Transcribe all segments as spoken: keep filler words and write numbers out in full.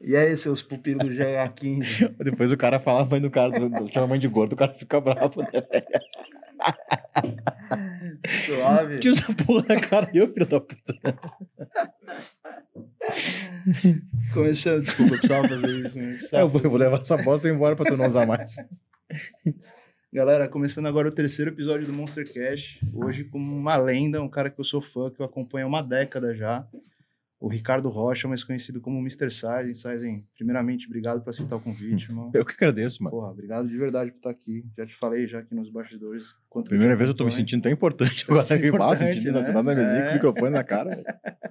E aí, seus pupilos do G H quinze? Depois o cara fala, vai no cara, do, do, chama a mãe de gordo, o cara fica bravo, né, velho? Suave. Tira essa porra na cara, eu, filho da puta. Começando, desculpa, eu precisava fazer isso. Eu, precisava eu, vou, eu vou levar essa bosta embora pra tu não usar mais. Galera, começando agora o terceiro episódio do Monster Cash. Hoje com uma lenda, um cara que eu sou fã, que eu acompanho há uma década já. O Ricardo Rocha, mais conhecido como mister Sizen. Sizen, primeiramente, obrigado por aceitar o convite, irmão. Eu que agradeço, mano. Porra, obrigado de verdade por estar aqui. Já te falei já aqui nos bastidores. Primeira vez eu tô me sentindo tão importante. Agora eu me sentindo né? na mesinha é. com o microfone na cara.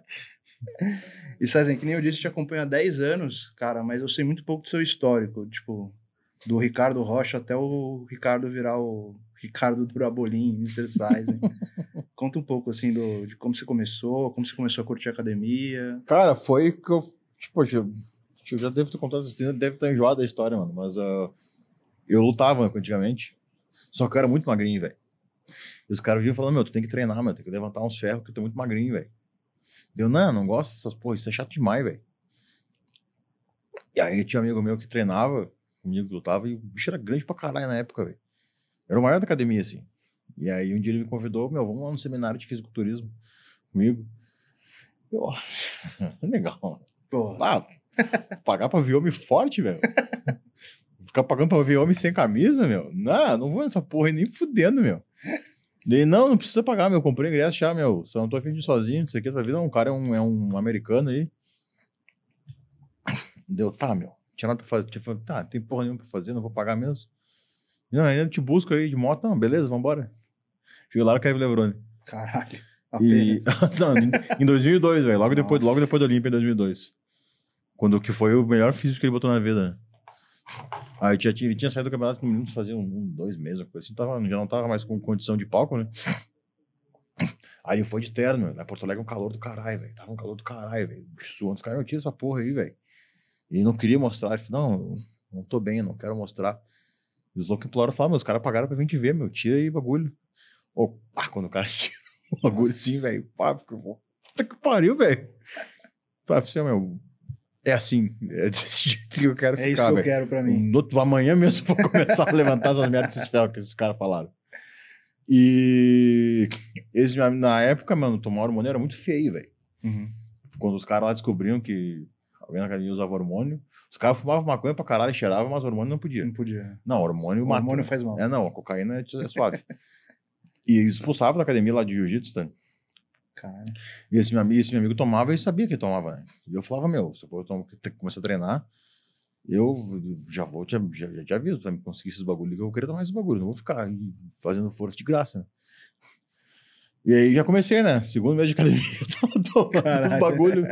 E Sizen, que nem eu disse, eu te acompanho há dez anos, cara, mas eu sei muito pouco do seu histórico. Tipo, do Ricardo Rocha até o Ricardo virar o Ricardo Durabolim, mister Sizen. Conta um pouco, assim, do, de como você começou, como você começou a curtir a academia. Cara, foi que eu... Tipo, eu, eu já devo ter contado isso, deve estar enjoado a história, mano. Mas uh, eu lutava antigamente, só que eu era muito magrinho, velho. E os caras vinham falando, meu, tu tem que treinar, meu, tem que levantar uns ferros, que tu é muito magrinho, velho. Eu, não, não gosto dessas porra, isso é chato demais, velho. E aí tinha um amigo meu que treinava comigo, que lutava, e o bicho era grande pra caralho na época, velho. Era o maior da academia, assim. E aí um dia ele me convidou, meu, vamos lá no seminário de fisiculturismo comigo. Eu, legal. Ah, pagar pra ver homem forte, velho. Ficar pagando pra ver homem sem camisa, meu. Não, não vou nessa porra aí nem fudendo, meu. Daí, não, não precisa pagar, meu. Comprei ingresso já, meu. Só não tô afim de ir sozinho, não sei o que. Tá vendo? Um cara é um, é um americano aí. Deu, tá, meu. Tinha nada pra fazer. Tinha falado, tá, não tem porra nenhuma pra fazer, não vou pagar mesmo. Não, ainda te busco aí de moto. Não, beleza, vambora. Cheguei lá no Kevin Levrone. Caralho. E... não, em dois mil e dois, velho. Logo depois, logo depois do Olímpia, em dois mil e dois. Quando que foi o melhor físico que ele botou na vida, né? Aí tinha, ele tinha saído do campeonato com meninos fazia um, um, dois meses, uma coisa assim. Tava, já não tava mais com condição de palco, né? Aí ele foi de terno, meu. Na Porto Alegre um calor do caralho, velho. Tava um calor do caralho, velho. Suando, os caras não tiram essa porra aí, velho. E ele não queria mostrar. Ele falou, não, não tô bem, não quero mostrar. E os loucos imploraram, falaram, meus caras pagaram pra vir te ver, meu. Tira aí o bagulho. Ô, pá, quando o cara tira o bagulho assim, velho. Pá, fica, puta que pariu, velho. Pá, assim, meu, é assim, é desse jeito que eu quero é ficar, velho. É isso que véio. eu quero pra mim. No, amanhã mesmo eu vou começar a levantar essas merdas desses ferros que esses caras falaram. E eles, na época, mano, tomar hormônio era muito feio, velho. Uhum. Quando os caras lá descobriam que alguém na academia usava hormônio, os caras fumavam maconha pra caralho, cheiravam, mas hormônio não podia. Não podia. Não, hormônio o mata. Hormônio faz mal. É, não, a cocaína é suave. E eles expulsavam da academia lá de jiu-jitsu, tá? Caralho. E esse meu, esse meu amigo tomava e sabia que ele tomava, né? E eu falava, meu, se eu for começar a treinar, eu já vou, já, já, já te aviso, tu vai me conseguir esses bagulhos, que eu queria tomar esses bagulhos, não vou ficar fazendo força de graça, né? E aí já comecei, né? Segundo mês de academia, eu tava tomando os bagulhos.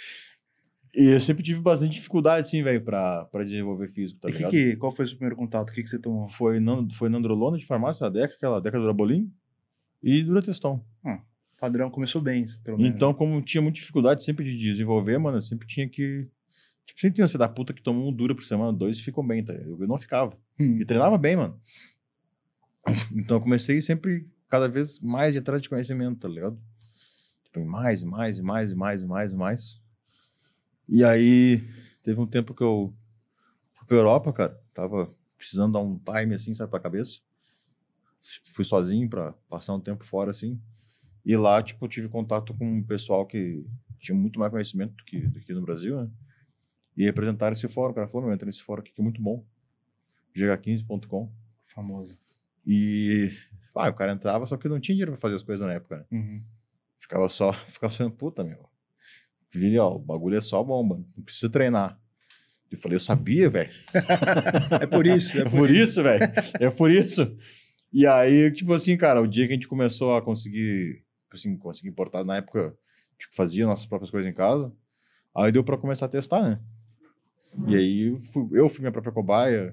E eu sempre tive bastante dificuldade, assim, velho, pra, pra desenvolver físico, tá e ligado? Que, que, qual foi o seu primeiro contato? O que, que você tomou? Foi, foi Nandrolona de farmácia, a Deca, aquela Deca Durabolim, e Durateston. Hum. Padrão começou bem, pelo menos. Então, como tinha muita dificuldade sempre de desenvolver, mano, eu sempre tinha que... Tipo, sempre tinha você da puta que tomou um dura por semana, dois e ficam bem, tá? Eu, eu não ficava. Hum. E treinava bem, mano. Então, eu comecei sempre, cada vez mais de atrás de conhecimento, tá ligado? Tipo, mais, mais, mais, mais, mais, mais. E aí, teve um tempo que eu fui pra Europa, cara. Tava precisando dar um time, assim, sabe, pra cabeça. Fui sozinho pra passar um tempo fora, assim. E lá, tipo, eu tive contato com um pessoal que tinha muito mais conhecimento do que, do que no Brasil, né? E representaram esse fórum. O cara falou, meu, entra nesse fórum aqui que é muito bom. G H quinze ponto com. Famoso. E... Ah, o cara entrava, só que não tinha dinheiro pra fazer as coisas na época, né? Uhum. Ficava só... Ficava sendo puta, meu. Falei, ó, o bagulho é só bomba. Não precisa treinar. Eu falei, eu sabia, velho. É por isso. É É por, por isso, isso, velho. É por isso. E aí, tipo assim, cara, o dia que a gente começou a conseguir... assim, consegui importar na época, tipo, fazia nossas próprias coisas em casa, aí deu pra começar a testar, né? E aí eu fui, eu fui minha própria cobaia,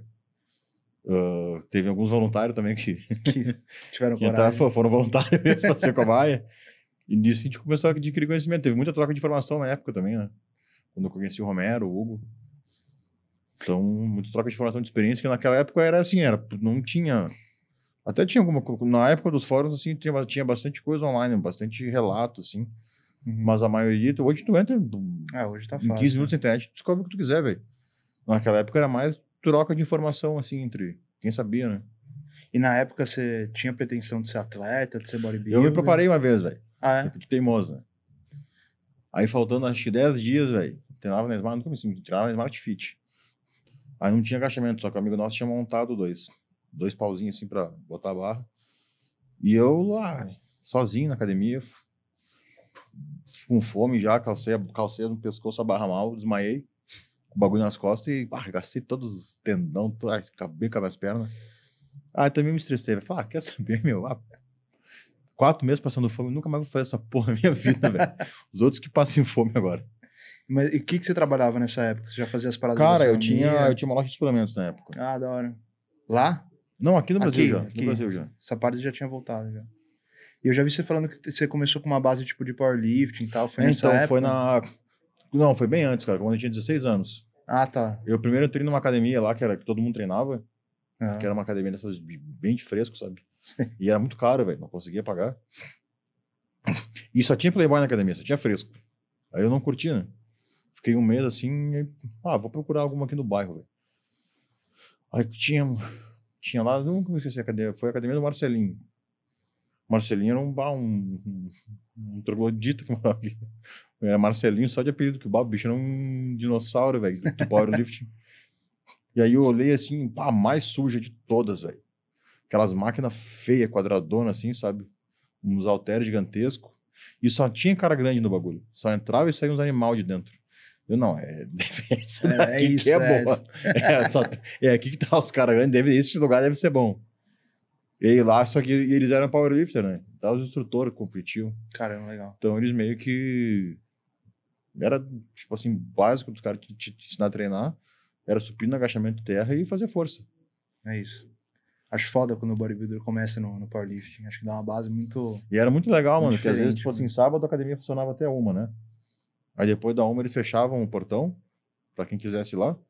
uh, teve alguns voluntários também que, que tiveram que coragem. entraram, foram voluntários mesmo pra ser cobaia, e nisso a gente começou a adquirir conhecimento, teve muita troca de informação na época também, né? Quando eu conheci o Romero, o Hugo, então, muita troca de informação de experiência, que naquela época era assim, era, não tinha... Até tinha alguma coisa, na época dos fóruns, assim, tinha, tinha bastante coisa online, bastante relato, assim. Uhum. Mas a maioria, hoje tu entra, Ah, hoje tá Em fácil. quinze né? minutos na internet, tu descobre o que tu quiser, velho. Naquela época era mais troca de informação, assim, entre quem sabia, né? E na época você tinha pretensão de ser atleta, de ser bodybuilder? Eu me preparei uma vez, velho. Ah, é? De teimoso, né? Aí faltando acho que dez dias, velho. Treinava na Smart, nunca me assim, treinava na Smart Fit. Aí não tinha agachamento, só que o amigo nosso tinha montado dois. Dois pauzinhos assim pra botar a barra. E eu lá, sozinho na academia, f- com fome já, calcei, a- calcei no pescoço a barra mal, desmaiei, com o bagulho nas costas e pá, arregacei todos os tendão, to- ai, acabei com as minhas pernas. Aí também me estressei, vai falar, ah, quer saber, meu? Ah, quatro meses passando fome, nunca mais vou fazer essa porra na minha vida, velho. Os outros que passam fome agora. Mas e o que, que você trabalhava nessa época? Você já fazia as paradas Cara, da eu tinha, gastronomia? eu tinha uma loja de suplementos na época. Ah, da hora. Lá? Não, aqui no Brasil Aqui, já. Aqui aqui. no Brasil já. Essa parte já tinha voltado já. E eu já vi você falando que você começou com uma base tipo de powerlifting e tal. Foi É, nessa então, época? foi na. Não, foi bem antes, cara, quando eu tinha dezesseis anos. Ah, tá. Eu primeiro entrei numa academia lá, que era que todo mundo treinava, Ah. que era uma academia dessas de- bem de fresco, sabe? E era muito caro, velho, não conseguia pagar. E só tinha Playboy na academia, só tinha fresco. Aí eu não curtia, né? Fiquei um mês assim, e, ah, vou procurar alguma aqui no bairro, velho. Aí tinha, tinha lá, nunca me esqueci a academia, foi a academia do Marcelinho. Marcelinho era um, bah, um, um, um troglodita que morava aqui. Era Marcelinho só de apelido, que o bicho era um dinossauro, velho, do, do powerlifting. E aí eu olhei assim, pá, a mais suja de todas, velho. Aquelas máquinas feias, quadradonas assim, sabe? Uns halteres gigantescos. E só tinha cara grande no bagulho. Só entrava e saía uns animais de dentro. Eu, não, é essa É, daqui é isso, que é, é boa. É, só, é aqui que tá os caras grandes, deve, esse lugar deve ser bom. E aí lá, só que eles eram powerlifter, né? Então os instrutores competiam. Caramba, legal. Então eles meio que... Era, tipo assim, básico dos caras te, te, te ensinar a treinar. Era supino, agachamento de terra e fazer força. É isso. Acho foda quando o bodybuilder começa no, no powerlifting. Acho que dá uma base muito... E era muito legal, Muito mano, porque às vezes, diferente, tipo assim, né? sábado a academia funcionava até uma, né? Aí depois da uma eles fechavam o portão, pra quem quisesse ir lá,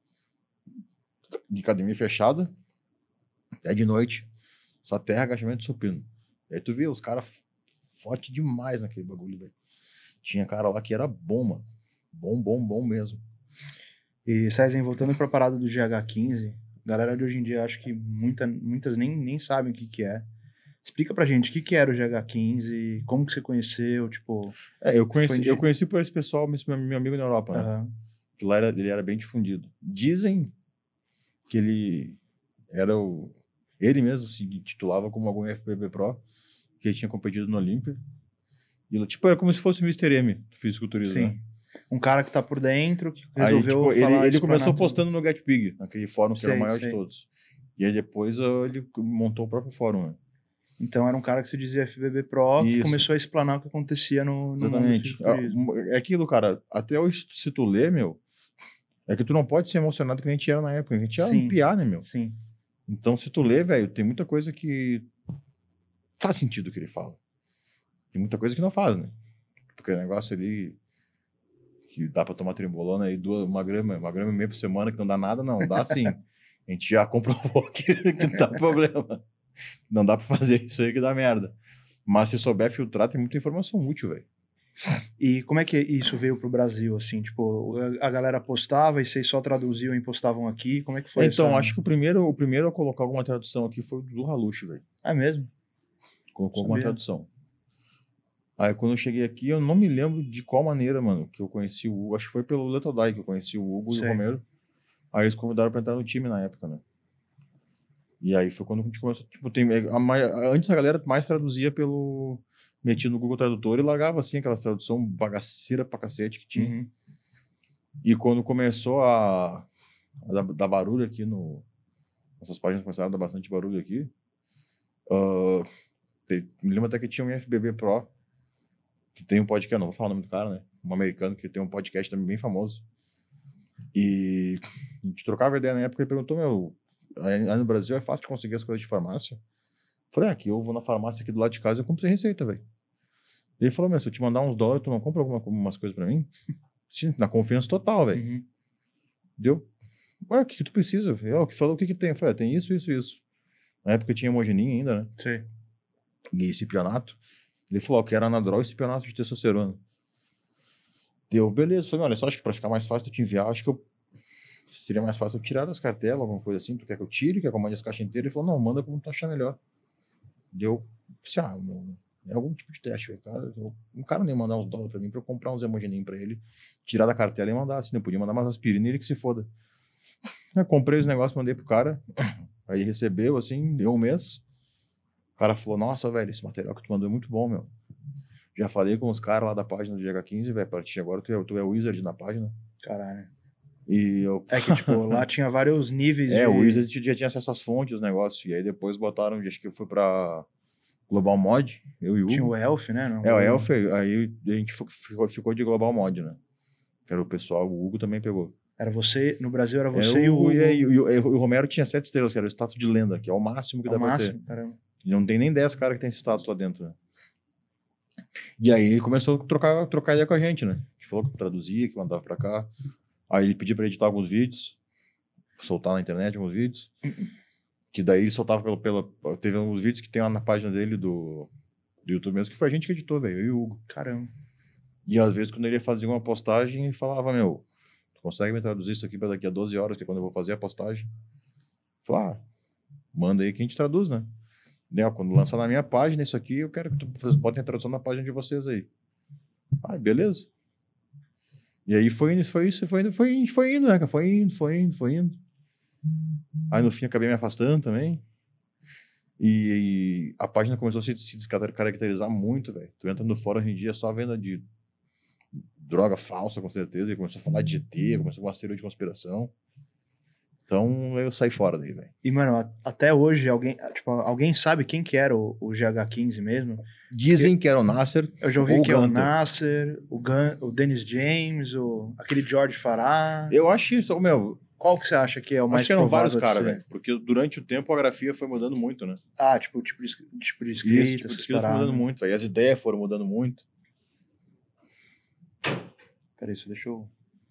de academia fechada, até de noite, só terra, agachamento e supino. E aí tu via os caras fortes demais naquele bagulho, velho. Tinha cara lá que era bom, mano. Bom, bom, bom mesmo. E, César, voltando pra parada do G H quinze, a galera de hoje em dia, acho que muita, muitas nem, nem sabem o que que é. Explica pra gente o que que era o G H quinze, como que você conheceu, tipo... É, eu Foi conheci, de- eu conheci por esse pessoal, esse meu, meu amigo na Europa, né? Aham. Que lá era, ele era bem difundido. Dizem que ele era o... Ele mesmo se titulava como algum F B B Pro, que ele tinha competido no Olímpia. E ele, tipo, era como se fosse o mister M do fisiculturismo, né? Sim. Um cara que tá por dentro, que Aí, resolveu tipo, ele, falar, ele começou explanar tudo. postando no GetPig, naquele fórum que era o Sei, maior de sei. todos. E aí depois ah, ele montou o próprio fórum, né? Então era um cara que se dizia F B B Pro, que Isso. começou a explanar o que acontecia no, no mundo do Exatamente. Ah, fisiculturismo. É aquilo, cara, até hoje, se tu lê, meu, é que tu não pode ser emocionado que a gente era na época. A gente era um Sim. piá, né, meu? Sim. Então, se tu lê, velho, tem muita coisa que faz sentido o que ele fala. Tem muita coisa que não faz, né? Porque o negócio ali que dá pra tomar trimbolona aí, duas, uma grama, uma grama e meia por semana, que não dá nada, não. Dá sim. A gente já comprovou que, que não dá problema. Não dá pra fazer isso aí que dá merda. Mas se souber filtrar, tem muita informação útil, velho. E como é que isso veio pro Brasil, assim? Tipo, a a galera postava e vocês só traduziam e postavam aqui? Como é que foi Então, essa... acho que o primeiro, o primeiro a colocar alguma tradução aqui foi o do Halush, velho. É mesmo? Colocou alguma Sabia. tradução. Aí quando eu cheguei aqui, eu não me lembro de qual maneira, mano, que eu conheci o Hugo. Acho que foi pelo Letodai que eu conheci o Hugo e Sei. o Romero. Aí eles convidaram pra entrar no time na época, né? E aí foi quando a gente começou, tipo, tem, a, mai- antes a galera mais traduzia pelo... Metia no Google Tradutor e largava, assim, aquelas tradução bagaceira pra cacete que tinha. Uhum. E quando começou a, a dar, dar barulho aqui no... Essas páginas começaram a dar bastante barulho aqui. ah, te- me lembro até que tinha um F B B Pro, que tem um podcast, não vou falar o nome do cara, né? Um americano que tem um podcast também bem famoso. E a gente trocava ideia na época e ele perguntou, meu, aí aí no Brasil é fácil de conseguir as coisas de farmácia? Eu falei, ah, aqui eu vou na farmácia aqui do lado de casa e eu compro sem receita, velho. Ele falou, meu, se eu te mandar uns dólares, tu não compra alguma, umas coisas pra mim? Sim, na confiança total, velho. Uhum. Deu? Ué, o que, que tu precisa? Eu falei, "Ah, o que falou, o que que tem? Eu falei, ah, tem isso, isso, isso. Na época tinha hemogenin ainda, né? Sei. E cipionato. Ele falou, ó, que era anadrol e cipionato de testosterona. Deu, beleza. Falei, olha, só acho que pra ficar mais fácil eu te enviar, acho que eu seria mais fácil eu tirar das cartelas, alguma coisa assim. Tu quer que eu tire, quer que eu mande as caixas inteiras? Ele falou, não, manda como tu achar melhor. Deu, disse, ah, meu, é algum tipo de teste, velho. Cara, eu, um cara nem mandar uns dólares pra mim pra eu comprar uns hemogeninhos pra ele, tirar da cartela e mandar, assim, eu podia mandar mais aspirina e ele que se foda. Eu comprei os negócios, mandei pro cara, aí ele recebeu, assim, deu um mês. O cara falou, nossa, velho, esse material que tu mandou é muito bom, meu. Já falei com os caras lá da página do G H quinze, velho, a partir de agora tu é, tu é o wizard na página. Caralho. E eu... É que, tipo, lá tinha vários níveis É, de... o Wizard já tinha acesso às fontes, os negócios. E aí depois botaram, acho que foi pra Global Mod, eu e o Tinha Hugo. o Elf, né? Não, É, o Elf, aí a gente ficou, ficou de Global Mod, né? Que era o pessoal, o Hugo também pegou. Era você, no Brasil era É, você e o Hugo. E, e, e, o- e o Romero tinha sete estrelas, que era o status de lenda, que é o máximo que Ao dá máximo, pra ter. caramba. E não tem nem dez caras que tem esse status lá dentro, né? E aí ele começou a trocar, trocar ideia com a gente, né? A gente falou que traduzia, que mandava pra cá. Aí ele pediu pra editar alguns vídeos, soltar na internet alguns vídeos. Que daí ele soltava pelo, pela... Teve uns vídeos que tem lá na página dele do, do YouTube mesmo, que foi a gente que editou, velho, eu e o Hugo. Caramba. E às vezes, quando ele ia fazer uma postagem, ele falava, meu, tu consegue me traduzir isso aqui pra daqui a doze horas, que é quando eu vou fazer a postagem? Eu falei, ah, manda aí que a gente traduz, né? Daí, ó, quando lançar na minha página isso aqui, eu quero que tu, vocês botem a tradução na página de vocês aí. Ah, beleza. E aí foi indo, foi isso, foi indo, foi indo, foi indo, né, cara? Foi indo, foi indo, foi indo. Aí no fim acabei me afastando também. E, e a página começou a se, se descaracterizar muito, velho. Tu entra no fórum hoje em dia só venda de droga falsa, com certeza. E começou a falar de G T, começou uma teoria de conspiração. Então eu saí fora daí, velho. E, mano, a- até hoje, alguém, tipo, alguém sabe quem que era o, o G H quinze mesmo? Dizem que era o Nasser. Eu já ouvi ou que é o Gunter. Nasser, o, Gun, o Dennis James, o, aquele George Farah. Eu acho isso, meu. Qual que você acha que é o mais Acho que eram vários provável de caras, ser? velho. Porque durante o tempo a grafia foi mudando muito, né? Ah, tipo, tipo de, tipo de escrita, Isso, tipo, essas de escrita foi paradas. mudando muito, velho. As ideias foram mudando muito. Peraí, isso deixa eu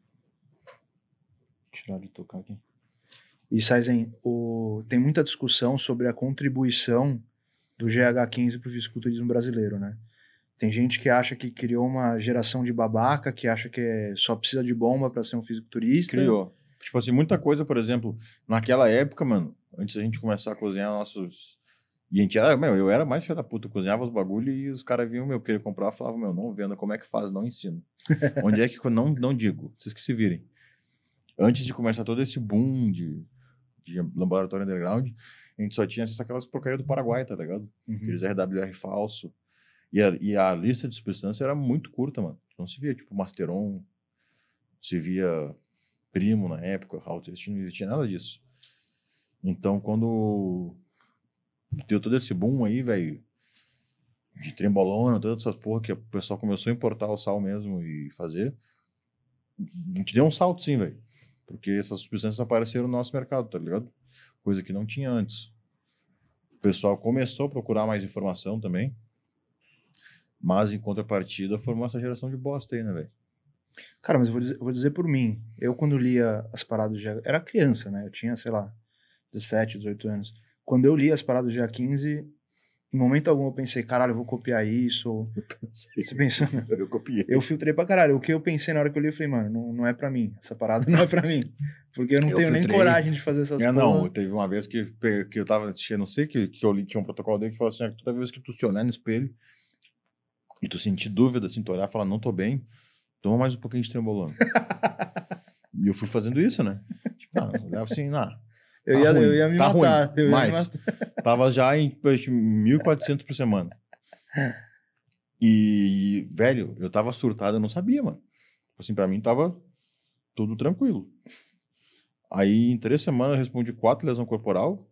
tirar de tocar aqui. E, Saizen, o... tem muita discussão sobre a contribuição do G H quinze para o fisiculturismo brasileiro, né? Tem gente que acha que criou uma geração de babaca, que acha que é- só precisa de bomba para ser um fisiculturista. Criou. Tipo assim, muita coisa, por exemplo, naquela época, mano, antes da gente começar a cozinhar nossos... E a gente era, meu, eu era mais filho da puta, eu cozinhava os bagulho e os caras vinham, meu, querer comprar, falavam, meu, não venda, como é que faz, não ensino. Onde é que eu não, não digo, vocês que se virem. Antes de começar todo esse boom de, de laboratório underground, a gente só tinha acesso àquelas porcaria do Paraguai, tá ligado? Uhum. Aqueles R W R falso. E a, e a lista de substância era muito curta, mano. Não se via, tipo, Masteron, se via Primo na época, Haltest, não existia nada disso. Então, quando deu todo esse boom aí, velho, de trembolona, todas essas porra que o pessoal começou a importar o sal mesmo e fazer, a gente deu um salto sim, velho. Porque essas substâncias apareceram no nosso mercado, tá ligado? Coisa que não tinha antes. O pessoal começou a procurar mais informação também, mas em contrapartida formou essa geração de bosta aí, né, velho? Cara, mas eu vou dizer, eu vou dizer por mim. Eu, quando lia as paradas do G H... Era criança, né? Eu tinha, sei lá, dezessete, dezoito anos. Quando eu li as paradas do G H quinze, em momento algum eu pensei, caralho, eu vou copiar isso. Você pensou? Eu copiei. Eu filtrei pra caralho. O que eu pensei na hora que eu li, eu falei, mano, não, não é pra mim. Essa parada não é pra mim. Porque eu não Eu tenho nem filtrei. coragem de fazer essas É, coisas. não, teve uma vez que, pe- que eu tava, eu não sei, que, que eu li, tinha um protocolo dele que falou assim, ó, toda vez que tu se olhar no espelho e tu sentir dúvida, assim, tu olhar e falar, não tô bem, toma mais um pouquinho de trembolona. E eu fui fazendo isso, né? Tipo, ah, eu olhava assim, ah, Eu, tá ia, ruim, eu ia me tá matar. ruim, eu ia me mas matar. tava já em poxa, mil e quatrocentos por semana. E, velho, eu tava surtado, eu não sabia, mano. Assim, pra mim tava tudo tranquilo. Aí, em três semanas, eu respondi quatro lesão corporal.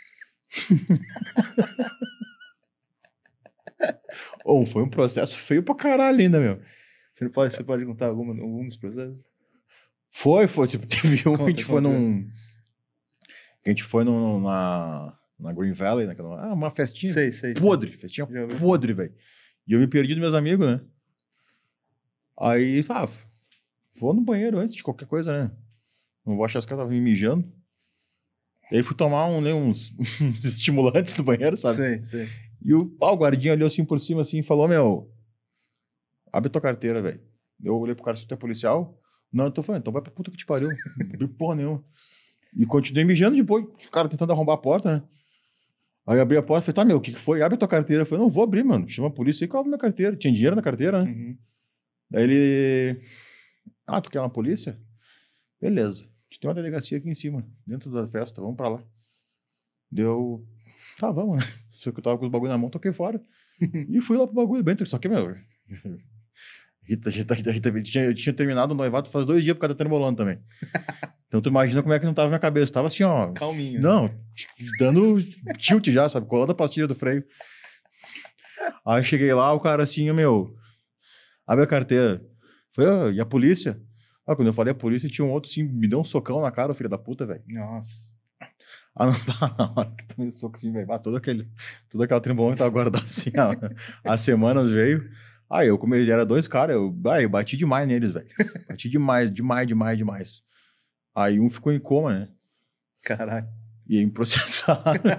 Ou foi um processo feio pra caralho ainda, meu. Você, não pode, você pode contar alguma, algum dos processos? Foi, foi, tipo, teve um que a Conta, gente foi conta. num... Que a gente foi num, na, na Green Valley, naquela... Ah, uma festinha Sei, sei. podre, festinha Já ouvi. podre, velho. E eu me perdi dos meus amigos, né? Aí, ah, vou no banheiro antes de qualquer coisa, né? Não vou achar que os caras estavam me mijando. E aí fui tomar um, né, uns, uns estimulantes no banheiro, sabe? Sei, sei. E o, ah, o guardinha olhou assim por cima assim e falou, meu, abre tua carteira, velho. Eu olhei pro cara, você é policial? Não, eu tô falando, então vai pra puta que te pariu. Não vi porra nenhuma. E continuei mijando depois, o cara tentando arrombar a porta, né? Aí eu abri a porta e falei, tá, meu, o que que foi? Abre a tua carteira. Eu falei, não, vou abrir, mano. Chama a polícia e cobra minha carteira. Tinha dinheiro na carteira, né? Uhum. Daí ele... Ah, tu quer uma polícia? Beleza. Tem uma delegacia aqui em cima, dentro da festa, vamos pra lá. Deu... Tá, vamos, né? Só que eu tava com os bagulho na mão, toquei fora. E fui lá pro bagulho, bem, só que, meu... Rita, Rita, Rita, Rita, Rita, eu tinha terminado o noivado faz dois dias por causa da trembolando também. Então tu imagina como é que não tava na minha cabeça. Tava assim, ó... Calminho. Não, dando tilt já, sabe? Colando a pastilha do freio. Aí cheguei lá, o cara assim, meu... Abre a carteira. Foi, ó, e a polícia? Ah, quando eu falei a polícia, tinha um outro assim, me deu um socão na cara, filho da puta, velho. Nossa. Ah, não tá na hora que tu me soco assim, velho. Ah, todo aquele, toda aquela trembolona que tava guardada assim, há, há semanas veio. Aí eu comecei, era dois caras, eu, ah, eu bati demais neles, velho. Bati demais, demais, demais, demais. Aí um ficou em coma, né? Caraca. E aí me processaram.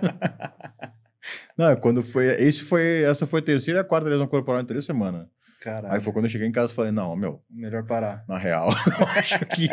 Não, quando foi, esse foi, essa foi a terceira e a quarta lesão corporal em três semanas. Caralho. Aí foi quando eu cheguei em casa e falei, não, meu... Melhor parar. Na real, eu acho que...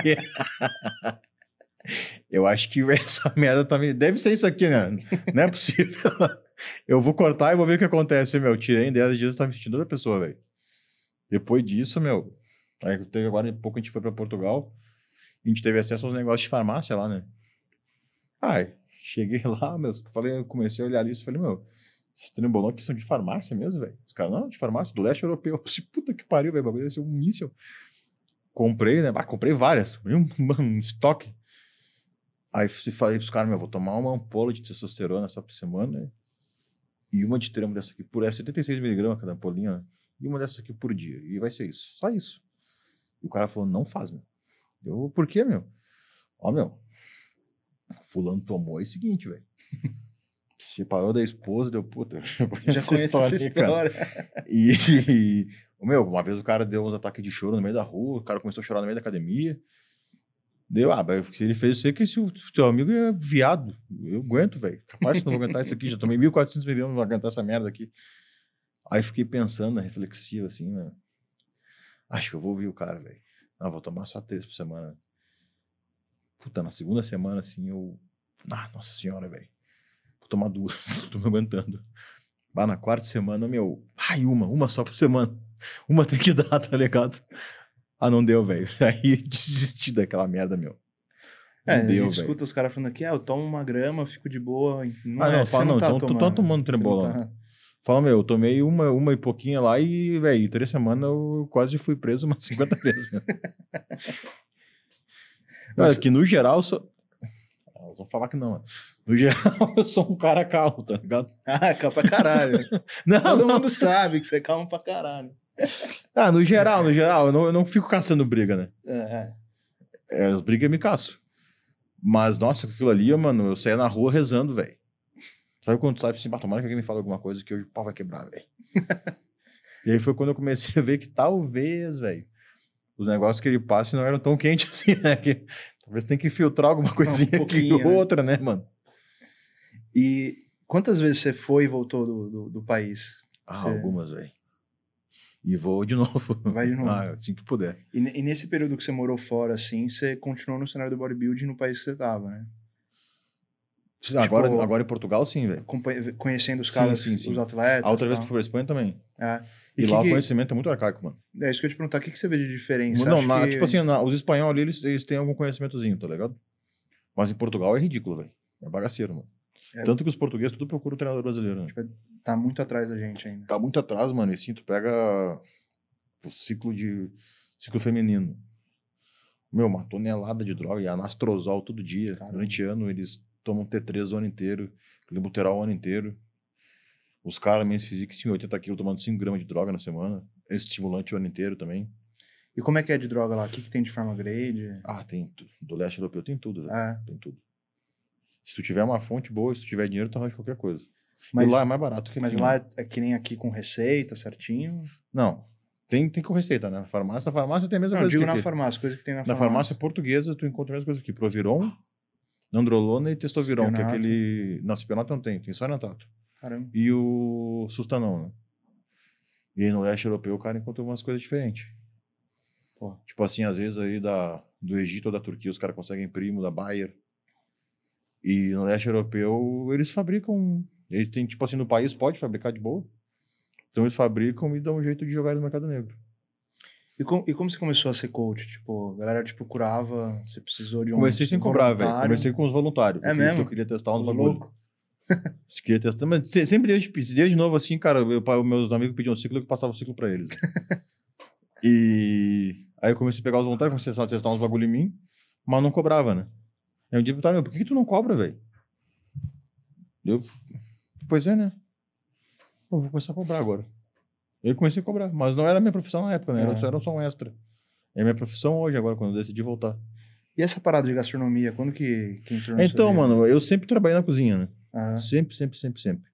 eu acho que essa merda tá me... Deve ser isso aqui, né? Não é possível. Eu vou cortar e vou ver o que acontece, meu. Tirei em dez dias, eu tava me sentindo outra pessoa, velho. Depois disso, meu... Aí teve agora, um pouco a gente foi pra Portugal. A gente teve acesso aos negócios de farmácia lá, né? Ai, cheguei lá, meu... Falei, eu comecei a olhar ali e falei, meu... Esses trembolão aqui são de farmácia mesmo, velho. Os caras, não, de farmácia, do leste europeu. Eu disse, puta que pariu, velho. Bagulho deve ser um míssil. Comprei, né? Ah, comprei várias. Comprei um, um estoque. Aí falei pros caras, meu, vou tomar uma ampola de testosterona só por semana, né? E uma de tremo dessa aqui, por é setenta e seis miligramas cada ampolinha, né? E uma dessa aqui por dia. E vai ser isso. Só isso. E o cara falou, não faz, meu. Eu, por quê, meu? Ó, meu. Fulano tomou é o seguinte, velho. Separou da esposa, deu puta. Eu conheço Já conheço essa história. Cara. E, e, meu, uma vez o cara deu uns ataques de choro no meio da rua, o cara começou a chorar no meio da academia. Deu, ah, ele fez isso aí que se o teu amigo é viado. Eu aguento, velho. Capaz de não aguentar isso aqui. Já tomei mil e quatrocentos miligramas, não vou aguentar essa merda aqui. Aí fiquei pensando, reflexivo, assim, né? Acho que eu vou ouvir o cara, velho. Ah, vou tomar só três por semana. Puta, na segunda semana, assim, eu... Ah, nossa senhora, velho. Vou tomar duas, tô me aguentando. Ah, na quarta semana, meu... Ai, uma, uma só por semana. Uma tem que dar, tá ligado? Ah, não deu, velho. Aí desisti daquela merda, meu. Não é, deu, a gente véio. Escuta os caras falando aqui, ah, eu tomo uma grama, eu fico de boa. Não ah, não, é, fala, não, não tá então tomando, tu tá tomando trembolona. Tá... Fala, meu, eu tomei uma, uma e pouquinha lá e, velho, três semanas eu quase fui preso umas cinquenta vezes, meu. Mas... que no geral eu sou... Elas vão falar que não, no geral eu sou um cara calmo, tá ligado? Ah, calmo pra caralho. não, Todo não. mundo sabe que você é calmo pra caralho. Ah, no geral, no geral, eu não, eu não fico caçando briga, né? É. é as brigas eu me caço. Mas, nossa, com aquilo ali, mano, eu saía na rua rezando, velho. Sabe quando tu sabe assim, tomara que alguém me fala alguma coisa que hoje o pau vai quebrar, velho. E aí foi quando eu comecei a ver que talvez, velho, os negócios que ele passa não eram tão quentes assim, né? Que talvez tem que filtrar alguma coisinha um aqui e outra, né, mano? E quantas vezes você foi e voltou do, do, do país? Ah, você... algumas, velho. E vou de novo. Vai de novo. Ah, assim que puder. E, e nesse período que você morou fora, assim, você continuou no cenário do bodybuilding no país que você tava, né? Agora, tipo, agora em Portugal, sim, velho. Conhecendo os caras, sim, sim, sim. Os atletas. A outra vez que fui pra Espanha também. É. E, e lá que... o conhecimento é muito arcaico, mano. É isso que eu ia te perguntar. O que, que você vê de diferença? Não, na, que... tipo assim, na, os espanhóis ali, eles, eles têm algum conhecimentozinho, tá ligado? Mas em Portugal é ridículo, velho. É bagaceiro, mano. É. Tanto que os portugueses tudo procuram o treinador brasileiro, né? Tipo, tá muito atrás da gente ainda. Tá muito atrás, mano. E sim, tu pega o ciclo de... Ciclo feminino. Meu, uma tonelada de droga. E anastrozol todo dia. Caramba. Durante ano, eles tomam T três o ano inteiro. Clibuterol o ano inteiro. Os caras, menos físicos, tinham oitenta quilos tomando cinco gramas de droga na semana. Estimulante o ano inteiro também. E como é que é de droga lá? O que, que tem de Pharmagrade? Ah, tem tudo. Do leste europeu tem tudo, velho. Ah. Tem tudo. Se tu tiver uma fonte boa, se tu tiver dinheiro, tu arranja qualquer coisa. Mas, e lá é mais barato que aqui. Mas lá é que nem aqui com receita, certinho? Não. Tem, tem com receita, né? Na farmácia, na farmácia tem a mesma Não, coisa digo que na aqui. farmácia, coisa que tem na, na farmácia. Na farmácia portuguesa, tu encontra a mesma coisa aqui. Proviron, Nandrolona e Testoviron, Cipionato. Que é aquele... Não, Cipionato não tem, tem só Enantato. Caramba. E o Sustanão, né? E aí no leste europeu o cara encontra umas coisas diferentes. Pô. Tipo assim, às vezes aí da, do Egito ou da Turquia, os caras conseguem primo da Bayer. E no leste europeu, eles fabricam... Eles têm, tipo assim, no país pode fabricar de boa. Então eles fabricam e dão um jeito de jogar no mercado negro. E, com, e como você começou a ser coach? Tipo, a galera te procurava, você precisou de um Comecei sem cobrar, velho. voluntário? Comecei com os voluntários. É Eu queria, mesmo? eu queria testar uns Os bagulho. loucos? Eu queria testar, mas se- sempre desde, desde novo, assim, cara, eu, pa- meus amigos pediam um ciclo, eu passava o ciclo pra eles. E aí eu comecei a pegar os voluntários, comecei a testar uns bagulho em mim, mas não cobrava, né? Aí um dia eu perguntava, meu, por que, que tu não cobra, velho? Eu, pois é, né? Eu vou começar a cobrar agora. Eu comecei a cobrar, mas não era minha profissão na época, né? Era, É. só era só um extra. É minha profissão hoje, agora, quando eu decidi voltar. E essa parada de gastronomia, quando que, que entrou na sua Então, vida? mano, eu sempre trabalhei na cozinha, né? Aham. Sempre, sempre, sempre, sempre.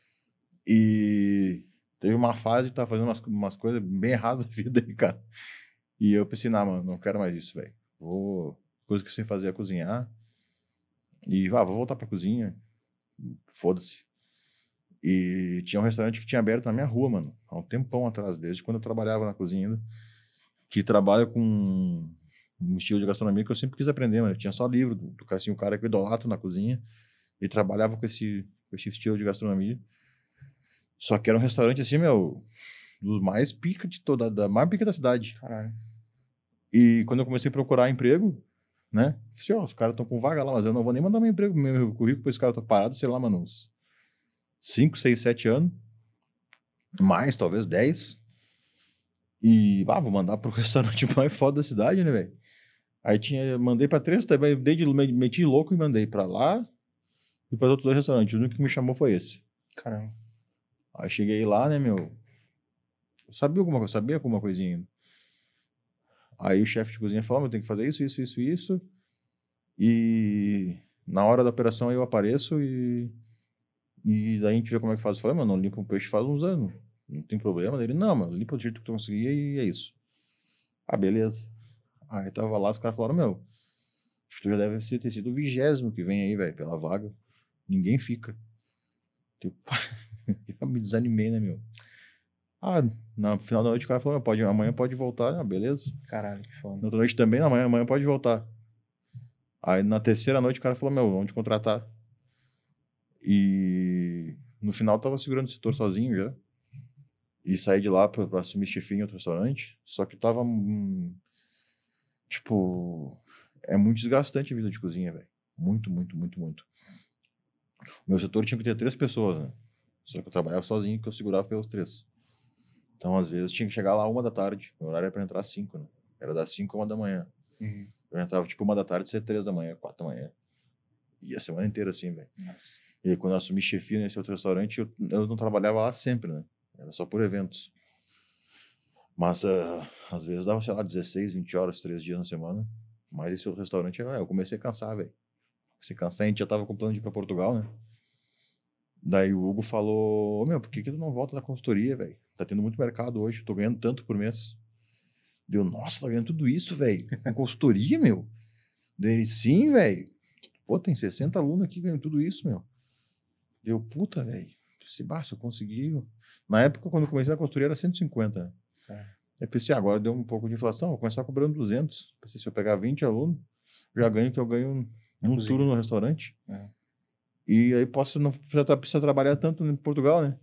E teve uma fase que tava fazendo umas, umas coisas bem erradas na vida aí, cara. E eu pensei, não, mano, não quero mais isso, velho. Vou... Coisa que eu sei fazer é cozinhar. E, ah, vou voltar pra cozinha. Foda-se. E tinha um restaurante que tinha aberto na minha rua, mano. Há um tempão atrás, desde quando eu trabalhava na cozinha ainda. Que trabalha com um estilo de gastronomia que eu sempre quis aprender, mano. Eu tinha só livro do, do assim, um cara que eu idolato na cozinha. E trabalhava com esse, com esse estilo de gastronomia. Só que era um restaurante assim, meu, dos mais pica de toda, da mais pica da cidade. Caralho. E quando eu comecei a procurar emprego, né? Falei, ó, os caras estão com vaga lá, mas eu não vou nem mandar meu emprego, meu currículo para esse cara, tô parado, sei lá, mano, uns cinco, seis, sete anos. Mais, talvez dez. E, ah, vou mandar pro restaurante mais foda da cidade, né, velho? Aí tinha, mandei pra três, também, dei de, meti louco e mandei pra lá e para outros dois restaurantes. O único que me chamou foi esse. Caramba. Aí cheguei lá, né, meu? Eu sabia alguma coisa, sabia alguma coisinha ainda. Aí o chefe de cozinha falou, eu tenho que fazer isso, isso, isso, isso. E na hora da operação eu apareço e e daí a gente vê como é que faz. Eu falei, mano, não limpa um peixe faz uns anos. Não tem problema. Ele, não, mano, limpa do jeito que tu conseguia e é isso. Ah, beleza. Aí tava lá, os caras falaram, meu, acho que tu já deve ter sido o vigésimo que vem aí, velho, pela vaga. Ninguém fica. Tipo, eu me desanimei, né, meu? Ah, no final da noite o cara falou, pode, amanhã pode voltar. Ah, beleza. Caralho, que foda. Na outra noite também, amanhã, amanhã pode voltar. Aí na terceira noite o cara falou, meu, vamos te contratar. E no final eu tava segurando o setor sozinho já. E saí de lá pra, pra assumir chefia em outro restaurante. Só que tava, hum, tipo, é muito desgastante a vida de cozinha, velho. Muito, muito, muito, muito. O meu setor tinha que ter três pessoas, né? Só que eu trabalhava sozinho, que eu segurava pelos três. Então, às vezes, tinha que chegar lá uma da tarde. O horário era pra entrar às cinco, né? Era das cinco a uma da manhã. Uhum. Eu entrava, tipo, uma da tarde, ser três da manhã, quatro da manhã. E a semana inteira assim, velho. E aí, quando eu assumi chefia nesse outro restaurante, eu, eu não trabalhava lá sempre, né? Era só por eventos. Mas, uh, às vezes, dava, sei lá, dezesseis, vinte horas, três dias na semana. Mas esse outro restaurante, eu, eu comecei a cansar, velho. Comecei a cansar, a gente já tava com plano de ir pra Portugal, né? Daí o Hugo falou, ô, meu, por que que tu não volta da consultoria, velho? Tá tendo muito mercado hoje, tô ganhando tanto por mês. Deu, nossa, tá ganhando tudo isso, velho. Com consultoria, meu? Dele, sim, velho. Pô, tem sessenta alunos aqui ganhando tudo isso, meu. Deu, puta, velho. Esse baixo, eu consegui. Na época, quando eu comecei a consultoria, era cento e cinquenta. É. Eu pensei, agora deu um pouco de inflação, vou começar cobrando duzentos. Pensei, se eu pegar vinte alunos, já ganho que eu ganho um turno no restaurante. É. E aí posso não precisar trabalhar tanto em Portugal, né?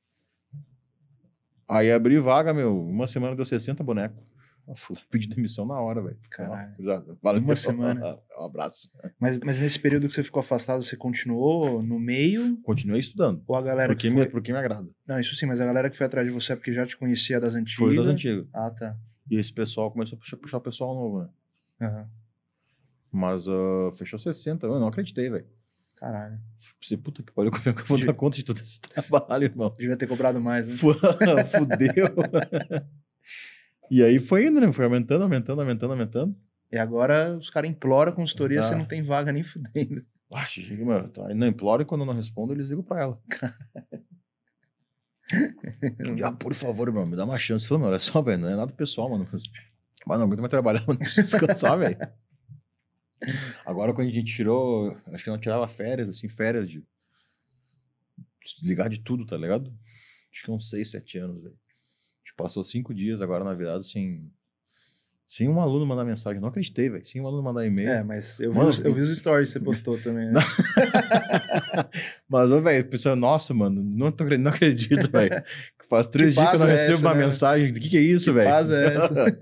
Aí abri vaga, meu. Uma semana deu sessenta bonecos. Eu fui lá pedir demissão na hora, velho. Caralho. Valeu. Uma semana. Um abraço. Mas, mas nesse período que você ficou afastado, você continuou no meio? Continuei estudando. Ou a galera porque que foi... me, porque me agrada. Não, isso sim, mas a galera que foi atrás de você é porque já te conhecia das antigas? Foi das antigas. Ah, tá. E esse pessoal começou a puxar, puxar o pessoal novo, né? Uhum. Mas uh, fechou sessenta. Eu não acreditei, velho. Caralho. Pensei, puta que pariu, como é que eu vou dar conta de todo esse trabalho, irmão? Devia ter cobrado mais, né? Fudeu. E aí foi indo, né? Foi aumentando, aumentando, aumentando, aumentando. E agora os caras imploram a consultoria, Ah. você não tem vaga nem fudendo. Ah, chega, meu. Tá, não imploro e quando eu não respondo, eles ligam pra ela. E, ah, por favor, meu, me dá uma chance. Falei, meu, olha só, velho, não é nada pessoal, mano. Mas não, muito mais trabalhar, mano. Preciso descansar, velho. Agora, quando a gente tirou, acho que não tirava férias, assim, férias de ligar de tudo, tá ligado? Acho que uns seis, sete anos, velho. A gente passou cinco dias agora na virada sem, Sem um aluno mandar mensagem. Não acreditei, velho. Sem um aluno mandar e-mail. É, mas eu vi, Mano, os, eu vi os stories que você postou também, né? Mas, ô, velho, pessoal, nossa, mano, não, tô, acreditando- não acredito, velho. Faz três Que dias que eu não paz é recebo essa, uma né? mensagem. O que, que é isso, Que velho? paz é essa?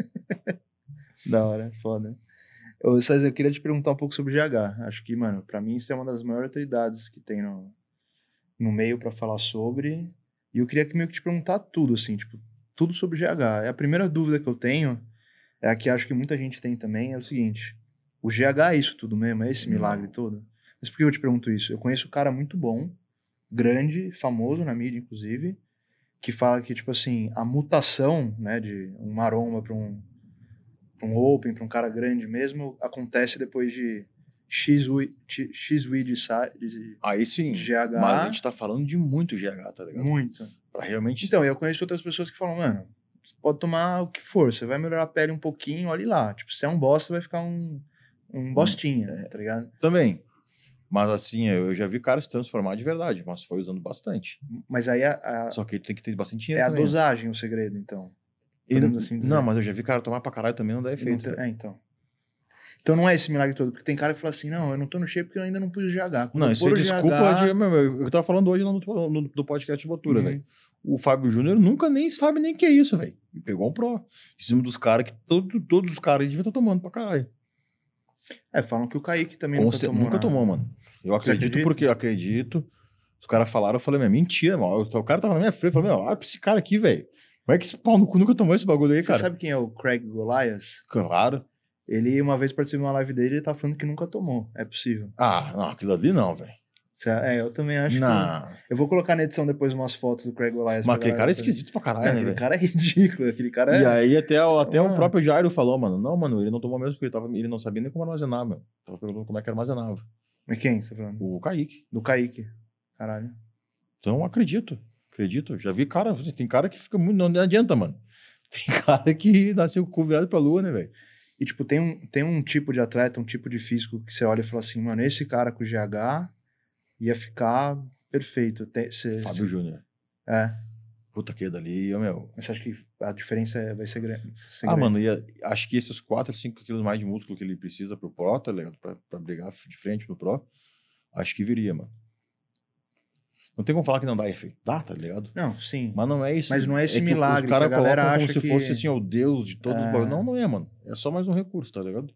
Da hora, foda. Ô, César, eu queria te perguntar um pouco sobre o G H. Acho que, mano, pra mim isso é uma das maiores autoridades que tem no, no meio pra falar sobre. E eu queria que meio que te perguntar tudo, assim, tipo, tudo sobre o G H. É a primeira dúvida que eu tenho, é a que acho que muita gente tem também, é o seguinte: o G H é isso tudo mesmo? É esse milagre Não. todo? Mas por que eu te pergunto isso? Eu conheço um cara muito bom, grande, famoso na mídia, inclusive, que fala que, tipo assim, a mutação, né, de um maromba pra um, pra um open, pra um cara grande mesmo, acontece depois de X ui- X- X U I de, sa- de, Aí sim. de G H. Mas a gente tá falando de muito G H, tá ligado? Muito. Pra realmente. Então, eu conheço outras pessoas que falam, mano, você pode tomar o que for, você vai melhorar a pele um pouquinho, olha lá. Tipo, se é um bosta, vai ficar um, um bostinha, tá ligado? Também. Mas assim, eu já vi cara se transformar de verdade, mas foi usando bastante. Mas aí a, a- Só que tem que ter bastante é dinheiro a também. né? dosagem o segredo, então. E- Podemos assim dizer. Não, mas eu já vi cara tomar pra caralho também, não dá E não efeito. tem- velho. É, então. Então não é esse milagre todo, porque tem cara que fala assim, não, eu não tô no shape porque eu ainda não pus o G H. Quando Não, eu isso pôr é o desculpa G H... de. Meu, eu eu tava falando hoje lá no, no, do podcast de Botura, Uhum. velho. O Fábio Júnior nunca nem sabe nem o que é isso, velho. E pegou um Pro. Em cima dos caras que todo, todos os caras deviam estar tomando pra caralho. É, falam que o Kaique também Com nunca cer- tomou nunca na- tomou, mano. Eu Você acredito acredita? porque eu acredito. Os caras falaram, eu falei, meu, mentira, mano. O cara tava na minha frente, eu falei, meu, olha pra esse cara aqui, velho. Como é que esse pau no cu nunca tomou esse bagulho aí, Você cara? sabe quem é o Craig Goliath? Claro. Ele, uma vez participou de uma live dele, ele tá falando que nunca tomou. É possível. Ah, não, aquilo ali não, velho. Cê- É, eu também acho que... Não. Eu vou colocar na edição depois umas fotos do Craig Goliath. Mas pra aquele galera cara é saber. esquisito pra Não, caralho, né, aquele velho? cara é ridículo. Aquele cara é... E aí até, o- até o Mano. próprio Jairo falou, mano, não, mano, ele não tomou mesmo porque ele, tava, ele não sabia nem como armazenar, meu. Tava perguntando como é que armazenava. Mas quem você tá falando? O Kaique. Do Kaique. Caralho. Então, acredito. Acredito. Já vi cara, tem cara que fica muito, não adianta, mano. Tem cara que nasceu com o cu virado pra lua, né, velho? E, tipo, tem um, tem um tipo de atleta, um tipo de físico que você olha e fala assim, mano, esse cara com G H ia ficar perfeito. Tem, cê, Fábio cê- Júnior. É. Puta que dali, ô, meu. Mas você acha que a diferença é- vai ser grande? ser Ah, grande? mano, ia, acho que esses quatro, cinco quilos mais de músculo que ele precisa pro Pro, tá ligado? Pra, pra brigar de frente no Pro, acho que viria, mano. Não tem como falar que não dá efeito. Dá, tá ligado? Não, sim. Mas não é isso. Mas não é esse que milagre Os caras que a galera colocam como acha se que- fosse assim, ó, o Deus de todos É. os bagulhos. Não, não é, mano. É só mais um recurso, tá ligado?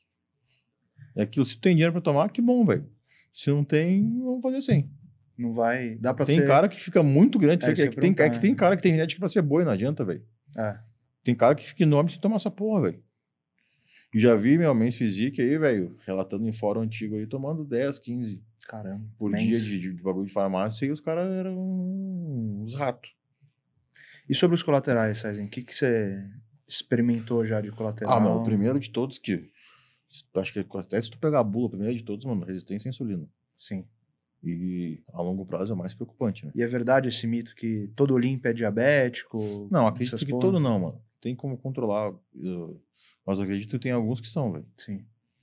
É aquilo, se tu tem dinheiro pra tomar, que bom, velho. Se não tem, vamos fazer assim. Não vai... Dá pra Tem ser... cara que fica muito grande. É, É, isso eu que ia tem, é perguntar, que tem né? cara que tem genética pra ser boi, não adianta, velho. É. Tem cara que fica enorme sem tomar essa porra, velho. E já vi meu Men's Physique aí, velho, relatando em fórum antigo aí, tomando dez, quinze Caramba. por Mens. dia de, de bagulho de farmácia e os caras eram uns ratos. E sobre os colaterais, Saizen? O que, que você experimentou já de colateral? Ah, mano, o primeiro de todos que. Acho que até se tu pegar a bula, o primeiro de todos, mano, resistência à insulina. Sim. E a longo prazo é o mais preocupante, né? E é verdade esse mito que todo Olímpio é diabético? Não, acredito essas que porra? todo não, mano. Tem como controlar. eu- Mas eu acredito que tem alguns que são, velho. Sim.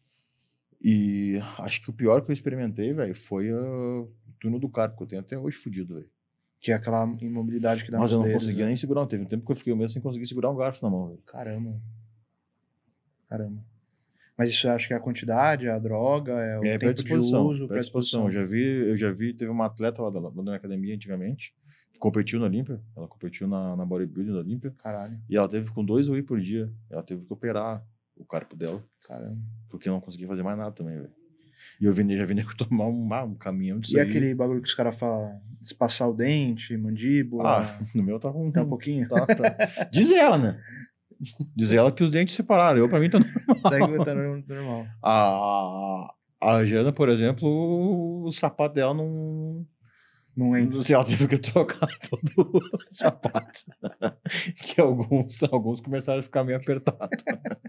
E acho que o pior que eu experimentei, velho, foi ah, o túnel do carpo, que eu tenho até hoje fudido, velho. Que é aquela imobilidade que dá Mas nos eu não dedos, conseguia né? nem segurar. Teve um tempo que eu fiquei mesmo sem conseguir segurar um garfo na mão, velho. Caramba. Caramba. Mas isso eu acho que é a quantidade, é a droga, é o É tempo de predisposição. uso, predisposição. Eu já vi, eu já vi, teve uma atleta lá da, lá da minha academia antigamente, que competiu na Olímpia. Ela competiu na, na bodybuilding da Olímpia. Caralho, E ela teve com dois whey por dia. Ela teve que operar o carpo dela, caramba. porque não conseguia fazer mais nada também, velho. E eu vi, já vi nego tomar um, ah, um caminhão disso E aí. aquele bagulho que os caras falam, espaçar o dente, mandíbula, Ah, no meu tá com... tá um pouquinho? Tá, tá. Diz ela, né? Diz ela que os dentes separaram. Eu, pra mim, tá Segue tá normal. A, a Jana, por exemplo, o sapato dela não... Não entra. Não sei, ela teve que trocar todo o sapato. Que alguns, alguns começaram a ficar meio apertados.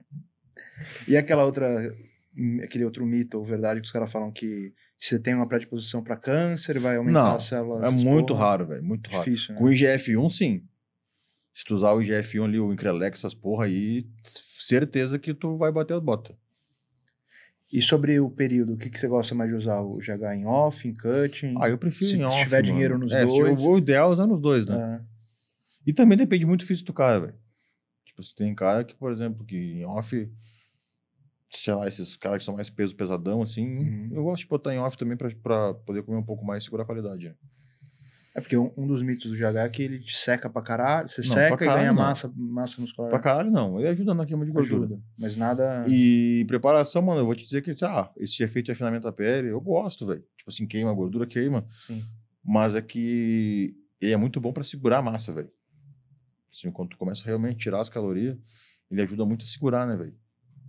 E aquela outra, aquele outro mito ou verdade que os caras falam que se você tem uma predisposição pra câncer, vai aumentar Não, as células. é muito porra. raro, velho. Muito raro. Difícil, né? Com o I G F um, sim. Se tu usar o I G F um ali, o Increlex, essas porra aí, certeza que tu vai bater as botas. E sobre o período, o que, que você gosta mais de usar? O G H em off, em cutting? Ah, eu prefiro Se em off, tiver mano. dinheiro nos é, dois. O, o ideal é usar nos dois, né? É. E também depende muito do físico do cara, velho. Tipo, você tem cara que, por exemplo, que em off, sei lá, esses caras que são mais peso pesadão, assim, Uhum. eu gosto de botar em off também pra, pra poder comer um pouco mais e segurar a qualidade. Né? É porque um, um dos mitos do G H é que ele te seca pra caralho, você Não, pra seca e ganha caralho não. massa, massa muscular. Pra caralho não. Ele ajuda na queima de gordura. Ajuda, mas nada... E preparação, mano, eu vou te dizer que, ah, esse efeito de afinamento da pele, eu gosto, velho. Tipo assim, queima a gordura, queima. Sim. Mas é que ele é muito bom pra segurar a massa, velho. Assim, quando tu começa a realmente tirar as calorias, ele ajuda muito a segurar, né, velho?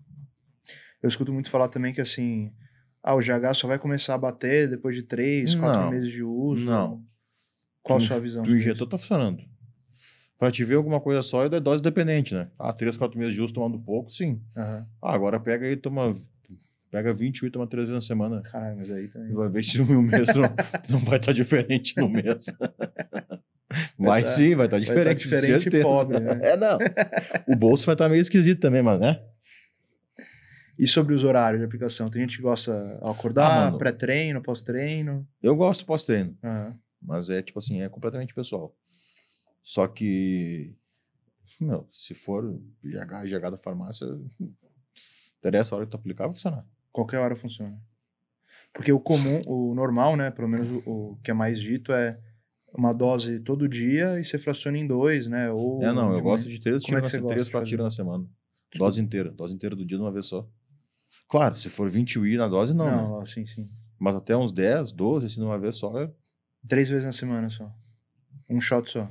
Eu escuto muito falar também que, assim, ah, o G H só vai começar a bater depois de três, quatro Não, meses de uso. não. Qual a Tu, sua visão tu sobre injetou, isso? tá funcionando. Pra te ver alguma coisa só, é dose dependente, né? Ah, três, quatro meses de uso tomando pouco, sim. Aham. Ah, agora pega aí e toma... Pega vinte e oito, toma três vezes na semana. Cara, mas aí também... Vai ver se no mês não, não vai estar diferente no mês. Vai, tá- sim, vai estar Vai estar diferente, diferente e certeza. pobre, né? É, não. O bolso vai estar meio esquisito também, mas, né? E sobre os horários de aplicação? Tem gente que gosta ao Ah, acordar, mano. pré-treino, pós-treino. Eu gosto pós-treino, Aham. mas é, tipo assim, é completamente pessoal. Só que, meu, se for G H, G H da farmácia, interessa a hora que tu aplicar, vai funcionar. Qualquer hora funciona. Porque o comum, o normal, né? Pelo menos o, o que é mais dito é uma dose todo dia e você fraciona em dois, né? Ou É, não, eu de manhã. gosto de três Como é tiros que na você se- gosta três, de quatro fazer? tiros na semana. Desculpa. Dose inteira, dose inteira do dia de uma vez só. Claro, se for vinte U I na dose, não, né? Não, ó, sim, sim. Mas até uns dez, doze, assim, de uma vez só. é- Três vezes na semana só. Um shot só.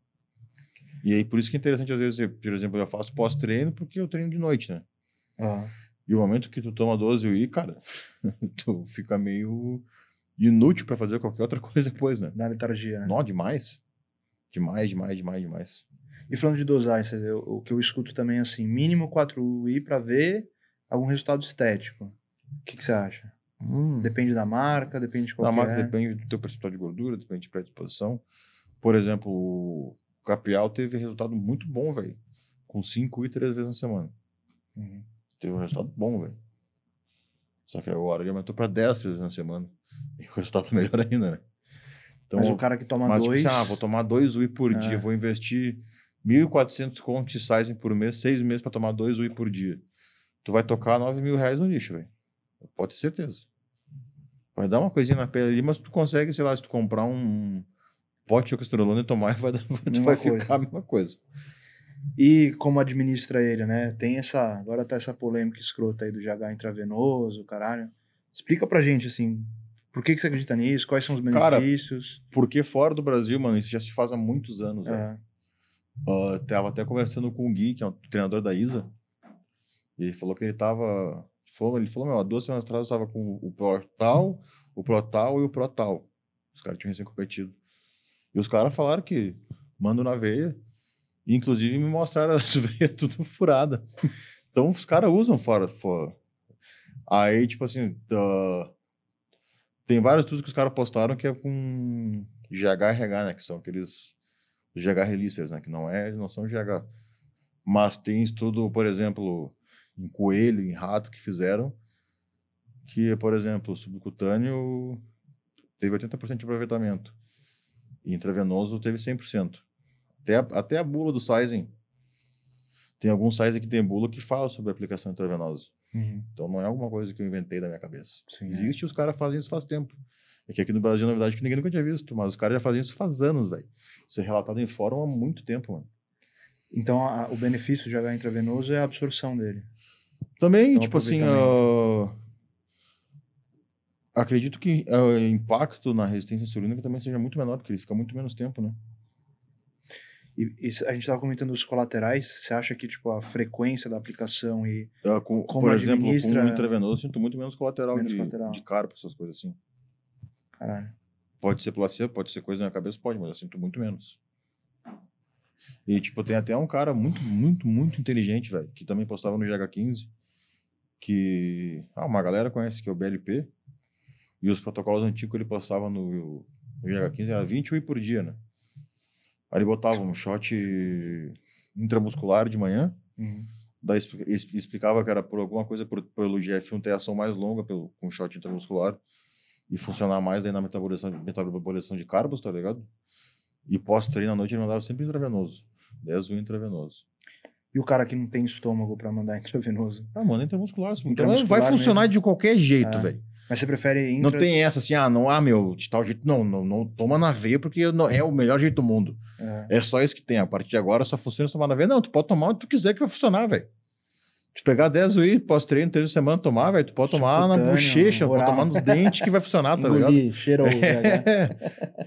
E aí, por isso que é interessante, às vezes, eu, por exemplo, eu faço pós-treino porque eu treino de noite, né? Aham. E o momento que tu toma doze U I, cara, tu fica meio inútil pra fazer qualquer outra coisa depois, né? Da letargia, né? Não, demais. Demais, demais, demais, demais. E falando de dosagem, César, eu- o que eu escuto também é assim, mínimo quatro U I para ver algum resultado estético. O que, que você acha? Hum. Depende da marca, depende de qual Na que marca é. depende do teu percentual de gordura, depende de predisposição. Por exemplo, o Capial teve resultado muito bom, velho. Com cinco U I três vezes na semana. Uhum. Teve um resultado bom, velho. Só que agora ele aumentou pra dez três vezes na semana. E o resultado tá melhor ainda, né? Então, Mas o cara que toma mas, dois... tipo assim, ah, vou tomar dois U I por É. dia, vou investir mil e quatrocentos conto de sizing por mês, seis meses pra tomar dois U I por dia. Tu vai tocar nove mil reais no lixo, velho. Pode ter certeza. Vai dar uma coisinha na pele ali, mas tu consegue, sei lá, se tu comprar um pote de oxandrolona e tomar, vai, dar- Mesma vai coisa. ficar a mesma coisa. E como administra ele, né? Tem essa... Agora tá essa polêmica escrota aí do G H intravenoso, caralho. Explica pra gente, assim, por que, que você acredita nisso? Quais são os Cara, benefícios? Porque fora do Brasil, mano, isso já se faz há muitos anos, velho. É. Uh, tava até conversando com o Gui, que é o treinador da Isa. E ele falou que ele tava. Falou, ele falou, meu, há duas semanas atrás eu tava com o Protal, o Protal e o Protal. Os caras tinham recém-competido. E os caras falaram que mandam na veia. E, inclusive, me mostraram as veias tudo furada. Então, os caras usam fora, fora. Aí, tipo assim, uh, tem vários estudos que os caras postaram que é com G H R H, né? Que são aqueles G H releasers, né? Que não, é, não são G H. Mas tem estudo, por exemplo, em coelho, em rato, que fizeram, que, por exemplo, subcutâneo teve oitenta por cento de aproveitamento. E intravenoso teve cem por cento. Até a, até a bula do sizing. Tem alguns sizing que tem bula que fala sobre a aplicação intravenosa. Uhum. Então não é alguma coisa que eu inventei da minha cabeça. Sim, Existe, os caras fazem isso faz tempo. É que aqui no Brasil, na verdade, que ninguém nunca tinha visto, mas os caras já faziam isso faz anos, velho. Isso é relatado em fórum há muito tempo, mano. Então, a- o benefício do G H intravenoso é a absorção dele. Também, Então, tipo assim, aproveitamento. ah, acredito que ah, o impacto na resistência insulínica também seja muito menor, porque ele fica muito menos tempo, né? E, e a gente estava comentando os colaterais. Você acha que tipo a frequência da aplicação e Ah, com- como por exemplo, com administra o intravenoso, eu sinto muito menos colateral, menos de, colateral? de carpa, essas coisas assim. Caralho. Pode ser placebo, pode ser coisa na minha cabeça, pode, mas eu sinto muito menos. E, tipo, tem até um cara muito, muito, muito inteligente, velho, que também postava no G H quinze, que ah, uma galera conhece, que é o B L P, e os protocolos antigos que ele postava no, no G H quinze era vinte U I por dia, né? Aí ele botava um shot intramuscular de manhã, Uhum. daí expli- expli- explicava que era por alguma coisa por, pelo G F um ter ação mais longa pelo, com shot intramuscular e funcionar mais aí na metabolização, metabolização de carbos, tá ligado? E pós-treino à noite ele mandava sempre intravenoso. dez U I intravenoso. E o cara que não tem estômago pra mandar intravenoso? Ah, mano, intramuscular. Então Intramuscular vai funcionar mesmo. de qualquer jeito, É. velho. Mas você prefere Não intra... tem essa assim, ah, não, ah, meu, de tal jeito. Não, não, não toma na veia porque não, é o melhor jeito do mundo. É. É só isso que tem. A partir de agora só funciona se tomar na veia. Não, tu pode tomar o que tu quiser que vai funcionar, velho. Tu pegar dez U I pós-treino, três de semana tomar, velho, tu pode tomar na Subcutâneo, bochecha, pode oral. tomar nos dentes que vai funcionar, tá ligado? Engolir, cheira o G H. É.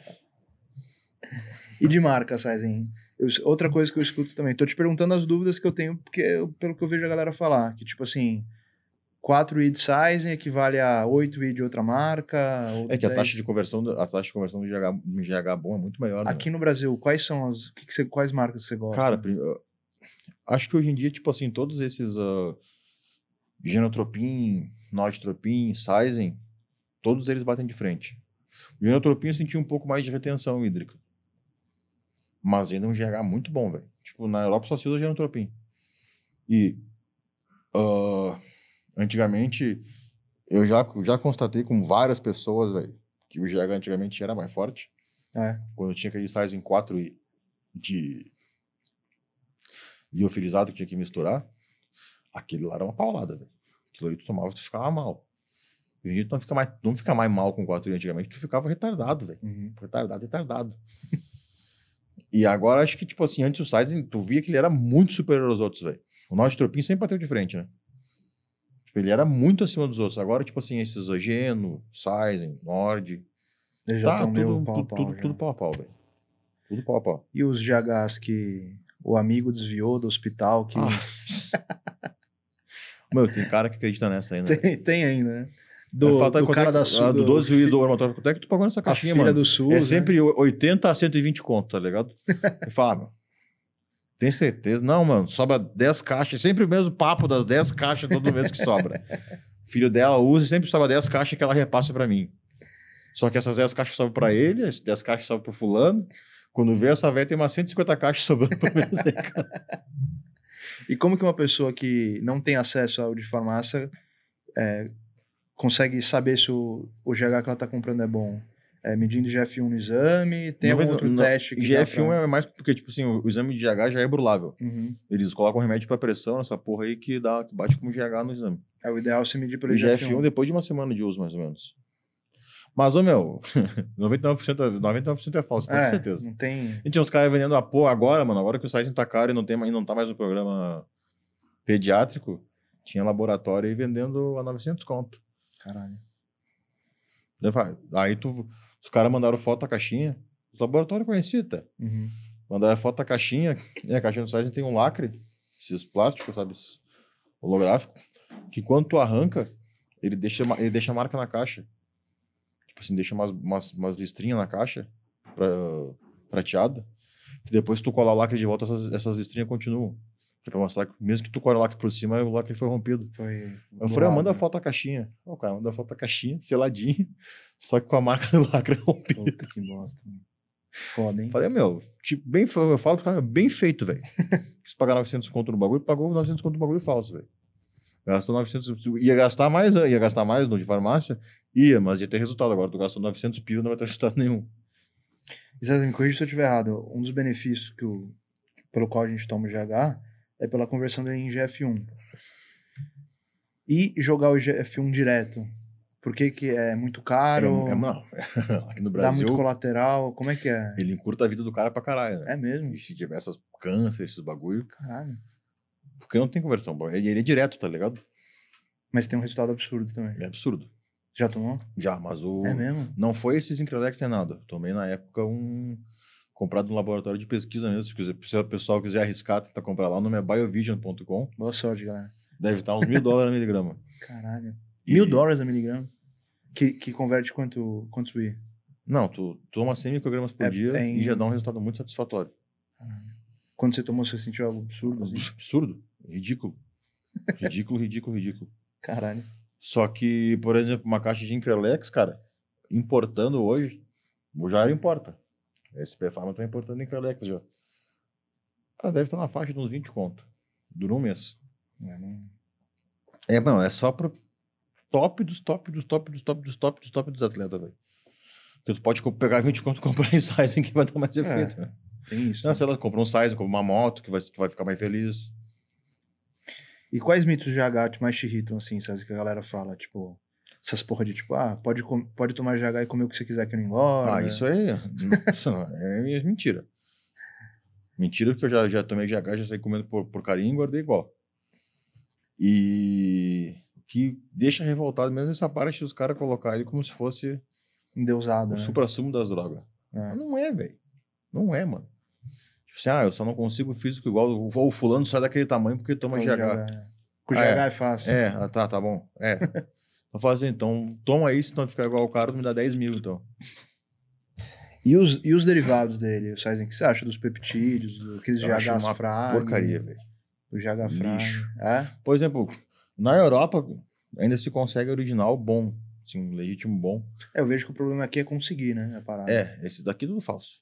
E de marca, Saizen? Eu- outra coisa que eu escuto também. Tô te perguntando as dúvidas que eu tenho, porque eu- pelo que eu vejo a galera falar, que tipo assim, quatro I de Saizen equivale a oito I de outra marca. Ou É que a dez. taxa de conversão, do- a taxa de conversão do G H, do G H bom é muito maior, né? Aqui no Brasil, quais são as. Que que você, quais marcas você gosta? Cara, prim- eu acho que hoje em dia, tipo assim, todos esses uh, Genotropin, Nordtropin, Saizen, todos eles batem de frente. O Genotropin eu senti um pouco mais de retenção hídrica. Mas ainda é um G H muito bom, velho. Tipo, na Europa só se usa Genotropin. E uh, antigamente, eu já, já constatei com várias pessoas, velho, que o G H antigamente era mais forte. É. Quando eu tinha aquele Saizen quatro I de liofilizado que tinha que misturar, aquele lá era uma paulada, velho. Aquilo aí tu tomava, tu ficava mal. E a gente não fica mais, não fica mais mal com quatro I antigamente, tu ficava retardado, velho. Uhum. Retardado, retardado. E agora acho que, tipo assim, antes o Saizen, tu via que ele era muito superior aos outros, velho. O Nordtropin sempre bateu de frente, né? Tipo, ele era muito acima dos outros. Agora, tipo assim, esses Geno, Saizen, Nord, Eles já tá estão meio tudo, pau a tudo, pau tudo, já. tudo pau a pau, velho. Tudo pau a pau. E os G Hs que o amigo desviou do hospital, que Ah. Meu, tem cara que acredita nessa ainda. tem, tem ainda, né? Do, Falta do quanto cara é que- da ah, SUS. do doze I do Ormatópico. Quanto é que tu pagou nessa a caixinha, filha mano? do SUS, É né? sempre oitenta a cento e vinte conto, tá ligado? E fala, meu, tem certeza? Não, mano, sobra dez caixas. Sempre o mesmo papo das dez caixas todo mês que sobra. Filho dela usa e sempre sobra dez caixas que ela repassa pra mim. Só que essas dez caixas sobram pra ele, as dez caixas sobram pro fulano. Quando vê, essa velha tem umas cento e cinquenta caixas sobrando pra mim. E como que uma pessoa que não tem acesso ao de farmácia é, consegue saber se o, o G H que ela tá comprando é bom? É, medindo G F um no exame? Tem algum outro Não, teste que G dá F um pra... é mais porque, tipo assim, o, o exame de G H já é burlável. Uhum. Eles colocam remédio pra pressão nessa porra aí que, dá, que bate como G H no exame. É o ideal se medir pelo E G F um. G F um depois de uma semana de uso, mais ou menos. Mas, ô meu, noventa e nove por cento, é- noventa e nove por cento é falso, pode É, ter certeza. não tem... A gente tinha uns caras vendendo a porra agora, mano. Agora que o site tá caro e não, tem, mais- não tá mais no programa pediátrico, tinha laboratório aí vendendo a novecentos conto. Caralho. Daí vai, Aí tu, os caras mandaram foto da caixinha. Os laboratórios conheciam até. Uhum. Mandaram foto da caixinha. E a caixinha do site tem um lacre, esses plásticos, sabe? Esses holográfico. Que quando tu arranca, ele deixa, ele deixa a marca na caixa. Tipo assim, deixa umas, umas, umas listrinhas na caixa, pra, prateada, que depois tu colar o lacre de volta, essas, essas listrinhas continuam. Que é pra mostrar que mesmo que tu cola o lacre por cima, o lacre foi rompido. Foi... Eu falei, ah, manda a borrado. foto da caixinha. O cara manda a foto da caixinha, seladinha, só que com a marca do lacre rompida. Puta que bosta. mano. Foda, hein? Falei, meu, tipo, bem, fe- eu falo pro cara, bem feito, velho. Quis pagar novecentos conto no bagulho, pagou novecentos conto no bagulho falso, velho. Gastou novecentos, ia gastar mais, ia gastar mais no de farmácia? Ia, mas ia ter resultado. Agora tu gastou novecentos pila, não vai ter resultado nenhum. E César, me corrija se eu estiver errado. Um dos benefícios que o, pelo qual a gente toma o G H é pela conversão dele em G F um. E jogar o G F um direto. Por que que é muito caro? É, é, não. Aqui no Dá muito Brasil, colateral? Como é que é? ele encurta a vida do cara pra caralho, né? É mesmo? E se tiver essas câncer, esses bagulho, Caralho. porque não tem conversão. Ele, ele é direto, tá ligado? Mas tem um resultado absurdo também. É absurdo. Já tomou? Já, mas o... É mesmo? Não foi esses Increlex nem nada. Tomei na época um... Comprado no laboratório de pesquisa mesmo. Se, quiser, se o pessoal quiser arriscar, tentar comprar lá. O nome é biovision ponto com. Boa sorte, galera. Deve estar uns mil dólares a miligrama. Caralho. E- Mil dólares a miligrama? Que, que converte quanto, quantos I? Não, tu, tu toma cem microgramas por É, dia é em- e já dá um resultado muito satisfatório. Caralho. Quando você tomou, você sentiu algo absurdo, assim? Absurdo. Ridículo. Ridículo, ridículo, ridículo. Caralho. Só que, por exemplo, uma caixa de Increlex, cara, importando hoje, o já importa. A S P Pharma tá importando Increlex já. Ela deve estar na faixa de uns vinte conto. Durou um mês. É, não... É, não, é só pro top dos top dos top dos top dos top dos top dos atletas, velho. Porque tu pode co- pegar vinte conto e comprar em Sizen que vai dar mais efeito, né? Tem isso. Não, sei lá, compra um Sizen, compra uma moto, que vai, tu vai ficar mais feliz. E quais mitos de G H mais te irritam, assim, sabe? Que a galera fala, tipo... Essas porra de tipo, ah, pode, com- pode tomar G H e comer o que você quiser que não engorda. Ah, isso aí isso não, é mentira. Mentira, porque eu já, já tomei G H, já saí comendo por, porcaria e engordei igual. E o que deixa revoltado mesmo é essa parte dos caras colocar ele como se fosse Endeusado, o né? suprassumo das drogas. É. Mas não é, velho. Não é, mano. Tipo assim, ah, eu só não consigo físico igual. O o fulano sai daquele tamanho porque toma Falando G de H. G H, é. Com Ah, G H é. é fácil. É, ah, tá, tá bom. É. Eu falo assim, então toma aí, se não ficar igual o cara, tu me dá dez mil, então. E os, e os derivados dele, Saizen, o que você acha dos peptídeos, do- aqueles Eu acho G H uma frag? porcaria, velho. O G H frag. Lixo. É? Por exemplo, na Europa ainda se consegue original bom, assim, um legítimo bom. É, eu vejo que o problema aqui é conseguir, né? A parada. É, esse daqui é tudo falso.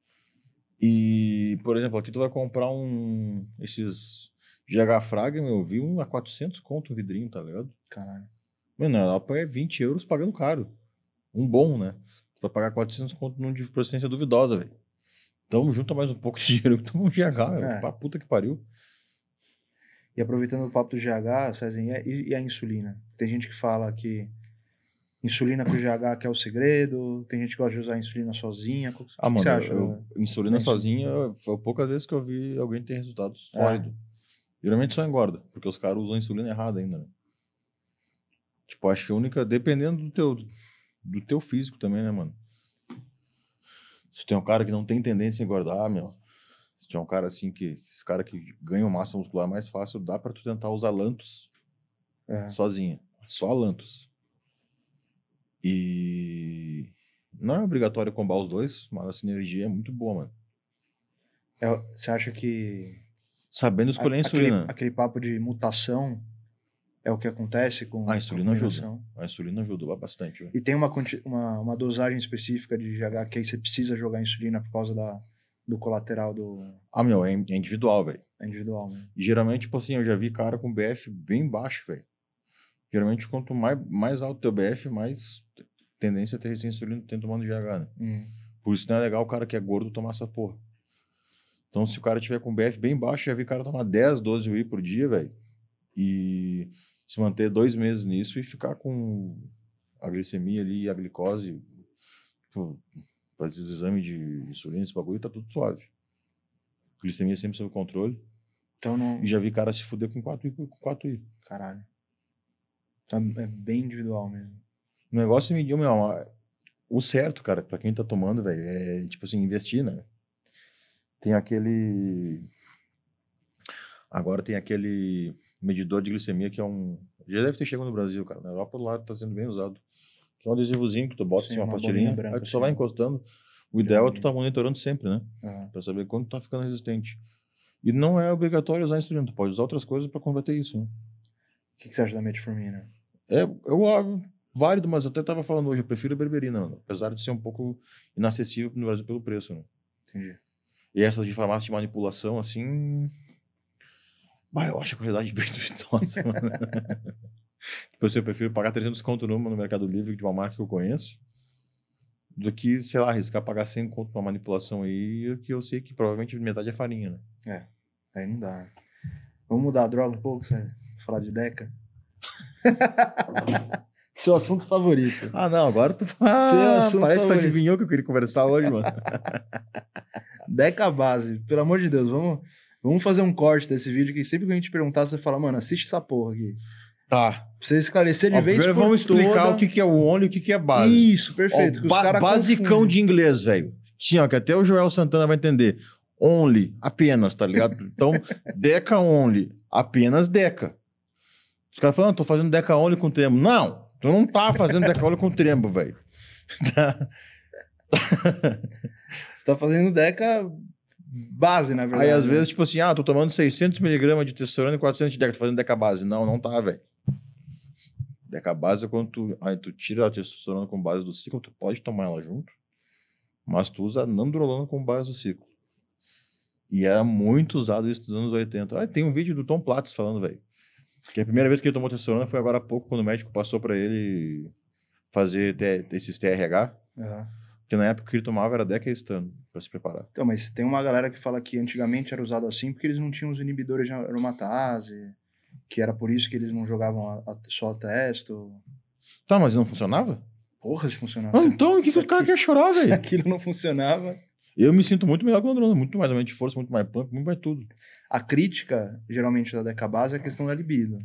E, por exemplo, aqui tu vai comprar um... Esses G H Frag, meu, eu vi um a quatrocentos conto um vidrinho, tá ligado? Caralho. Mano, na Europa é vinte euros pagando caro. Um bom, né? Tu vai pagar quatrocentos conto num de procedência duvidosa, velho. Então junta mais um pouco de dinheiro que toma um G H, velho. É. Pra puta que pariu. E aproveitando o papo do G H, Saizen, e, e a insulina? Tem gente que fala que insulina com G H que é o segredo, tem gente que gosta de usar a insulina sozinha. O que, Ah, que mano, você acha? eu, da- insulina da sozinha, foi poucas vezes que eu vi alguém ter resultado É. sólido. Geralmente só engorda, porque os caras usam a insulina errada ainda, né? Tipo, acho que a única, dependendo do teu, do teu físico também, né, mano? Se tem um cara que não tem tendência a engordar, meu, se tem um cara assim que, esses caras que ganham massa muscular mais fácil, dá pra tu tentar usar Lantus É. sozinha. Só Lantus. E não é obrigatório combar os dois, mas a sinergia é muito boa, mano. É, você acha que Sabendo escolher a, a- insulina. aquele, né? aquele papo de mutação é o que acontece com A insulina com a ajuda. combinação? A insulina ajuda bastante, velho. E tem uma, quanti- uma, uma dosagem específica de G H que aí você precisa jogar insulina por causa da, do colateral do Ah, meu, é in- é individual, velho. individual, né? E geralmente, tipo assim, eu já vi cara com B F bem baixo, velho. Geralmente, quanto mais, mais alto o teu B F, mais tendência a ter resistência à insulina tu tem tomando G H, né? Hum. Por isso não é legal o cara que é gordo tomar essa porra. Então, se o cara tiver com B F bem baixo, já vi cara tomar dez, doze whey por dia, velho. E se manter dois meses nisso e ficar com a glicemia ali e a glicose, tipo, fazer os exames de insulina, esse bagulho, tá tudo suave. Glicemia sempre sob controle. Então não. E já vi cara se fuder com quatro whey, com quatro whey. Caralho. Então é bem individual mesmo. O negócio é medir, meu, o certo, cara, pra quem tá tomando, velho, é, tipo assim, investir, né? Tem aquele... Agora tem aquele medidor de glicemia que é um... Já deve ter chegado no Brasil, cara. Na Europa lá tá sendo bem usado. Que é um adesivozinho que tu bota Sim, assim, uma uma pastilhinha, bolinha branca, aí tu só assim, vai ó. encostando. O ideal é tu Vermelho. tá monitorando sempre, né? Ah, Pra saber quando tu tá ficando resistente. E não é obrigatório usar insulina, tu pode usar outras coisas pra combater isso, né? O que, que você acha da metformina? É, eu acho válido, mas eu até tava falando hoje, eu prefiro a berberina, mano. Apesar de ser um pouco inacessível no Brasil pelo preço, né? Entendi. E essas de farmácia de manipulação, assim... Bah, eu acho a qualidade bem duvidosa, mano. Tipo assim, eu prefiro pagar trezentos conto numa no Mercado Livre de uma marca que eu conheço do que, sei lá, arriscar pagar cem conto numa manipulação aí que eu sei que provavelmente metade é farinha, né? É, aí não dá. Né? Vamos mudar a droga um pouco, você falar de Deca? Seu assunto favorito. Ah, não, agora tu... Seu Ah, assunto parece que tu favorito. adivinhou que eu queria conversar hoje, mano. Deca base, pelo amor de Deus, vamos, vamos fazer um corte desse vídeo que sempre que a gente perguntar, você fala, mano, assiste essa porra aqui. Tá. Pra você esclarecer de Ó, vez primeiro por vamos explicar toda... o que, que é o only e o que, que é base. Isso, perfeito. Ó, que os ba- cara basicão confundem. de inglês, velho. Sim, ó, que até o Joel Santana vai entender. Only, apenas, tá ligado? Então, Deca only, apenas Deca. Os caras falam, ah, tô fazendo Deca only com trembo. Não, tu não tá fazendo Deca only com trembo, velho. Tá? Você tá fazendo Deca base, na verdade. Aí, às né? vezes, tipo assim, ah, tô tomando seiscentos miligramas de testosterona e quatrocentos de Deca, tô fazendo Deca base. Não, não tá, velho. Deca base é quando tu, aí tu tira a testosterona com base do ciclo, tu pode tomar ela junto, mas tu usa a nandrolona com base do ciclo. E era muito usado isso nos anos oitenta. Ah, tem um vídeo do Tom Platz falando, velho, que a primeira vez que ele tomou testosterona foi agora há pouco, quando o médico passou pra ele fazer T- esses T R H, Aham. que na época que ele tomava era Deca e Estano, pra se preparar. Então, mas tem uma galera que fala que antigamente era usado assim porque eles não tinham os inibidores de aromatase. Que era por isso que eles não jogavam a, a, só a testo. Tá, mas não funcionava? Porra, se funcionava. Ah, então, o que, que os caras querem chorar, Se velho? aquilo não funcionava. Eu me sinto muito melhor que o Andrômeda, muito mais aumento de força, muito mais pump, muito mais tudo. A crítica, geralmente, da Deca Base é a questão da libido.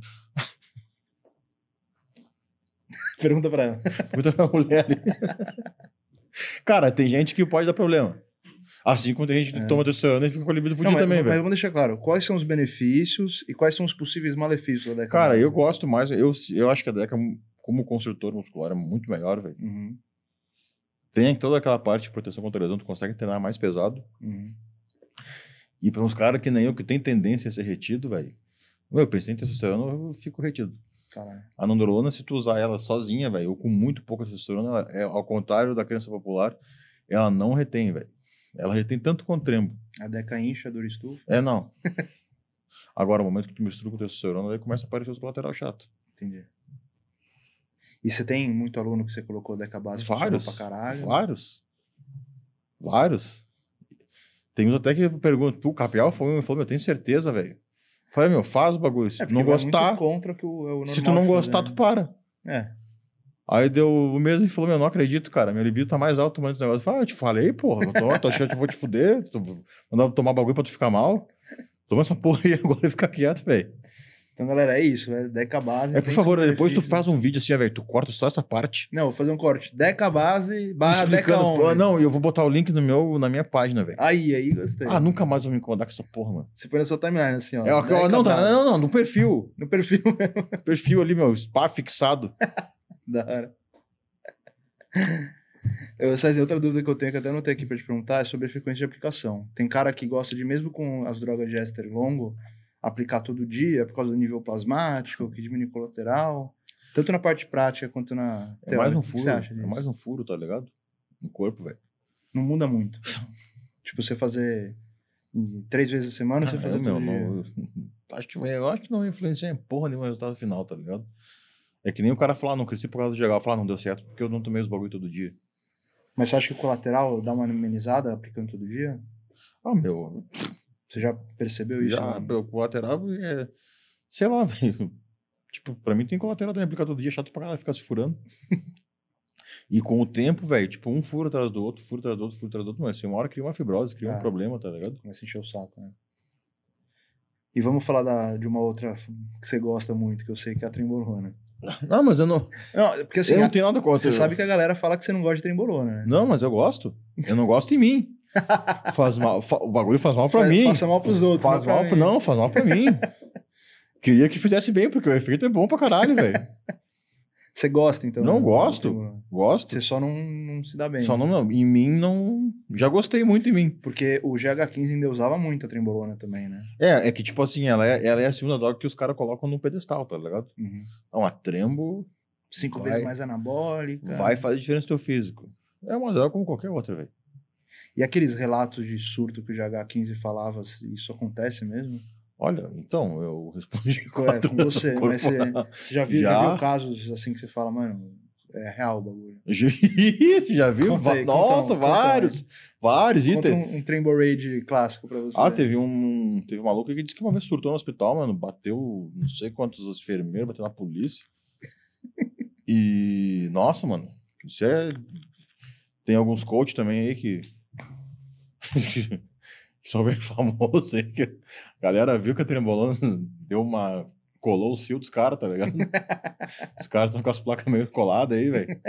Pergunta pra ela. Pergunta pra mulher ali. Cara, tem gente que pode dar problema. Assim como tem gente que É. toma testosterona e fica com a libido Não, fudida mas, também, mas velho. vamos deixar claro, quais são os benefícios e quais são os possíveis malefícios da Deca Cara, Base? eu gosto mais, eu, eu acho que a Deca, como construtor muscular, é muito melhor, velho. Uhum, Tem toda aquela parte de proteção contra lesão, tu consegue treinar mais pesado. uhum. E para uns caras que nem eu, que tem tendência a ser retido, velho. Eu pensei em testosterona, eu fico retido. Caralho. A nandrolona, se tu usar ela sozinha, velho, ou com muito pouca testosterona, ela é, ao contrário da crença popular, ela não retém, velho. Ela retém tanto quanto trembo. A Deca incha, dura estufa. É, não. Agora, no momento que tu mistura com testosterona, aí começa a aparecer os colaterais chato. Entendi. E você tem muito aluno que você colocou Deca Base Vários. pra caralho? Vários. Vários. Tem uns até que perguntam, o Capial falou, falou, meu, tem certeza, velho? Falei, meu, faz o bagulho. Se É, tu não vai gostar, muito contra o que o, é o normal se tu não de gostar, fazer, tu para. né? Aí deu o mesmo e falou, meu, não acredito, cara, meu libido tá mais alto tomando esse negócio. Eu falei, ah, eu te falei, porra, eu tô, tô achando que eu vou te fuder, tu mandar tomar bagulho pra tu ficar mal. Toma essa porra aí agora e fica quieto, velho. Então, galera, é isso. É Deca Base. É, por favor, depois tu faz um vídeo assim, velho, tu corta só essa parte. Não, vou fazer um corte. Deca Base barra Deca Explicando, Only. pô, não, e eu vou botar o link no meu, na minha página, velho. Aí, aí, gostei. Ah, nunca mais vou me incomodar com essa porra, mano. Você põe na sua timeline assim, ó. É, ó, Deca não, tá, Base. não, não, no perfil. No perfil mesmo. Perfil ali, meu, spa fixado. Da hora. Eu, César, outra dúvida que eu tenho, que até anotei aqui pra te perguntar, é sobre a frequência de aplicação. Tem cara que gosta de, mesmo com as drogas de éster longo, aplicar todo dia por causa do nível plasmático, que diminui colateral. Tanto na parte prática quanto na É mais teórica. um O que furo, você acha é disso? mais um furo, tá ligado? No corpo, velho. Não muda muito. Tipo, você fazer três vezes a semana, você Ah, fazer eu, meu, todo dia. não, eu, acho que, eu acho que não influencia em porra nenhuma no resultado final, tá ligado? É que nem o cara falar, não cresci por causa do geral, falar, não deu certo porque eu não tomei os bagulho todo dia. Mas você acha que o colateral dá uma amenizada aplicando todo dia? Ah, meu, Você já percebeu isso? já, né? meu, colateral é, sei lá, velho. Tipo, pra mim tem colateral também, aplicar todo dia, chato pra caralho ficar se furando. E com o tempo, velho, tipo, um furo atrás do outro, furo atrás do outro, furo atrás do outro, mas assim, uma hora cria uma fibrose, cria Ah. um problema, tá ligado? Vai se encher o saco, né? E vamos falar da, de uma outra que você gosta muito, que eu sei que é a trembolona. Não, mas eu não, Não, porque assim, eu não a- tenho nada contra. você sabe que a galera fala que você não gosta de trembolona, né? Não, mas eu gosto. Eu não gosto em mim. Faz mal, fa- o bagulho faz mal pra Faz- mim. faça mal pros outros, Faz não pra mal mim. pra, não, faz mal pra mim. Queria que fizesse bem, porque o efeito é bom pra caralho, velho. Você gosta, então? Não da- da gosto. trembolona? Gosto. Você só não, não se dá bem. Só não, não. Em mim, não. Já gostei muito em mim. Porque o G H quinze ainda usava muito a trembolona também, né? É, é que, tipo assim, ela é, ela é a segunda droga que os caras colocam no pedestal, tá ligado? Uhum. Não, a trembo Cinco Vai- vezes mais anabólica. vai fazer diferença no teu físico. É uma droga como qualquer outra, velho. E aqueles relatos de surto que o G H quinze falava, isso acontece mesmo? Olha, então, eu respondi É, com você, corpo- mas você, você já, viu, já. Já. viu casos assim que você fala, mano, é real o bagulho. Gente, já viu? Conta aí, Nossa, conta um, conta vários. Vários. E Conta te- um, um Tremble Raid clássico pra você. Ah, teve um, teve um maluco que disse que uma vez surtou no hospital, mano. Bateu não sei quantos enfermeiros, bateu na polícia. E, nossa, mano. Isso é. Tem alguns coach também aí que. que são bem famosos aí. Que a galera viu que a trembolona deu uma. Colou o cio dos caras, tá ligado? Os caras estão com as placas meio coladas aí, velho.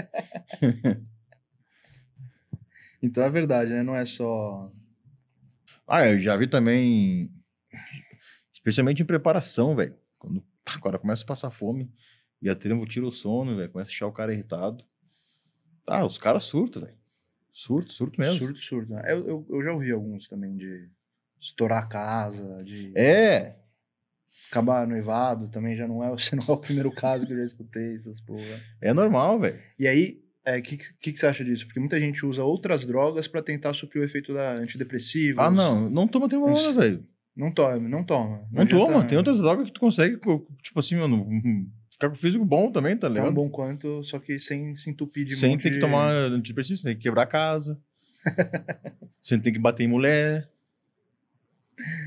Então é verdade, né? Não é só. Ah, eu já vi também. Especialmente em preparação, velho. Quando o cara começa a passar fome e a trembo tira o sono, velho. Começa a deixar o cara irritado. Ah, os caras surtam, velho. Surto, surto mesmo. Surto, surto. Né? Eu, eu, eu já ouvi alguns também de estourar a casa, de É. acabar noivado, também já não é, você não é o primeiro caso que eu já escutei, essas porra. É normal, velho. E aí, o é, que, que, que você acha disso? Porque muita gente usa outras drogas pra tentar suprir o efeito da antidepressiva. Ah, não. Não toma trembolona, Isso. velho. Não toma, não toma. Não adianta- toma. Tem outras drogas que tu consegue, tipo assim, mano, ficar com o físico bom também, tá ligado? Tão bom quanto, só que sem se entupir de Sem monte ter que de- tomar antidepressivo, sem ter que quebrar a casa. Sem ter que bater em mulher.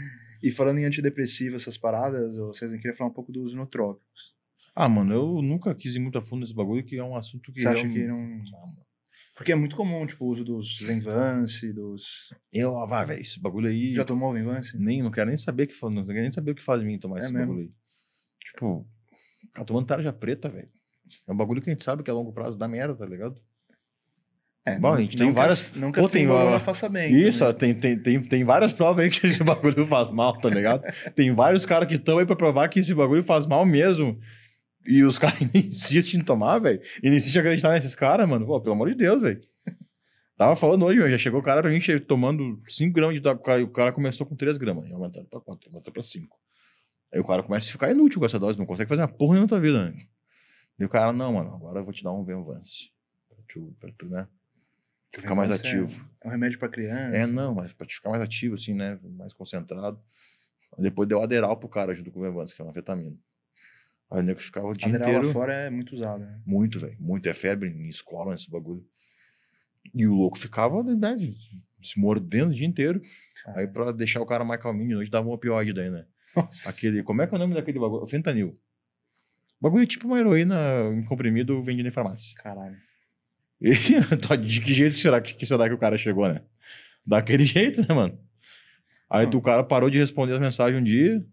E falando em antidepressivo, essas paradas, ô, vocês queriam falar um pouco dos inotrópicos. Ah, mano, eu nunca quis ir muito a fundo nesse bagulho, que é um assunto que Você acha eu... que não... Porque é muito comum, tipo, o uso dos Venvance, dos... Eu, ah, vai, velho, esse bagulho aí... Já tomou Venvance? Nem, não quero nem saber que faz, não quero nem saber o que faz em mim tomar É esse mesmo? bagulho aí. Tipo, cara, tomando tarja preta, velho. É um bagulho que a gente sabe que a longo prazo dá merda, tá ligado? É, Bom, não, a gente não tem que várias... A, não que Pô, a tem Simba uma- faça bem. Isso, também. ó, tem, tem, tem, tem várias provas aí que esse bagulho faz mal, tá ligado? Tem vários caras que estão aí pra provar que esse bagulho faz mal mesmo. E os caras ainda insistem em tomar, velho. E não insistem em acreditar nesses caras, mano. Pô, pelo amor de Deus, velho. Tava falando hoje, meu, já chegou o cara, a gente tomando cinco gramas de droga. O cara começou com três gramas. E aumentaram pra quatro, aumentou pra cinco. Aí o cara começa a ficar inútil com essa dose, não consegue fazer uma porra na tua vida, né? E o cara, não, mano, agora eu vou te dar um Venvance. Pra tu, pra tu, né? Ficar mais Venvance ativo. É, é um remédio pra criança. É, não, mas pra te ficar mais ativo, assim, né? Mais concentrado. Aí depois deu Aderal pro cara junto com o Venvance, que é uma vitamina. Aí o nego ficava o dia Aderal inteiro... lá fora é muito usado, né? Muito, velho. Muito. É febre em escola, nesse bagulho. E o louco ficava, né, se mordendo o dia inteiro. Cara. Aí pra deixar o cara mais calminho de noite, dava um opioide daí, né? Nossa. Aquele... Como é que é o nome daquele bagulho? O fentanil. O bagulho é tipo uma heroína em comprimido vendido em farmácia. Caralho. E, de que jeito que será que, que será que o cara chegou, né? Daquele jeito, né, mano? Aí Hum. o cara parou de responder as mensagens um dia.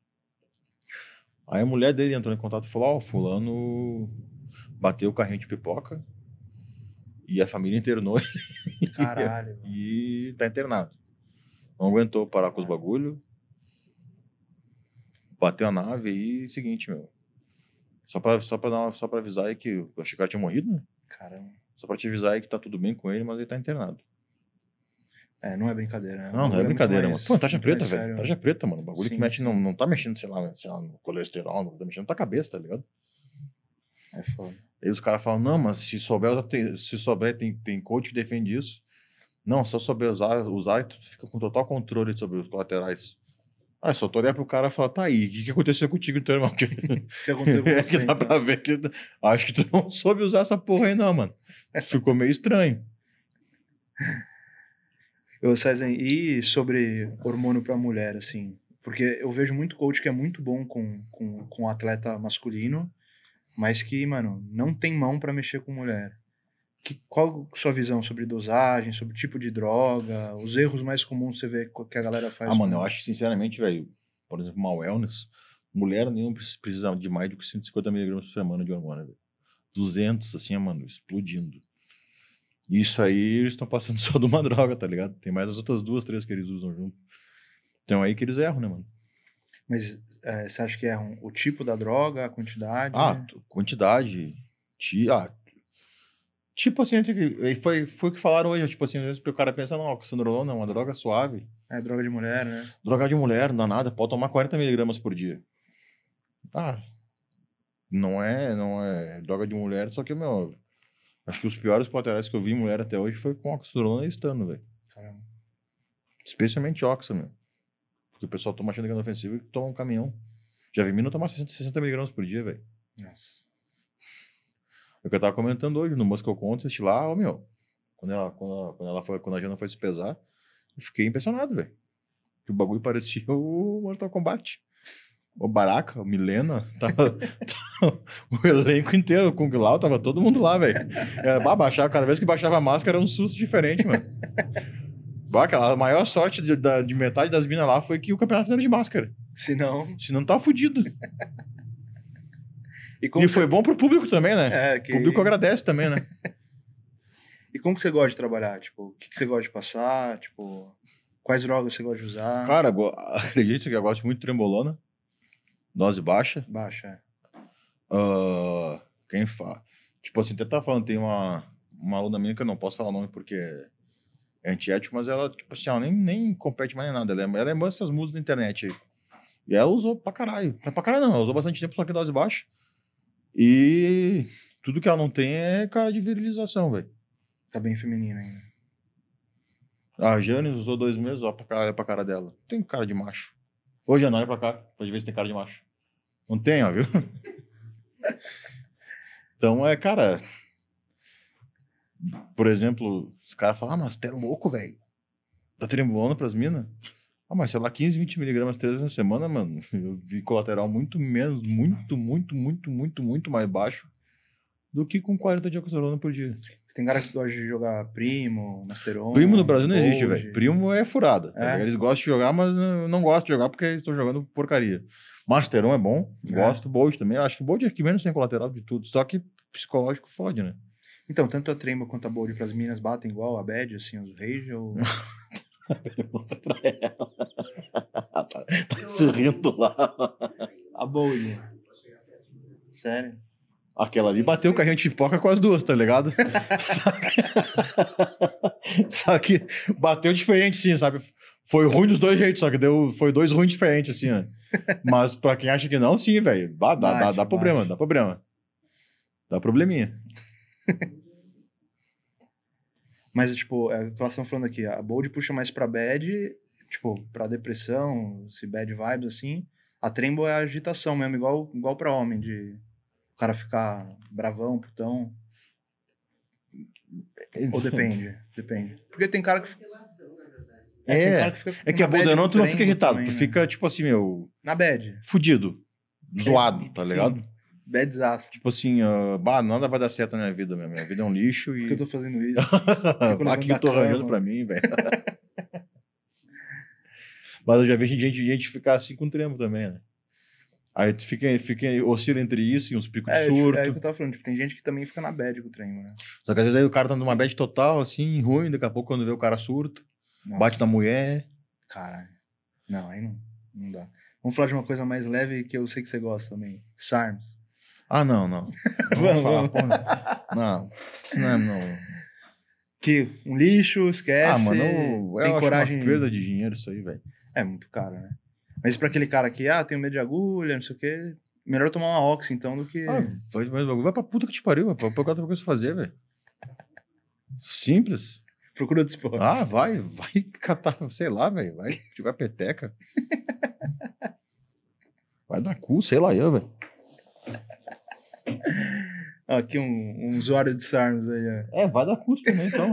Aí a mulher dele entrou em contato e falou: Ó, oh, fulano bateu o carrinho de pipoca e a família internou Caralho. mano. e tá internado. Não aguentou parar com os bagulho. Bateu a nave aí, seguinte, meu. Só pra, só pra, dar uma, só pra avisar aí que eu achei que o cara tinha morrido, né? Caramba. Só pra te avisar aí que tá tudo bem com ele, mas ele tá internado. É, não é brincadeira, né? O Não, não bagulho é brincadeira, muito mais- mano. Pô, taxa muito preta, mais velho. sério. Taxa preta, mano. O bagulho Sim, que mexe, sim. não, não tá mexendo, sei lá, sei lá, no colesterol, não tá mexendo na tua cabeça, tá ligado? É foda. Aí os caras falam, não, mas se souber, tem, se souber, tem, tem coach que defende isso. Não, só souber usar, usar, tu fica com total controle sobre os colaterais. Ah, só tu olhar pro cara e falar, tá aí, o que, que aconteceu contigo então, irmão? Que, O que aconteceu com é você, que dá então? pra ver que... Acho que tu não soube usar essa porra aí não, mano. Ficou meio estranho. Eu, César, e sobre hormônio pra mulher, assim? Porque eu vejo muito coach que é muito bom com, com, com atleta masculino, mas que, mano, não tem mão pra mexer com mulher. Que, qual a sua visão sobre dosagem, sobre tipo de droga, os erros mais comuns você vê que a galera faz? Ah, mano, com- eu acho, sinceramente, velho, por exemplo, uma wellness, mulher nenhuma precisa de mais do que cento e cinquenta miligramas por semana de hormônio, velho. duzentos, assim, mano, explodindo. Isso aí, eles estão passando só de uma droga, tá ligado? Tem mais as outras duas, três que eles usam junto. Então é aí que eles erram, né, mano? Mas é, você acha que é um- o tipo da droga, a quantidade? Ah, t- quantidade, ti, ah, tipo assim, entre- foi, foi o que falaram hoje, tipo assim, às vezes o cara pensa, não, oxandrolona é uma droga suave. É droga de mulher, né? Droga de mulher, não dá nada, pode tomar quarenta miligramas por dia. Ah, não é, não é droga de mulher, só que, meu, acho que os piores colaterais que eu vi em mulher até hoje foi com oxandrolona e estano, velho. Caramba. Especialmente oxa, meu. Porque o pessoal toma achando que é inofensivo e toma um caminhão. Já vi mina tomar sessenta miligramas por dia, velho. Nossa. É o que eu tava comentando hoje no Muscle Contest lá, ó, meu. Quando ela, quando ela, quando ela foi, quando a Jana foi se pesar, eu fiquei impressionado, velho. Que o bagulho parecia o Mortal Kombat. O Baraka, o Milena, tava, tava o elenco inteiro, o Kung Lao, tava todo mundo lá, velho. É, bah, baixava, cada vez que baixava a máscara era um susto diferente, mano. Bah, aquela, a maior sorte de, da- de metade das minas lá foi que o campeonato era de máscara. Se não... Senão tava fudido. E como E que foi você... bom pro público também, né? É, que... O público agradece também, né? E como que você gosta de trabalhar? Tipo, o que, que você gosta de passar? Tipo, quais drogas você gosta de usar? Cara, go- acredito que eu gosto muito de trembolona. Dose baixa. Baixa, é. Ah, quem fala? Tipo assim, até tá falando, tem uma, uma aluna minha que eu não posso falar o nome porque é antiético, mas ela, tipo assim, ela nem, nem compete mais em nada. Ela é, ela é mãe dessas músicas da internet aí. E ela usou pra caralho. Não é pra caralho, não. Ela usou bastante tempo, só que em dose baixa. E tudo que ela não tem é cara de virilização, velho. Tá bem feminina ainda. A Jane usou dois meses, ó, pra cara, olha pra cara dela. Tem cara de macho. Ô, Jane, olha pra cá, pra ver se tem cara de macho. Não tem, ó, viu? Então, é, cara... Por exemplo, os caras falam, ah, mas tu é louco, velho. Tá trembolando pras minas? Ah, mas sei lá, quinze, vinte miligramas três vezes na semana, mano. Eu vi colateral muito menos, muito, muito, muito, muito, muito mais baixo do que com quarenta de oxalona por dia. Tem cara que gosta de jogar Primo, Masteron, Primo no Brasil não existe, Gold. velho. Primo é furada. Tá É? ligado? Eles gostam de jogar, mas uh, não gostam de jogar porque eles estão jogando porcaria. Masteron é bom, gosto. Bold também. Acho que Bold é que menos tem colateral de tudo. Só que psicológico fode, né? Então, tanto a Trembo quanto a Bold pras minas batem igual a Bad, assim, os Rage ou... Pergunta pra ela. tá, tá sorrindo lá. A Bold. Sério? Aquela ali bateu o carrinho de pipoca com as duas, tá ligado? Só que bateu diferente, sim, sabe? Foi ruim dos dois jeitos, só que deu, foi dois ruins diferentes, assim, né? Mas pra quem acha que não, sim, velho. Dá, dá, dá, dá problema, dá problema. Dá probleminha. Mas, tipo, é o que elas estão falando aqui. A Bold puxa mais pra bad, tipo, pra depressão, se bad vibes, assim. A Trembo é a agitação mesmo, igual, igual pra homem, de o cara ficar bravão, putão. Ou depende, depende. Porque tem cara que... É, é, tem cara que, fica é que a Bolderão tu não fica irritado, também, tu né? fica, tipo assim, meu... Na bad. Fudido. Zoado, é, tá sim. ligado? Bad desastre. Tipo assim, uh, bah, nada vai dar certo na minha vida, minha, minha vida é um lixo e... Por que eu tô fazendo isso? Aqui eu tô arranjando pra mim, velho. Mas eu já vi gente, gente ficar assim com tremo também, né? Aí tu fica, fica, oscila entre isso e uns picos é, de surto. É o que eu tava falando, tipo, tem gente que também fica na bad com o treino, né? Só que às vezes aí o cara tá numa bad total, assim, ruim, daqui a pouco quando vê o cara surta, Nossa. Bate na mulher. Caralho. Não, aí não, não dá. Vamos falar de uma coisa mais leve que eu sei que você gosta também. SARMs. Ah, não, não. Não vamos falar, porra. Não, isso não é, não. Que um lixo, esquece. Ah, mano, eu, tem eu coragem. acho uma perda de dinheiro isso aí, velho. É muito caro, né? Mas pra aquele cara que, ah, tem medo de agulha, não sei o quê, melhor tomar uma Oxy, então, do que... Ah, vai, vai, vai pra puta que te pariu, vai pra outra coisa pra fazer, velho. Simples. Procura outro esporte. Ah, vai, vai catar, sei lá, velho, vai jogar peteca. Vai dar cu, sei lá eu, velho. Aqui um, um usuário de SARMs aí, ó. É, vai dar cu também, então.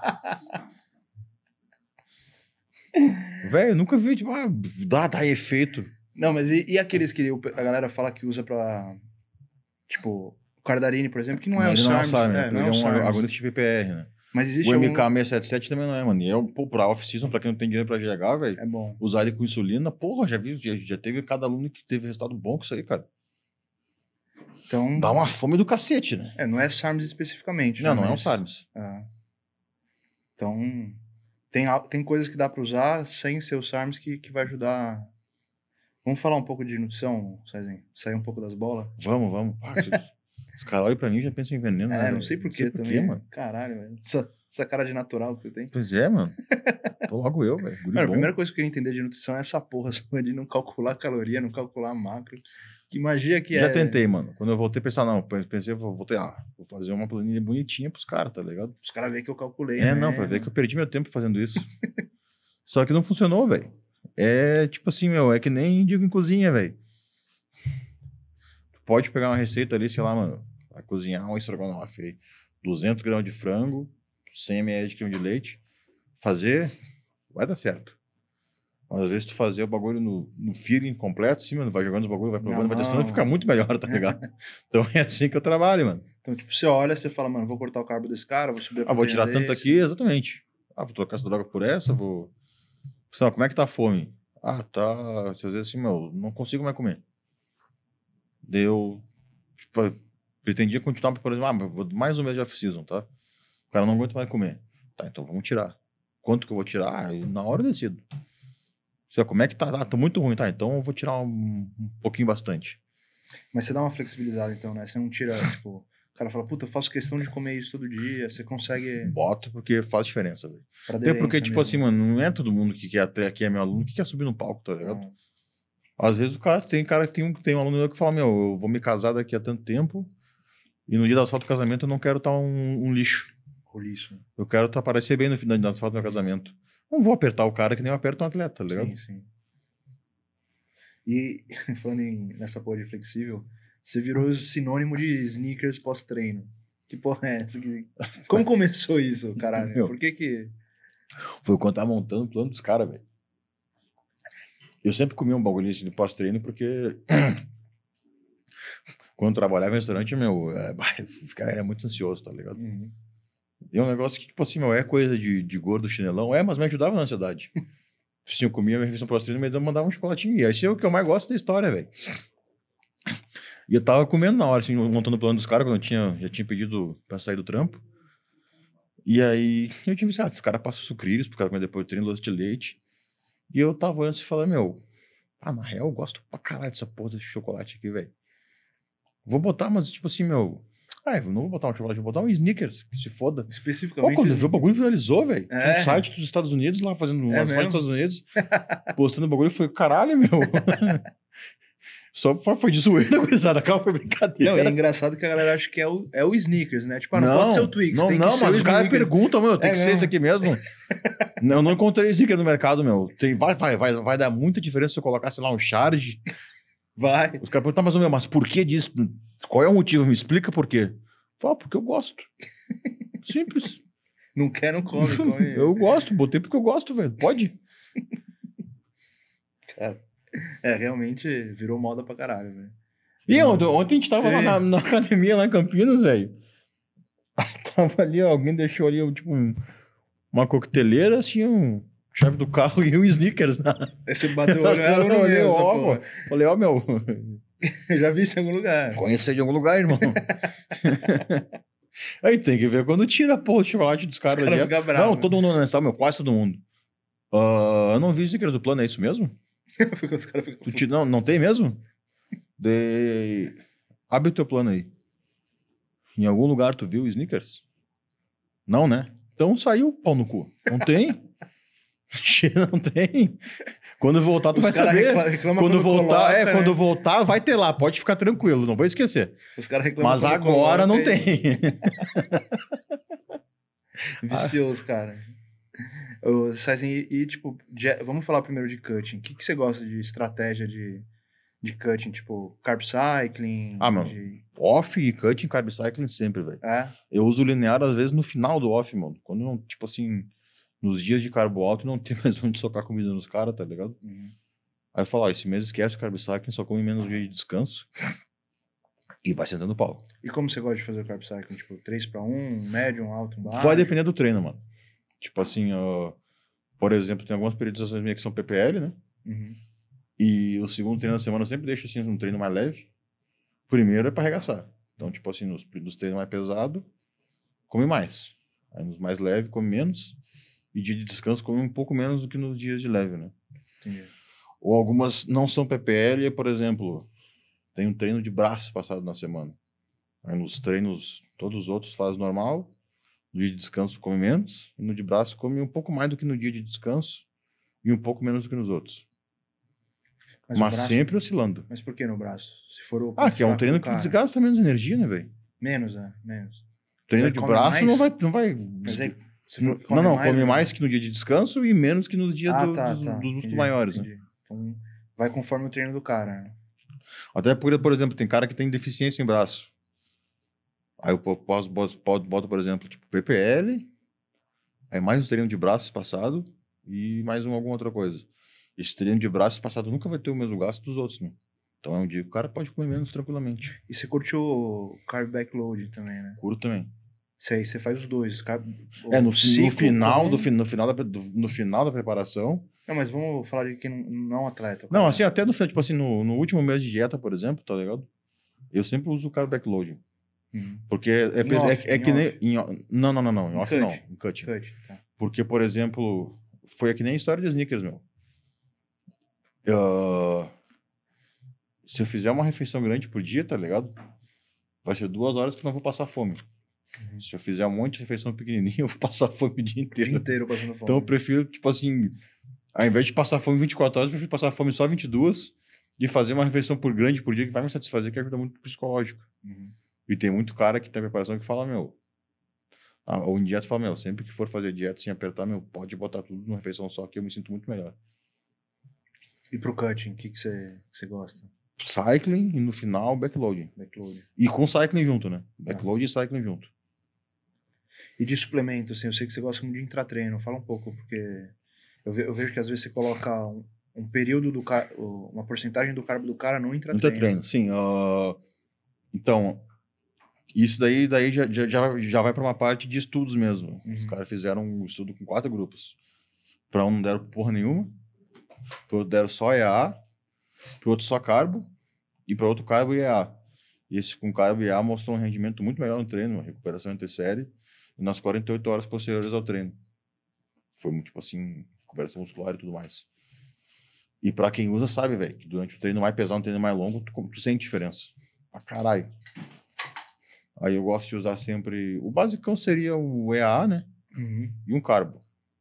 Velho, nunca vi, tipo, ah, dá, dá efeito. Não, mas e, e aqueles que a galera fala que usa pra, tipo, o Cardarine, por exemplo, que não é o SARMs. Não é, né? É, não ele é é o um SARMs. agonista de P P R, né? Mas existe o algum... M K seiscentos e setenta e sete também não é, mano. E é um, pô, pra off-season, pra quem não tem dinheiro pra G H, velho. É bom. Usar ele com insulina, porra, já vi, já, já teve cada aluno que teve resultado bom com isso aí, cara. Então... Dá uma fome do cacete, né? É, não é SARMs especificamente. Não, né? não Mas... é um SARMs. Ah. Então, tem, tem coisas que dá pra usar sem ser o SARMs que, que vai ajudar... Vamos falar um pouco de nutrição, Cezinho? Sair um pouco das bolas? Vamos, vamos. Ah, os caras olham pra mim e já pensam em veneno, É, né? não sei porquê também. Quê, mano. Caralho, velho. Essa, essa cara de natural que você tem. Pois é, mano. Tô logo eu, velho. Mano, a primeira coisa que eu queria entender de nutrição é essa porra de não calcular caloria, não calcular macro. Que magia que Já é. Já tentei, mano. Quando eu voltei a pensar, não, pensei, vou voltei, ah, vou fazer uma planilha bonitinha pros caras, tá ligado? Os caras veem que eu calculei, É, né? não, pra ver que eu perdi meu tempo fazendo isso. Só que não funcionou, velho. É tipo assim, meu, é que nem digo em cozinha, velho. Tu pode pegar uma receita ali, sei lá, mano, vai cozinhar um estrogonofe aí. duzentos gramas de frango, cem mililitros de creme de leite. Fazer, vai dar certo. Mas às vezes tu fazer o bagulho no, no feeling completo, assim, mano, vai jogando os bagulho, vai provando, vai testando, fica muito melhor, tá ligado? Então é assim que eu trabalho, mano. Então, tipo, você olha, você fala, mano, vou cortar o carbo desse cara, vou subir a Ah, vou tirar desse. tanto aqui, exatamente. Ah, vou trocar essa droga por essa, vou... Pessoal, como é que tá a fome? Ah, tá... Às vezes assim, meu, não consigo mais comer. Deu... Tipo, pretendia continuar, por exemplo, ah, mas vou mais um mês de off-season, tá? O cara não aguenta mais comer. Tá, então vamos tirar. Quanto que eu vou tirar? Ah, na hora eu decido. Sei lá, como é que tá? Ah, tá muito ruim, tá? Então eu vou tirar um, um pouquinho bastante. Mas você dá uma flexibilizada, então, né? Você não tira, tipo... O cara fala, puta, eu faço questão de comer isso todo dia. Você consegue... Boto porque faz diferença, velho. Pra Até porque, tipo mesmo. assim, mano, não é todo mundo que quer, até que é meu aluno que quer subir no palco, tá ligado? Ah. Às vezes o cara tem cara que tem um, tem um aluno meu que fala, meu, eu vou me casar daqui a tanto tempo e no dia da foto do casamento eu não quero estar um, um lixo. Roliço. Eu quero tá, aparecer bem no final da foto do meu casamento. Não vou apertar o cara que nem eu aperto um atleta, tá ligado? Sim, sim. E, falando em, nessa porra de flexível, você virou sinônimo de sneakers pós-treino. Que porra é essa? Como começou isso, caralho? Meu, Por que que... foi quando tava montando o plano dos caras, velho. Eu sempre comia um bagulho assim no pós-treino, porque quando eu trabalhava em restaurante, meu, é, bah, eu ficava, era muito ansioso, tá ligado? Uhum. E é um negócio que, tipo assim, meu, é coisa de, de gordo chinelão, é, mas me ajudava na ansiedade. Assim, eu comia minha refeição pós-treino e me mandava um chocolatinho. E esse é o que eu mais gosto da história, velho. E eu tava comendo na hora, assim, montando o plano dos caras, quando eu tinha, já tinha pedido pra sair do trampo. E aí, eu tinha visto, ah, os caras passam sucrilhos pro cara comer depois do treino, doce de leite. E eu tava antes e falei, meu, ah, na real, eu gosto pra caralho dessa porra desse chocolate aqui, velho. Vou botar, mas tipo assim, meu... Ah, eu não vou botar um chocolate, vou botar um Snickers, que se foda. Pô, Especificamente. quando eu os- vi o bagulho viralizou, velho. Tinha um É. site dos Estados Unidos lá, fazendo É umas mesmo? páginas dos Estados Unidos, postando o bagulho, foi caralho, meu. Só foi foi de zoeira, gurizada, calma, foi brincadeira. Não, e é engraçado que a galera acha que é o, é o Snickers, né? Tipo, ah, não, Não, pode ser o Twix, não, tem não, que ser mas o os caras Snickers. perguntam, meu, tem É que ser mesmo? esse aqui mesmo? Não, eu não encontrei Snickers no mercado, meu. Tem, vai, vai, vai, vai dar muita diferença se eu colocar, sei lá, um charge. Vai. Os caras perguntam, mas, meu, mas por que disso? Qual é o motivo? Me explica por quê. Fala, porque eu gosto. Simples. Não quer, não come, come. Eu gosto, botei porque eu gosto, velho. Pode? Cara, é, realmente virou moda pra caralho, velho. E ontem, ontem a gente tava lá na, na academia, lá em Campinas, velho. Tava ali, ó, alguém deixou ali, tipo, um- uma coqueteleira, assim, um chave do carro e um Snickers. Né? Aí você bateu o olho nela no Falei, mesmo, essa ó, porra. Falei, ó, meu, Eu já vi isso em algum lugar. conhecer de algum lugar, irmão. Aí tem que ver quando tira a porra de chocolate dos Os caras. caras ali. ficam bravos. Não, todo mundo não sabe, meu, quase todo mundo. Ah, eu não vi Snickers do plano, é isso mesmo? Os caras ficam... Tu te- não, não tem mesmo? De... Abre o teu plano aí. Em algum lugar tu viu Snickers? Não, né? Então saiu pau no cu. Não tem? Não tem. Quando voltar, tu Os vai caras saber. recla- reclamam Quando voltar, coloca, é, né? quando voltar, vai ter lá. Pode ficar tranquilo, não vou esquecer. Os caras reclamam Mas quando agora coloca não e- tem. Vicioso, cara. Ô, Saisen, e, e, tipo, de- vamos falar primeiro de cutting. O que, que você gosta de estratégia de, de cutting? Tipo, carb cycling? Ah, mano. de- Off e cutting, carb cycling sempre, velho. É? Eu uso linear às vezes no final do off, mano. Quando não, tipo assim, nos dias de carbo alto, não tem mais onde socar comida nos caras, tá ligado? Uhum. Aí eu falo, ó, esse mês esquece o carb cycling, só come menos dia de descanso. E vai sentando pau. E como você gosta de fazer o carb cycling? Tipo, três para um, médio, alto, baixo? Vai depender do treino, mano. Tipo assim, ó, por exemplo, tem algumas periodizações minhas que são P P L, né? Uhum. E o segundo treino da semana eu sempre deixo assim um treino mais leve. Primeiro é pra arregaçar. Então, tipo assim, nos, nos treinos mais pesados, come mais. Aí nos mais leves, come menos. E dia de descanso, come um pouco menos do que nos dias de leve, né? Entendi. Ou algumas não são P P L, por exemplo, tem um treino de braços passado na semana. Aí nos treinos, todos os outros faz normal. No dia de descanso come menos. E no de braço come um pouco mais do que no dia de descanso. E um pouco menos do que nos outros. Mas, Mas, o braço... sempre oscilando. Mas por que no braço? Se for o Ah, que é um fraco treino do que cara. desgasta menos energia, né, velho? Menos, né? Menos. Treino aí de come braço mais? não vai, não vai... Mas aí, se Não, for que come não, mais, come né? mais que no dia de descanso e menos que no dia Ah, do- tá, dos, tá. dos músculos Entendi, maiores, né? entendi. Então, vai conforme o treino do cara, né? Até porque, por exemplo, tem cara que tem deficiência em braço. Aí eu po- posso, boto, boto, boto, por exemplo, tipo P P L, aí mais um treino de braço passado e mais um, alguma outra coisa. Esse treino de braço passado nunca vai ter o mesmo gasto dos outros, né? Então é um dia que o cara pode comer menos tranquilamente. E você curte o carb backload também, né? Curto também. Isso aí, você faz os dois. Carb... É, no, o fi- ciclo no final, com- do, fi- no, final da, pre- do- no final da preparação. Não, mas vamos falar de quem não, não é um atleta. Não, cara. assim, até no, fi- tipo assim, no, no último mês de dieta, por exemplo, tá ligado? Eu sempre uso o carb backloading. Uhum. Porque é, Em é, off, é em que nem. off. em o- não, não, não, não. Em Em off cut. não. Em cut. Cut, tá. Porque, por exemplo, foi que nem a história de sneakers, meu. Ah, se eu fizer uma refeição grande por dia, tá ligado? Vai ser duas horas que eu não vou passar fome. Uhum. Se eu fizer um monte de refeição pequenininha, eu vou passar fome o dia O dia inteiro. inteiro passando fome. Então eu prefiro, tipo assim, ao invés de passar fome vinte e quatro horas, eu prefiro passar fome só vinte e duas e fazer uma refeição por grande por dia que vai me satisfazer, que ajuda muito no psicológico. Uhum. E tem muito cara que tem preparação que fala, meu... Ah, ou em dieta fala, meu, sempre que for fazer dieta sem apertar, meu, pode botar tudo numa refeição só que eu me sinto muito melhor. E pro cutting, o que que você que você gosta? Cycling e no final backloading. Backload. E com cycling junto, né? Backload e cycling junto. E de suplemento, assim, eu sei que você gosta muito de intratreino. Fala um pouco, porque eu, ve- eu vejo que às vezes você coloca um, um período do cara, uma porcentagem do carbo do cara no intratreino. Intratreino, sim. Uh, então, isso daí, daí já, já, já vai para uma parte de estudos mesmo. Uhum. Os caras fizeram um estudo com quatro grupos. Para um não deram porra nenhuma, para outro deram só E A, para outro só carbo, e para outro carbo e E A. E esse com carbo e E A mostrou um rendimento muito melhor no treino, uma recuperação entre série, e nas quarenta e oito horas posteriores ao treino. Foi muito, tipo assim, recuperação muscular e tudo mais. E para quem usa, sabe, velho, que durante o treino mais pesado, um treino mais longo, tu, tu sente diferença. Pra caralho. Aí eu gosto de usar sempre... O basicão seria o E A, né? Uhum. E um carbo.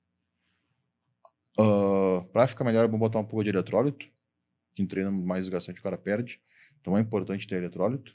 Uh, pra ficar melhor é bom botar um pouco de eletrólito, que em treino mais desgastante o cara perde. Então é importante ter eletrólito.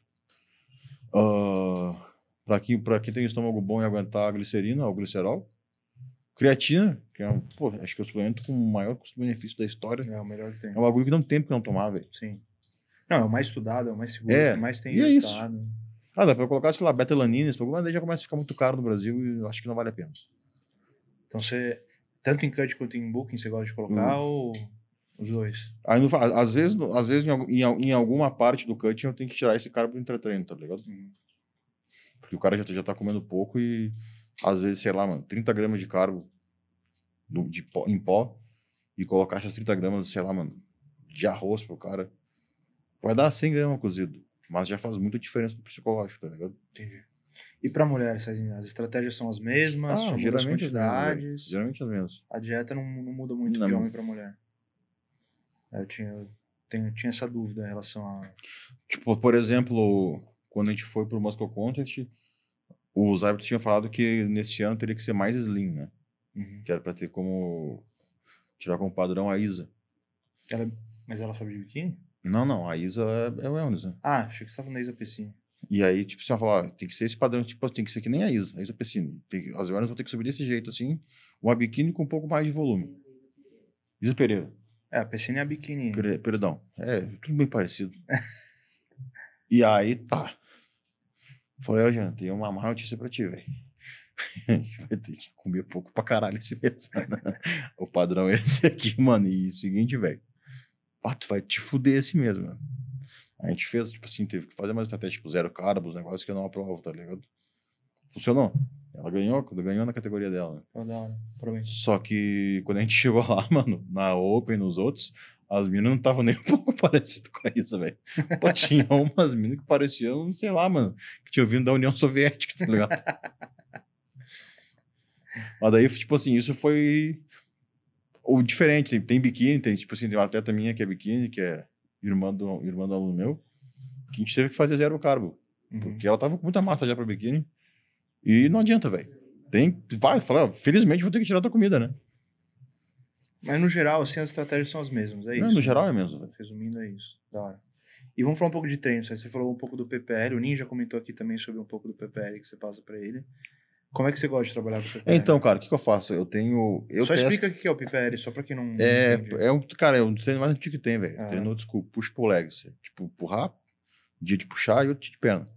Uh, pra, quem, pra quem tem estômago bom e aguentar a glicerina ou glicerol. Creatina, que é um, pô, acho que é o suplemento com o maior custo-benefício da história. É o melhor que tem. É um bagulho que não tem tempo que não tomar, velho. Sim. Não, é o mais estudado, é o mais seguro, É, o que mais tem e resultado. É isso. Ah, dá pra colocar, sei lá, betalanina, esse bagulho, mas daí já começa a ficar muito caro no Brasil e eu acho que não vale a pena. Então você, tanto em cut quanto em booking, você gosta de colocar Uhum. ou os dois? Aí, no, às vezes, às vezes em, em, em alguma parte do cutting eu tenho que tirar esse carbo do entretreino, tá ligado? Uhum. Porque o cara já, já tá comendo pouco e às vezes, sei lá, mano, trinta gramas de carbo do, de pó, em pó e colocar essas trinta gramas, sei lá, mano, de arroz pro cara. Vai dar cem gramas cozido, mas já faz muita diferença no psicológico, tá ligado? Entendi. E pra mulheres, as estratégias são as mesmas? Ah, só muda as geralmente as mesmas, quantidades? velho. Geralmente as mesmas. A dieta não, não muda muito Não. de homem pra mulher. Eu tinha, eu tenho, tinha essa dúvida em relação a... Tipo, por exemplo, quando a gente foi pro Moscow Contest, os árbitros tinham falado que nesse ano teria que ser mais slim, né? Uhum. Que era pra ter como... tirar como padrão a Isa. Ela, mas ela sobe de biquíni? Não, não. A Isa é, é o Wellness, né? Ah, achei que você tava na Isa Pessini. E aí, tipo, você vai falar, ó, tem que ser esse padrão, tipo, tem que ser que nem a Isa, a Isa Pessini. Tem, as Wellness vão ter que subir desse jeito, assim, uma biquíni com um pouco mais de volume. Isa Pereira. É, a Pessini é a biquíni. Per, perdão. É, tudo bem parecido. E aí, tá. Falei, ó, Jean, tem uma má notícia pra ti, velho. A gente vai ter que comer pouco pra caralho esse mês, mano. O padrão é esse aqui, mano. E o seguinte, velho. Ah, tu vai te fuder esse mesmo, mano. A gente fez, tipo assim, teve que fazer uma estratégia, tipo, zero carbos, negócios que eu não aprovo, tá ligado? Funcionou. Ela ganhou, ganhou na categoria dela, né? Oh, da hora. Parabéns. Só que quando a gente chegou lá, mano, na Open, nos outros, as minas não estavam nem um pouco parecidas com isso, velho. Pô, tinha umas minas que pareciam, sei lá, mano, que tinham vindo da União Soviética, tá ligado? Mas daí, tipo assim, isso foi o diferente. Tem, tem biquíni, tem, tipo assim, tem uma atleta minha que é biquíni, que é irmã do, irmã do aluno meu, que a gente teve que fazer zero carbo. Uhum. Porque ela tava com muita massa já pra biquíni. E não adianta, velho. Tem, vai, fala, felizmente vou ter que tirar tua comida, né? Mas no geral, assim, as estratégias são as mesmas, é Não, isso? no geral é mesmo, velho. Resumindo, é isso. Da hora. E vamos falar um pouco de treino. Você falou um pouco do P P L. O Ninja comentou aqui também sobre um pouco do P P L que você passa pra ele. Como é que você gosta de trabalhar com o P P L? Então, cara, o que, que eu faço? Eu tenho... Eu só testo... explica o que é o P P L, só pra quem não, é, não entende. É um, cara, é um treino mais antigo que tem, velho. Ah. Treino, desculpa, push pull legs. Tipo, empurrar, dia de puxar e outro de perna.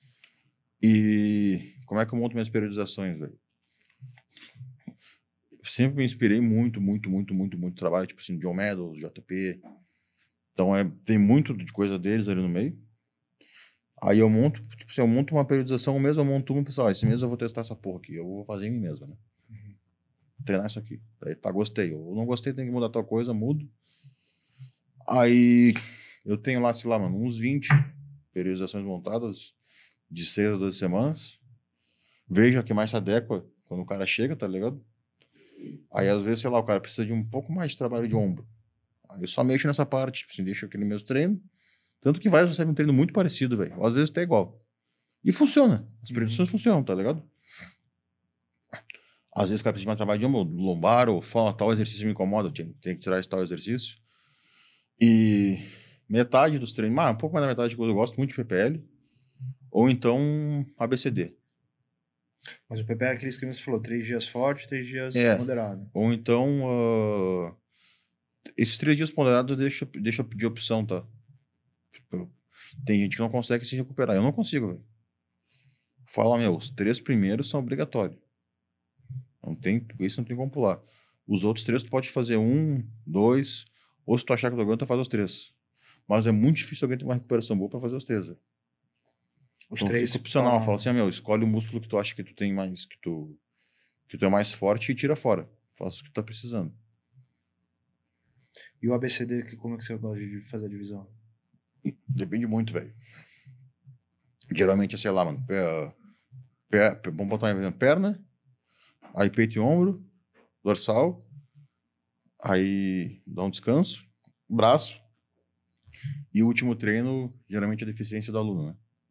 E como é que eu monto minhas periodizações, velho? Sempre me inspirei muito, muito, muito, muito, muito trabalho, tipo assim, John Meadows, J P. Então, é, tem muito de coisa deles ali no meio. Aí eu monto, tipo assim, eu monto uma periodização mesmo, eu monto uma, pessoal, esse mês eu vou testar essa porra aqui, eu vou fazer em mim mesmo, né? Uhum. Treinar isso aqui. Aí, tá, gostei. Eu não gostei, tem que mudar tal coisa, mudo. Aí eu tenho lá, sei lá, mano, uns vinte periodizações montadas de seis a doze semanas. Vejo a que mais se adequa quando o cara chega, tá ligado? Aí, às vezes, sei lá, o cara precisa de um pouco mais de trabalho de ombro. Aí eu só mexo nessa parte, tipo assim, deixo aquele mesmo treino. Tanto que vários recebem um treino muito parecido, velho. Às vezes até igual. E funciona. As periodizações uhum. funcionam, tá ligado? Às vezes o cara precisa de mais trabalho de ombro, lombar, ou fala, tal exercício me incomoda, tem, tem que tirar esse tal exercício. E metade dos treinos, ah, um pouco mais da metade de coisa, eu gosto muito de P P L. Ou então A B C D. Mas o P P L é aquele esquema que você falou, três dias forte, três dias é. moderado. Ou então, uh, esses três dias ponderados deixa, deixa de opção, tá? Tem gente que não consegue se recuperar. Eu não consigo, velho. Fala, meu, os três primeiros são obrigatórios. Não tem, isso não tem como pular. Os outros três tu pode fazer um, dois, Ou se tu achar que tu aguenta, faz os três. Mas é muito difícil alguém ter uma recuperação boa pra fazer os três, velho. Os Então três. fica opcional. Ah, Fala assim, ah, meu, escolhe o músculo que tu acha que tu tem mais, que tu, que tu é mais forte e tira fora. Faça o que tu tá precisando. E o A B C D, que, como é que você gosta de fazer a divisão? Depende muito, velho. Geralmente é, sei lá, mano, pé, pé, pé, vamos botar em perna, aí peito e ombro, dorsal, aí dá um descanso, braço, e o último treino, geralmente é deficiência do aluno, né?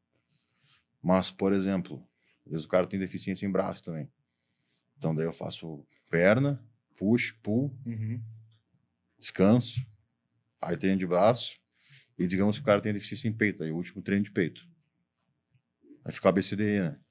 Mas, por exemplo, às vezes o cara tem deficiência em braço também. Então daí eu faço perna, push, pull, Uhum. descanso, aí treino de braço, e digamos que o cara tem deficiência em peito, aí o último treino de peito. Vai ficar A B C D E, né?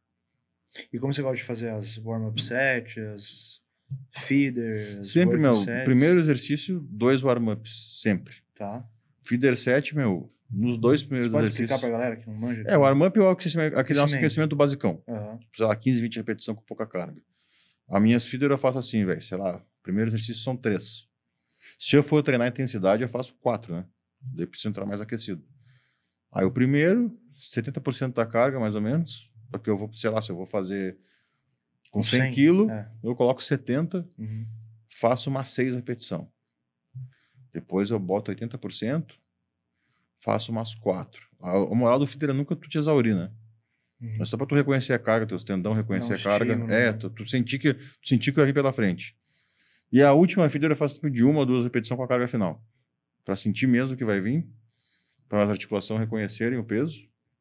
E como você gosta de fazer as warm-up sets, as feeders, Sempre, working meu, sets? primeiro exercício, dois warm-ups, sempre. Tá. Feeder set, meu, nos dois Você primeiros pode explicar exercícios... pra galera que não manja? É, o warm-up é o aquecimento, aquele nosso Aquecimento. aquecimento basicão. Aham. Sei lá, quinze, vinte repetições com pouca carga. As minhas feeder eu faço assim, velho, sei lá, primeiro exercício são três. Se eu for treinar intensidade, eu faço quatro, né? Daí preciso entrar mais aquecido. Aí o primeiro, setenta por cento da carga, mais ou menos, porque eu vou, sei lá, se eu vou fazer com cem quilos, É. eu coloco setenta, Uhum. faço umas seis repetições. Depois eu boto oitenta por cento, faço umas quatro. A, a moral do feeder é nunca tu te exaurir, né? Uhum. Mas só pra tu reconhecer a carga, teus tendão reconhecer Dá um a carga. estímulo, É, né? tu, tu sentir que, tu sentir que eu vim pela frente. E a última feeder eu faço de uma ou duas repetições com a carga final. Pra sentir mesmo que vai vir. Para as articulações reconhecerem o peso.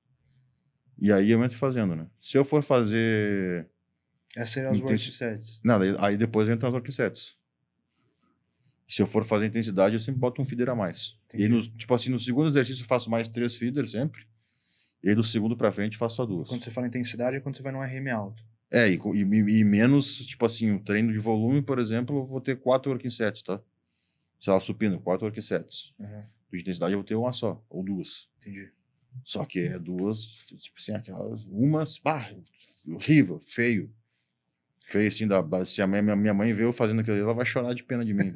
E aí eu entro fazendo, né? Se eu for fazer... Essas seriam as Intensi- working sets. Não, daí- aí depois entra as working sets. Se eu for fazer intensidade, eu sempre boto um feeder a mais. E aí, no, tipo assim, no segundo exercício eu faço mais três feeders sempre. E aí do segundo pra frente faço só duas. Quando você fala intensidade é quando você vai num R M alto. É, e, co- e, e menos, tipo assim, um treino de volume, por exemplo, eu vou ter quatro working sets, tá? Sei lá, supino, quatro working sets. Uhum. De intensidade eu vou ter uma só, ou duas. Entendi. Só que é duas, tipo assim, aquelas, umas, pá, horrível, feio. Feio, assim, da, da- se a minha, minha mãe vê eu fazendo aquilo ali, ela vai chorar de pena de mim.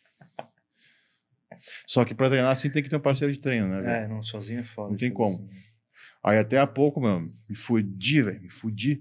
Só que pra treinar assim tem que ter um parceiro de treino, né, velho? É, não, sozinho é foda. Não tem de como. fazer assim. Aí até há pouco, mano, me fudi, velho, me fudi.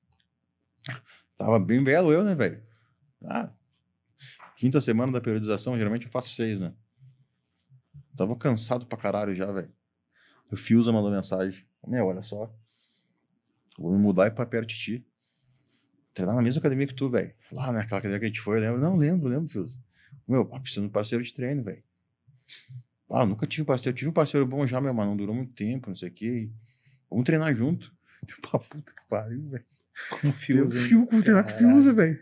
Tava bem belo eu, né, velho? Ah, quinta semana da periodização, geralmente eu faço seis, né? Tava cansado pra caralho já, velho. O Fiuza mandou mensagem. Meu, olha só. Vou me mudar e ir pra perto de ti. Treinar na mesma academia que tu, velho. Lá naquela academia que a gente foi, eu lembro. Não, lembro, lembro, Fiuza. Meu, pá, preciso de um parceiro de treino, velho. Ah, eu nunca tive um parceiro. Eu tive um parceiro bom já, meu, mas não durou muito tempo, não sei o quê. Vamos treinar junto. Pra puta que pariu, velho. Com fio. Fio, vou treinar com o Fiuza, velho.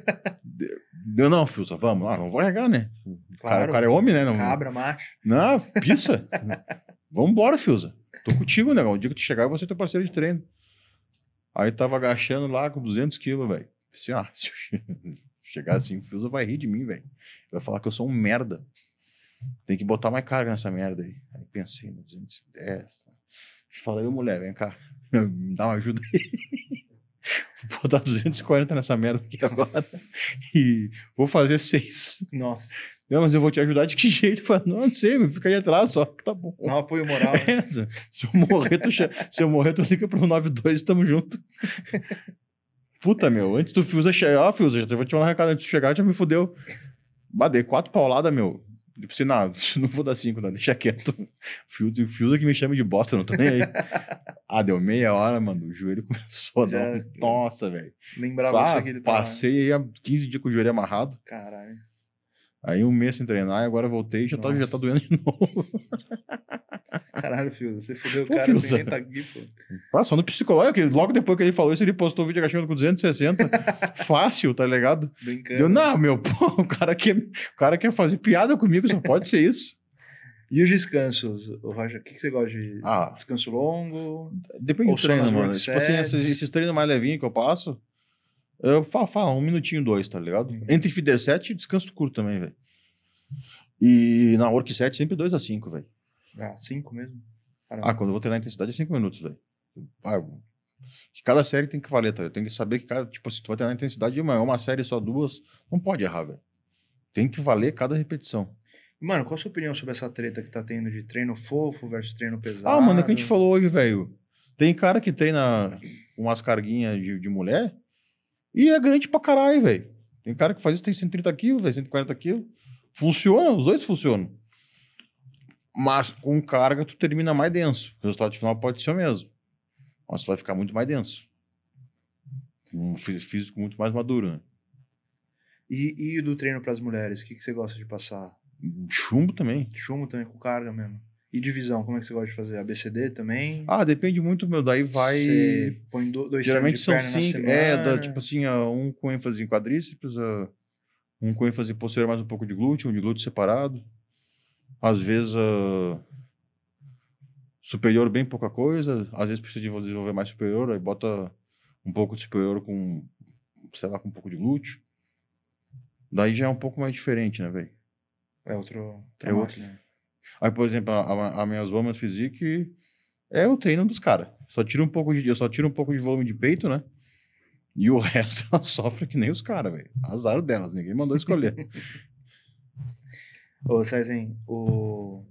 Deu, não, Fiuza, vamos lá, não vou regar, né? O cara, Claro. o cara é homem, né? Não, Cabra, macho. não, pisa. Vambora, Fiuza. Tô contigo, negão. O dia que tu chegar, eu vou ser teu parceiro de treino. Aí tava agachando lá com duzentos quilos, velho. Assim, ah, se eu chegar assim, o Fiuza vai rir de mim, velho. Vai falar que eu sou um merda. Tem que botar mais carga nessa merda aí. Aí pensei no duzentos e dez. Falei, ô mulher, vem cá. Me dá uma ajuda aí. Vou botar duzentos e quarenta nessa merda aqui agora. E vou fazer seis. Nossa. Não, mas eu vou te ajudar de que jeito? Eu falei, não, não sei, meu, fica aí atrás só, que tá bom. Dá um apoio moral. Né? É, se se eu morrer, tu, che- se eu morrer, tu liga pro nove dois e tamo junto. Puta, meu, antes do Fiuza chegar, ó, Fiuza, já vou te mandar um recado, antes de chegar, já me fudeu. Bah, dei quatro pauladas, meu. Eu pensei, não, não vou dar cinco, não, deixa quieto. Fiuza, Fiuza que me chame de bosta, não tô nem aí. Ah, deu meia hora, mano, o joelho começou a dar Já- um... Nossa, velho. Lembrava Ah, isso que ele tava... passei aí há quinze dias com o joelho amarrado. Caralho. Aí um mês sem treinar, e agora voltei e já tá, já tá Nossa. doendo de novo. Caralho, Fiuza. Você fudeu o Pô, cara Fiuza. sem nem tá aqui, pô. Ah, só no psicológico, que logo depois que ele falou isso, ele postou o vídeo agachando com duzentos e sessenta. Fácil, tá ligado? Brincando. Deu, não, meu, pô, o cara, quer, o cara quer fazer piada comigo, só pode ser isso. E os descansos, o Roger? O que, que você gosta de Ah. descanso longo? Depende Ou do só treino, nas mano. work Tipo assim, sets? esses, esses treinos mais levinhos que eu passo, eu falo, falo um minutinho, dois, tá ligado? Uhum. Entre feeder set e descanso curto também, velho. E na work set sempre dois a cinco, velho. Ah, cinco mesmo? Caramba. Ah, quando eu vou treinar intensidade é cinco minutos, velho. Ah, eu- que cada série tem que valer, tá? Eu tenho que saber que cada, tipo, se tu vai treinar intensidade, uma, uma série só duas, não pode errar, velho. Tem que valer cada repetição. Mano, qual a sua opinião sobre essa treta que tá tendo de treino fofo versus treino pesado? Ah, mano, é o que a gente falou hoje, velho. Tem cara que treina umas carguinhas de, de mulher e é grande pra caralho, velho. Tem cara que faz isso, tem cento e trinta quilos, velho, cento e quarenta quilos. Funciona, os dois funcionam. Mas com carga tu termina mais denso. O resultado final pode ser o mesmo. Mas tu vai ficar muito mais denso. Um fí- físico muito mais maduro, né? E, e do treino pras mulheres, o que, que você gosta de passar? Chumbo também. Chumbo também com carga mesmo. E divisão, como é que você gosta de fazer? A B C D também? Ah, depende muito, meu. Daí vai. Você põe do, dois Geralmente treinos de são perna cinco. na semana? É, da, tipo assim, ó, um com ênfase em quadríceps, ó, um com ênfase posterior, mais um pouco de glúteo, um de glúteo separado. Às vezes, ó, superior, bem pouca coisa. Às vezes precisa de desenvolver mais superior, aí bota um pouco de superior com, sei lá, com um pouco de glúteo. Daí já é um pouco mais diferente, né, velho? É outro, outra É outro. máquina. Aí, por exemplo, a, a, a minhas women's physique é o treino dos caras. Só tira um pouco de, eu só tiro um pouco de volume de peito, né? E o resto ela sofre que nem os caras, velho. Azar delas, ninguém mandou escolher. Ô, Cezinho, o...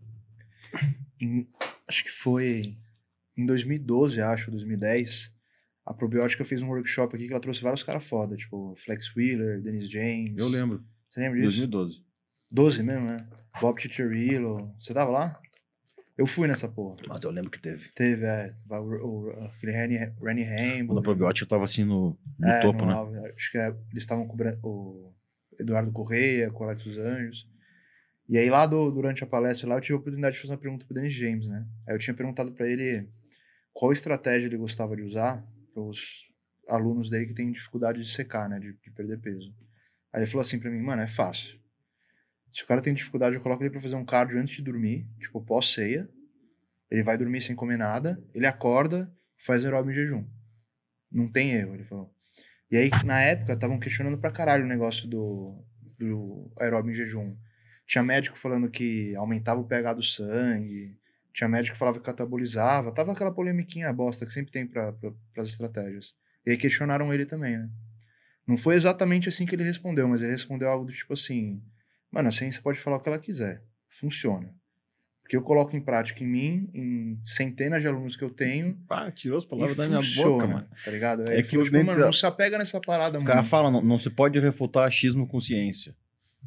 em- acho que foi em dois mil e doze, acho, dois mil e dez, a Probiótica fez um workshop aqui que ela trouxe vários caras foda, tipo Flex Wheeler, Dennis James. Eu lembro. Você lembra dois disso? mil e doze. doze mesmo, né? Bob Chicharito. Você tava lá? Eu fui nessa porra. Mas eu lembro que teve. Teve, é, vai o, o, aquele Rennie, Rennie Quando Hamble. a probiótica tava assim no, no É, topo, no né? alvo, acho que é, eles estavam com o Bran- o Eduardo Correia, com o Alex dos Anjos. E aí lá do- durante a palestra lá eu tive a oportunidade de fazer uma pergunta pro Dennis James, né? Aí eu tinha perguntado pra ele qual estratégia ele gostava de usar para os alunos dele que têm dificuldade de secar, né? De, de perder peso. Aí ele falou assim pra mim, mano, é fácil. Se o cara tem dificuldade, eu coloco ele pra fazer um cardio antes de dormir, tipo pós-ceia. Ele vai dormir sem comer nada, ele acorda, faz aeróbio em jejum. Não tem erro, ele falou. E aí, na época, estavam questionando pra caralho o negócio do, do aeróbio em jejum. Tinha médico falando que aumentava o pH do sangue, tinha médico que falava que catabolizava, tava aquela polemiquinha bosta que sempre tem para pra, as estratégias. E aí questionaram ele também, né? Não foi exatamente assim que ele respondeu, mas ele respondeu algo do tipo assim: mano, a ciência pode falar o que ela quiser, funciona. Porque eu coloco em prática em mim, em centenas de alunos que eu tenho, Ah, tirou as e palavras da minha funciona, boca, mano. tá ligado? Aí É ele que falou, o tipo, dentro- mano, não se apega nessa parada, O mano. cara fala, não, não se pode refutar achismo com ciência.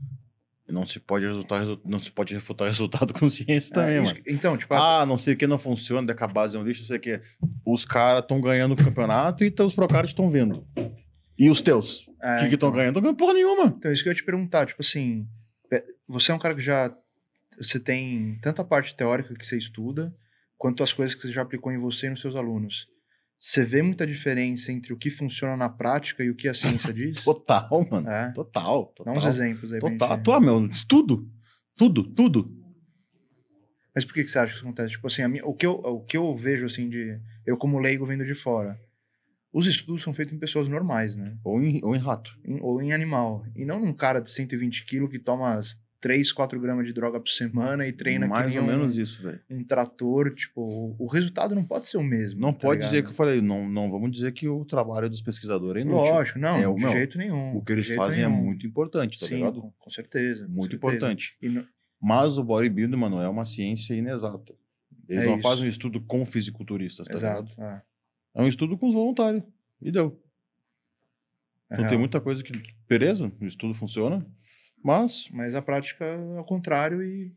Não se pode resultar, resu- não se pode refutar resultado com ciência também, É, isso- mano. então, tipo, Ah, não sei o que não funciona, daí que a base é um lixo, não sei o que. Os caras estão ganhando o campeonato e os procaras estão vendo. E os teus? O é, que que estão então. ganhando? Não ganhando porra nenhuma. Então, isso que eu ia te perguntar, tipo assim, pe- você é um cara que já, você tem tanta parte teórica que você estuda, quanto as coisas que você já aplicou em você e nos seus alunos. Você vê muita diferença entre o que funciona na prática e o que a ciência diz? Total, mano. É. Total, Dá total. uns exemplos aí pra Total. gente... Tua, meu, tudo. Tudo, tudo. Mas por que que você acha que isso acontece? Tipo assim, a minha- o, que eu, o que eu vejo, assim, de... Eu como leigo vendo de fora. Os estudos são feitos em pessoas normais, né? Ou em, ou em rato. Em- ou em animal. E não num cara de cento e vinte quilos que toma três, quatro gramas de droga por semana e treina Mais que ou nem um, menos isso, velho. um trator. Tipo, o, o resultado não pode ser o mesmo. Não tá pode ligado? dizer que eu falei, não, não vamos dizer que o trabalho dos pesquisadores é inútil. Lógico, não, É o de meu. jeito nenhum. O que de eles jeito fazem é nenhum. muito importante, tá Sim, ligado? com, com certeza. com Muito certeza. importante. E no- Mas o bodybuilding, mano, é uma ciência inexata. Eles É não isso. fazem um estudo com fisiculturistas, tá Exato. ligado? É, É um estudo com os voluntários. E deu. é Então tem real. muita coisa que, beleza, o estudo funciona, mas Mas a prática é ao contrário e.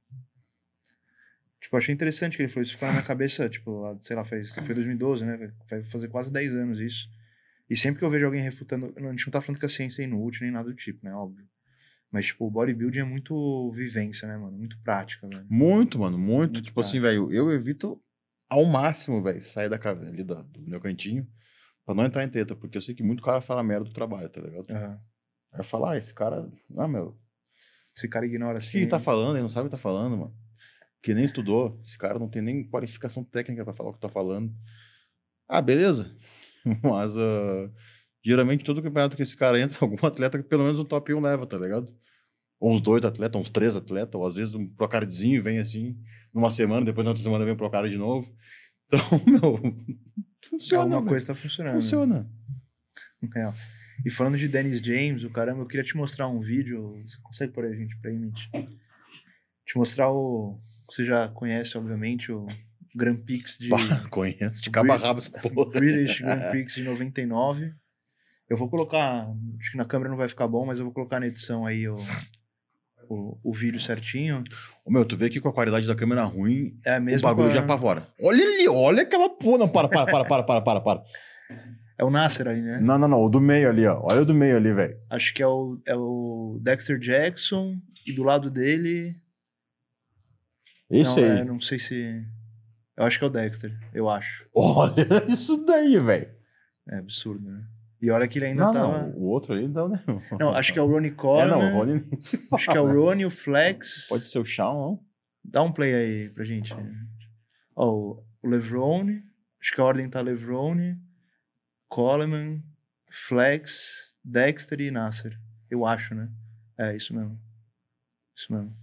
Tipo, achei interessante que ele falou isso. Ficou na minha cabeça, tipo, lá, sei lá, fez, foi dois mil e doze, né? Vai fazer quase dez anos isso. E sempre que eu vejo alguém refutando. A gente não tá falando que a ciência é inútil nem nada do tipo, né? Óbvio. Mas, tipo, o bodybuilding é muito vivência, né, mano? Muito prática, velho. muito, mano, muito. Muito tipo assim, velho, eu evito ao máximo, velho, sair da casa ali da- do meu cantinho pra não entrar em treta, porque eu sei que muito cara fala merda do trabalho, tá ligado? Aham. Aí eu falo, ah, esse cara, ah, meu, Esse cara ignora o assim. que ele tá falando? Ele não sabe o que tá falando, mano. Que nem estudou. Esse cara não tem nem qualificação técnica pra falar o que tá falando. Ah, beleza. Mas, ah, geralmente, todo campeonato que esse cara entra, algum atleta que pelo menos no top um leva, tá ligado? Ou uns dois atletas, uns três atletas, ou às vezes um procardzinho vem assim, numa semana, depois na outra semana vem um procard de novo. Então, meu, funciona, Alguma velho. coisa tá funcionando. Funciona. Real. E falando de Dennis James, o caramba, eu queria te mostrar um vídeo. Você consegue pôr aí, gente, pra Image? Te mostrar o... Você já conhece, obviamente, o Grand Prix de... Pá, conheço, de cabo a rabo essa porra. British Grand Prix de noventa e nove. Eu vou colocar... Acho que na câmera não vai ficar bom, mas eu vou colocar na edição aí o, o, o vídeo certinho. Ô, meu, tu vê que com a qualidade da câmera ruim, É a o mesma bagulho com a- já apavora. Olha ali, olha aquela porra. Não, para, para, para, para, para, para, para. É o Nasser ali, né? Não, não, não, o do meio ali, ó. Olha o do meio ali, velho. Acho que é o, é o Dexter Jackson e do lado dele... Esse não, aí. é, não sei se... Eu acho que é o Dexter, eu acho. Olha isso daí, velho. É absurdo, né? E olha que ele ainda Não, tava... não, o outro ali não, né? Não, acho que é o Ronnie É, Coleman. não, o Rony nem se Acho que é o fala. Ronnie, o Flex. Pode ser o Shawn, não? Dá um play aí pra gente. Ó, o Levrone. Acho que a ordem tá Levrone, Coleman, Flex, Dexter e Nasser. Eu acho, né? É, isso mesmo. Isso mesmo.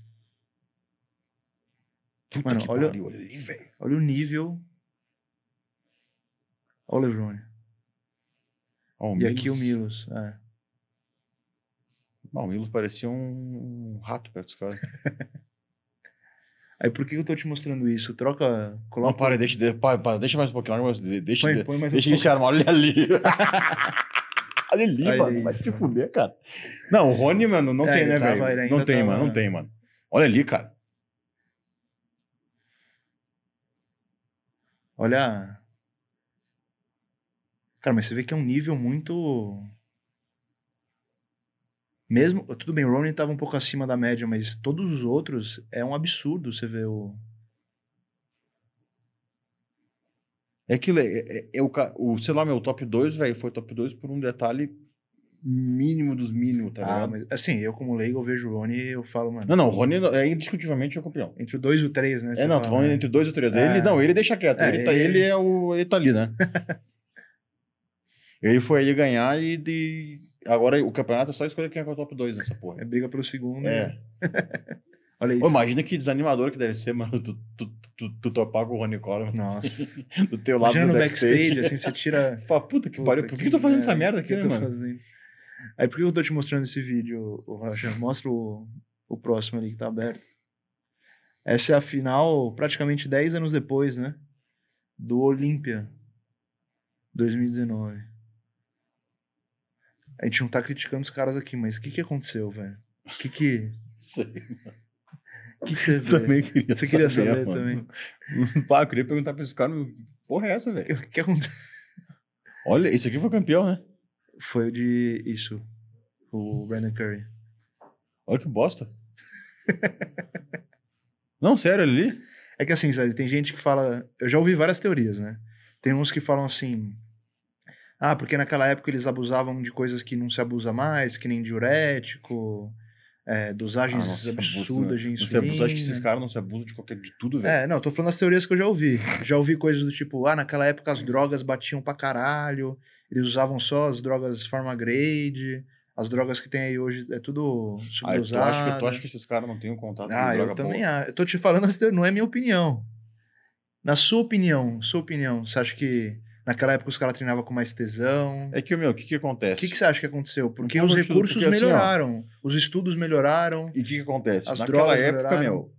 Puta Mano, que olha- pariu, olha ali, velho. Olha o nível. Olha o Levrone. Ó, E aqui o Milos. É. Não, o Milos parecia um rato perto dos caras. Aí por que eu tô te mostrando isso? Troca. Coloca. Não, para, deixa, de- para, para, deixa mais um pouquinho. Mas de- deixa Põe, de- põe mais um deixa ele pouco. se armar, olha ali. Olha ali, Olha mano. Vai isso, te mano. fuder, cara. Não, o Rony, mano, não É, tem, ele né, tava- ele velho? ainda Não tem, tava- mano, não tem, mano. Olha ali, cara. Olha. Cara, mas você vê que é um nível muito. Mesmo. Tudo bem, o Ronin tava um pouco acima da média, mas todos os outros é um absurdo você ver o. É aquilo, é, é, é o, ca- o, sei lá, meu top dois, velho, foi top dois por um detalhe mínimo dos mínimos, tá Ah, ligado? mas assim, eu como leigo, eu vejo o Ronin e eu falo, mano. Não, não, o Rony é indiscutivelmente o campeão. Entre o dois e o três, né? É, você não, tô fala, falando né? entre dois e três. É. Ele, não, ele deixa quieto. É, ele, tá, ele- ele é o. Ele tá ali, né? Ele foi aí ganhar e de. Agora o campeonato é só escolher quem é que é o top dois nessa porra. É briga pelo segundo. É. né? Olha isso. Ô, imagina que desanimador que deve ser, mano, tu, tu, tu, tu topar com o Rony Coleman. Nossa. Do teu lado Imagina do no backstage. backstage, assim, você tira. Fala, puta que Puta, pariu, por que, que eu tô fazendo essa merda, merda o que aqui, eu né, tô mano? fazendo? Aí por que eu tô te mostrando esse vídeo, o Rocha? Mostra o, o próximo ali que tá aberto. Essa é a final, praticamente dez anos depois, né? Do Olímpia dois mil e dezenove. A gente não tá criticando os caras aqui, mas o que que aconteceu, velho? O que que, Sei. o que que você vê? Também queria Você queria saber mano. também? Pá, eu queria perguntar pra esse cara, meu, que porra é essa, velho? O que, que aconteceu? Olha, esse aqui foi campeão, né? Foi o de isso, o Brandon Curry. Olha que bosta. Não, sério, ali? É que assim, sabe, tem gente que fala. Eu já ouvi várias teorias, né? Tem uns que falam assim. Ah, porque naquela época eles abusavam de coisas que não se abusa mais, que nem diurético, é, dosagens Ah, não se abusa, absurdas de Não se insulina. abusa, acho que esses caras não se abusam de qualquer de tudo, velho. É, não, tô falando das teorias que eu já ouvi. Já ouvi coisas do tipo, ah, naquela época as drogas batiam pra caralho, eles usavam só as drogas pharmagrade, as drogas que tem aí hoje é tudo Ah, tu subdosada. acha, que, tu acha que esses caras não têm um contato Ah, com droga eu também boa? acho. Eu tô te falando, as teorias, não é minha opinião. Na sua opinião, sua opinião, você acha que naquela época os caras treinavam com mais tesão? É que, meu, o que que O acontece? que, que você acha que aconteceu? Porque Não os fala de tudo, recursos porque assim, ó, melhoraram, os estudos melhoraram. E o que que acontece? As Naquela drogas época, melhoraram. meu,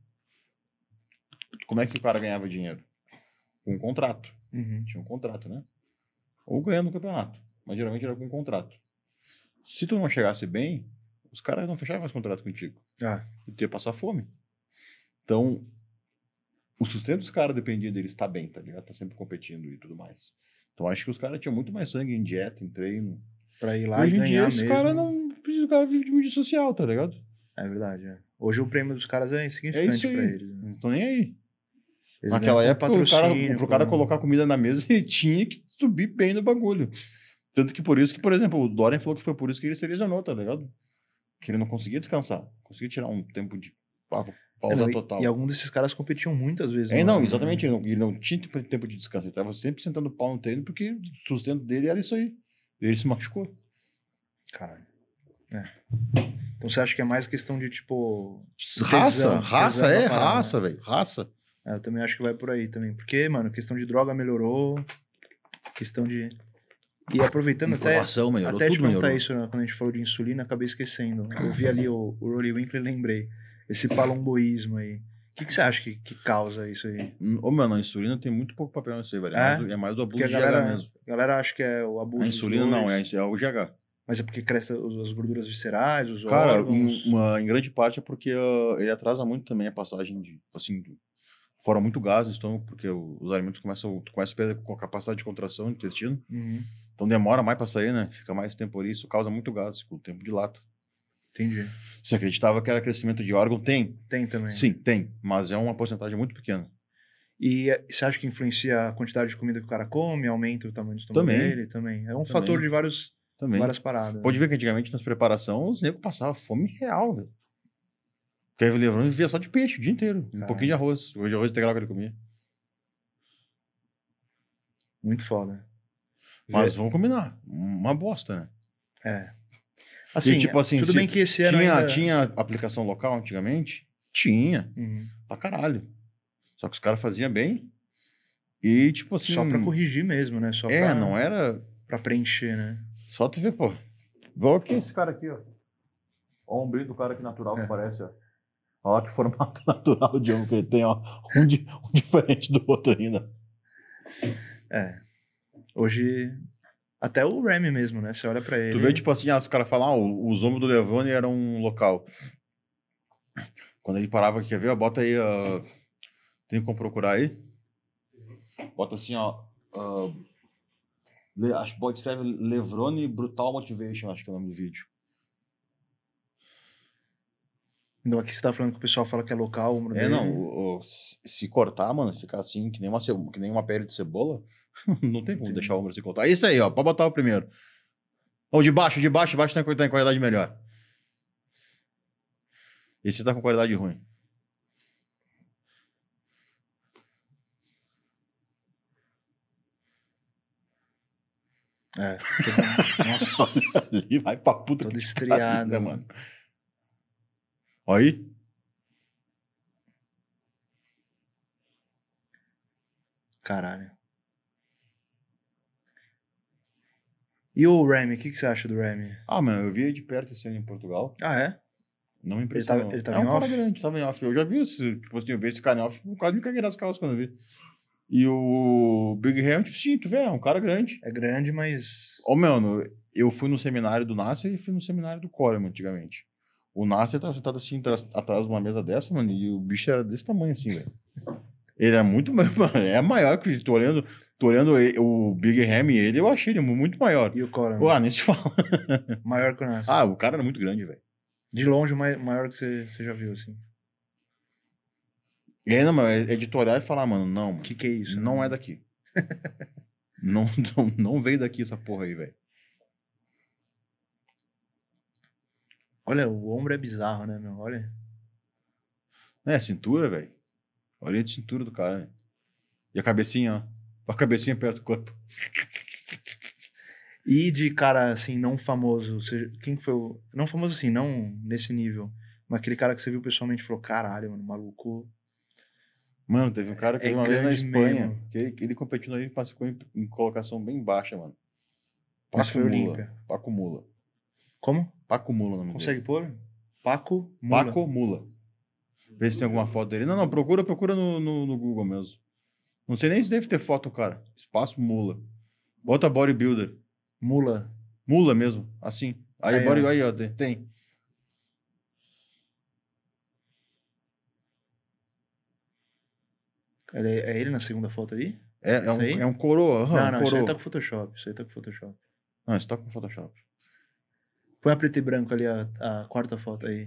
como é que o cara ganhava dinheiro? Com um contrato. Uhum. Tinha um contrato, né? Ou ganhando o campeonato. Mas geralmente era com um contrato. Se tu não chegasse bem, os caras não fechavam mais contrato contigo. Ah, E tu ia passar fome. Então, o sustento dos caras dependia deles estar bem, tá ligado? Tá sempre competindo e tudo mais. Então, acho que os caras tinham muito mais sangue em dieta, em treino. pra ir lá Hoje e em dia, ganhar esses mesmo. caras não... Os caras vivem de mídia social, tá ligado? É verdade, é. Hoje o prêmio dos caras é É insignificante isso aí. pra eles. Né? Não tô nem aí. Eles Naquela ganham com época, o cara, patrocínio, pro cara com- colocar comida na mesa, ele tinha que subir bem no bagulho. Tanto que por isso que, por exemplo, o Dorian falou que foi por isso que ele se lesionou, tá ligado? Que ele não conseguia descansar. Conseguia tirar um tempo de pa- É, pausa não, e- total. E alguns desses caras competiam muitas vezes. É, no não, ano, exatamente. né? Ele não, ele não tinha tempo tempo de descanso. Ele tava sempre sentando pau no treino porque o sustento dele era isso aí. Ele se machucou. Caralho. É. Então você acha que é mais questão de, tipo... Raça, tesão, raça, tesão é, da parada, raça, né? velho. Raça. É, eu também acho que vai por aí também. Porque, mano, questão de droga melhorou. Questão de... E aproveitando até... Informação melhorou, Até te tudo perguntar melhorou. isso, né, quando a gente falou de insulina, acabei esquecendo. Eu vi ali o, o Rolly Winkler e lembrei. Esse palomboísmo aí. O que, que você acha que, que causa isso aí? Ô, mano, a insulina tem muito pouco papel nisso aí, velho. É, É? mais, do- é mais do Porque abuso a de G H galera, mesmo. a galera acha que é o abuso A dos insulina não, é, dois. é o G H. Mas é porque cresce os- as gorduras viscerais, os Cara, órgãos. em, uma, em grande parte é porque uh, ele atrasa muito também a passagem de, assim, fora muito gás no estômago, porque o- os alimentos começam, tu começa a perder com a capacidade de contração no intestino, Uhum, então demora mais pra sair, né? Fica mais tempo ali, isso causa muito gás, com o tempo dilata. entendi. Você acreditava que era crescimento de órgão? Tem. Tem também. Sim, tem, mas é uma porcentagem muito pequena. E eh, você acha que influencia a quantidade de comida que o cara come, aumenta o tamanho do estômago Também. dele? Também. É um Também. fator de vários, Também. várias paradas. Pode né? ver que antigamente nas preparações os negros passavam fome real, velho. Porque aí lembrando vivia só de peixe o dia inteiro. Um Caralho. pouquinho de arroz. O de arroz integral que ele comia. Muito foda. Mas Vê- vamos combinar. Uma bosta, né? É. Assim, E, tipo assim, tudo se bem que esse ano tinha, ainda... tinha aplicação local antigamente? Tinha. Uhum. Pra caralho. Só que os caras faziam bem. E, tipo assim... Só pra corrigir mesmo, né? Só É, pra, não era... pra preencher, né? Só tu ver, pô. Igual aqui esse cara aqui, ó. Ó o ombrinho do cara aqui natural É. que parece, ó. Olha que formato natural de ombro que ele tem, ó. Um, di- um diferente do outro ainda. É. Hoje... Até o Remy mesmo, né? Você olha pra ele... Tu vê, tipo assim, ah, os caras falam, ah, o- os ombros do Levone eram um local. Quando ele parava, quer ver? Ó, bota aí, ó, tem como procurar aí? Bota assim, ó. ó, Le- acho que pode escrever Levrone Brutal Motivation, acho que é o nome do vídeo. Então aqui você tá falando que o pessoal fala que é local, o ombro É, dele. não, o- o- se se cortar, mano, ficar assim, que nem uma, ce- que nem uma pele de cebola, não tem como Entendi. deixar o ombro assim cortar. Isso aí, ó, pode botar o primeiro. Ou de baixo, de baixo, de baixo tem, tem qualidade melhor. Esse tá com qualidade ruim. É. todo- Nossa, Ali vai pra puta todo que estriado, pariu, né, mano. Olha aí. Caralho. E o Remy, o que, que você acha do Remy? Ah, mano, eu vi ele de perto esse ano em Portugal. Ah, é? Não me Ele impressionou. tava, ele tava é um em cara off? grande, tava em off. Eu já vi esse, tipo assim, eu vi esse cara em off, quase me caguei nas calças quando eu vi. E o Big Ham, tipo, sim, tu vê, é um cara grande. É grande, mas... Ô, mano, eu fui no seminário do Nasser e fui no seminário do Coleman antigamente. O Nasser tava sentado assim, atrás, atrás de uma mesa dessa, mano, e o bicho era desse tamanho assim, velho. Ele é muito, mano, é maior que tô olhando, tô olhando ele- o Big Ham e ele, eu achei ele muito maior. E o Cora? Ah, nem se fala. Maior que o Nasser. Ah, o cara era muito grande, velho. De longe, o mai- maior que você, você já viu, assim. É, não, mas é editorial e falar, mano, não, O mano, que que é isso? não né? é daqui. não, não, não veio daqui essa porra aí, velho. Olha, o ombro é bizarro, né, meu? Olha. É, cintura, velho. Olha a de cintura do cara, né? E a cabecinha, ó. A cabecinha perto do corpo. E de cara, assim, não famoso, você, quem que foi o... Não famoso assim, não nesse nível, mas aquele cara que você viu pessoalmente e falou, caralho, mano, maluco... Mano, teve um cara que É eu vi uma vez na grande Espanha, mesmo. que ele, ele competindo aí, ficou em, em colocação bem baixa, mano. Mas Paco foi Mula. Olímpia. Paco Mula. Como? Paco Mula, o nome Consegue dele. pôr? Paco Mula. Paco Mula. Vê se tem alguma foto dele. Não, não, procura, procura no, no, no Google mesmo. Não sei nem se deve ter foto, cara. Espaço Mula. Bota bodybuilder. Mula. Mula mesmo, assim. Aí, Aí, body, ó. aí ó, tem- tem. Ele- É ele na segunda foto aí? É, é, Isso um, aí? é um coroa. aham, não, um não, isso aí coroa. tá com Photoshop. Isso aí tá com Photoshop. Não, isso tá com Photoshop. Põe a preto e branco ali, a, a quarta foto aí.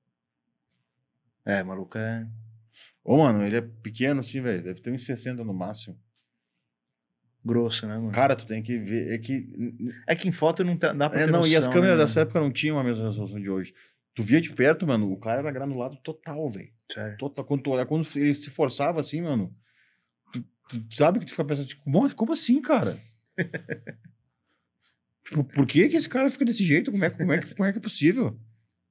É, maluco, é... Ô, mano, ele é pequeno assim, velho. Deve ter uns sessenta no máximo. grosso, né, mano? Cara, tu tem que ver. É que. É que em foto não tá- dá pra É, ter não, e as noção, câmeras né, dessa mano? época não tinham a mesma resolução de hoje. Tu via de perto, mano, o cara era granulado total, velho. Sério. Total. Quando, tu olha, quando ele se forçava assim, mano. Tu, tu sabe que tu fica pensando, tipo, como, como assim, cara? Tipo, por que que esse cara fica desse jeito? Como é, como é, que, como é que é possível?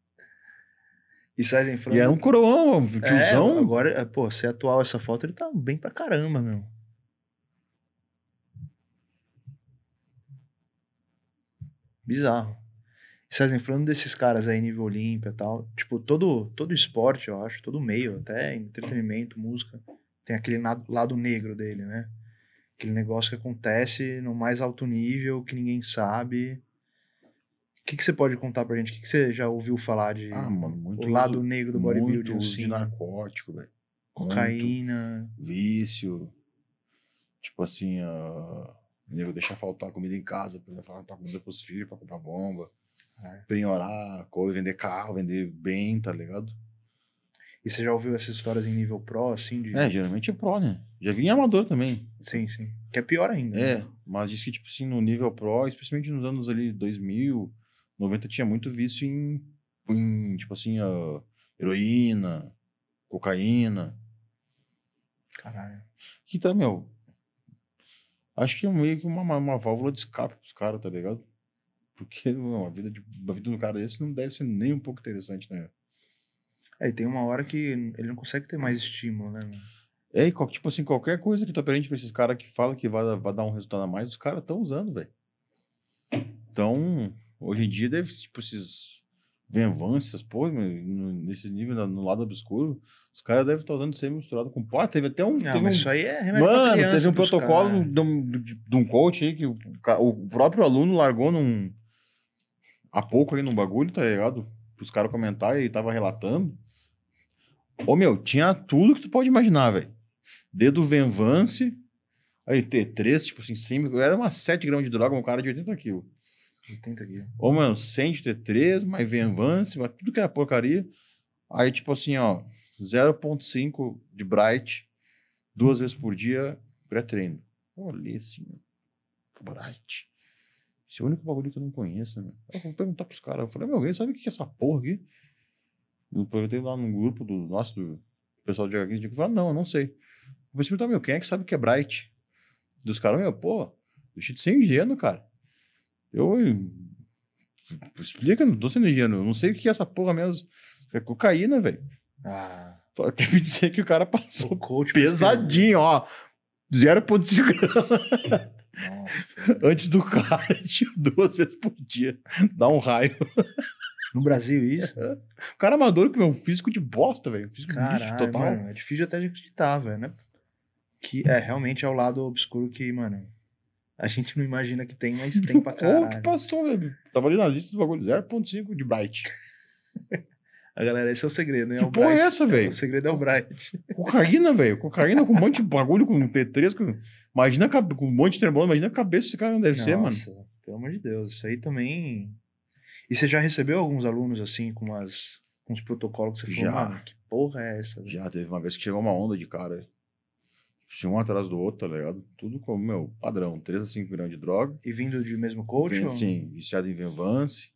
E César em E era um coroão, um É, tiozão. agora, é, pô, se é atual essa foto, ele tá bem pra caramba, meu. Bizarro. César, falando desses caras aí, nível Olímpia e tal, tipo, todo, todo esporte, eu acho, todo meio, até entretenimento, música, tem aquele na- lado negro dele, né? Aquele negócio que acontece no mais alto nível, que ninguém sabe. O que, que você pode contar pra gente? O que, que você já ouviu falar Ah, de mano, o muito lado uso, negro do muito bodybuilding, uso de assim? narcótico, velho. Muito Cocaína. vício. Tipo assim, uh, nego deixar faltar comida em casa, pra faltar comida pros filhos, pra comprar bomba. É. Penhorar, coisa, vender carro, vender bem, tá ligado? E você já ouviu essas histórias em nível pro, assim, de... É, geralmente é pro, né? Já vi em amador também. Sim, sim. Que é pior ainda, É, né? mas diz que, tipo assim, no nível pro, especialmente nos anos ali dois mil, noventa, tinha muito vício em, em tipo assim, uh, heroína, cocaína. Caralho. Que tá, meu, acho que é meio que uma, uma válvula de escape pros caras, tá ligado? Porque meu, a vida de, a vida do cara desse não deve ser nem um pouco interessante, né? É, e tem uma hora que ele não consegue ter mais estímulo, né, mano? É, e qual- tipo assim, qualquer coisa que tu apresente pra esses caras que fala que vai, vai dar um resultado a mais, os caras estão usando, velho. Então, hoje em dia deve, tipo, esses Venvâncias, pô, meu, no- nesse nível, no, no lado obscuro, os caras devem estar usando semi misturado com pó. Teve até um, Não, teve mas um, isso aí é remédio pra mano, teve criança um dos protocolo caras. de um, de- de um coach aí que o, ca- o próprio aluno largou num, há pouco aí num bagulho, tá ligado? Os caras comentarem e tava relatando. Ô, meu, tinha tudo que tu pode imaginar, velho. Dedo Venvance, aí T três, tipo assim, cem, era umas sete gramas de droga, um cara de oitenta quilos. oitenta aqui. Ô, mano, cem de T três, mais Venvance, mas tudo que era porcaria. Aí, tipo assim, ó, zero ponto cinco de Bright, duas vezes por dia, pré-treino. Olha assim, Bright. Esse é o único bagulho que eu não conheço, né, meu? Eu vou perguntar pros caras. Eu falei, meu, alguém sabe o que é essa porra aqui? Eu perguntei lá no grupo do nosso, do pessoal de H quinze, eu falei, não, eu não sei. Eu pensei, meu, quem é que sabe o que é Bright? Dos caras, meu, pô, deixa de ser ingênuo, cara. Eu, eu explica, não tô sendo ingênuo, eu não sei o que é essa porra mesmo. É cocaína, velho. Ah, Quer me dizer que o cara passou o coach pesadinho, ó. zero ponto cinco gramas. Nossa. Antes do cara, tipo, duas vezes por dia. Dá um raio. No Brasil, isso? O cara amador com meu físico de bosta, velho. Físico lixo Caralho, total. mano, é difícil até de acreditar, velho, né? Que é, realmente é o lado obscuro que, mano, a gente não imagina que tem, mas tem pra Ou que caralho. passou, velho. Tava ali na lista do bagulho. zero ponto cinco de Bright. A galera, esse é o segredo, né? Que O porra Bright. é essa, velho? O segredo é o Bright. Cocaína, velho. Cocaína com um monte de bagulho, com T três. Com... Imagina a cabe- com um monte de trembolona. Imagina a cabeça desse cara não deve ser, mano. Nossa, pelo amor de Deus, isso aí também. E você já recebeu alguns alunos assim com umas com uns protocolos que você falou, Já. mano, que porra é essa? Velho? Já teve uma vez que chegou uma onda de cara. Tipo, um atrás do outro, tá ligado? Tudo como, meu, padrão. três a cinco gramas de droga. E vindo de mesmo coach? Vem ou- assim, viciado em Venvance.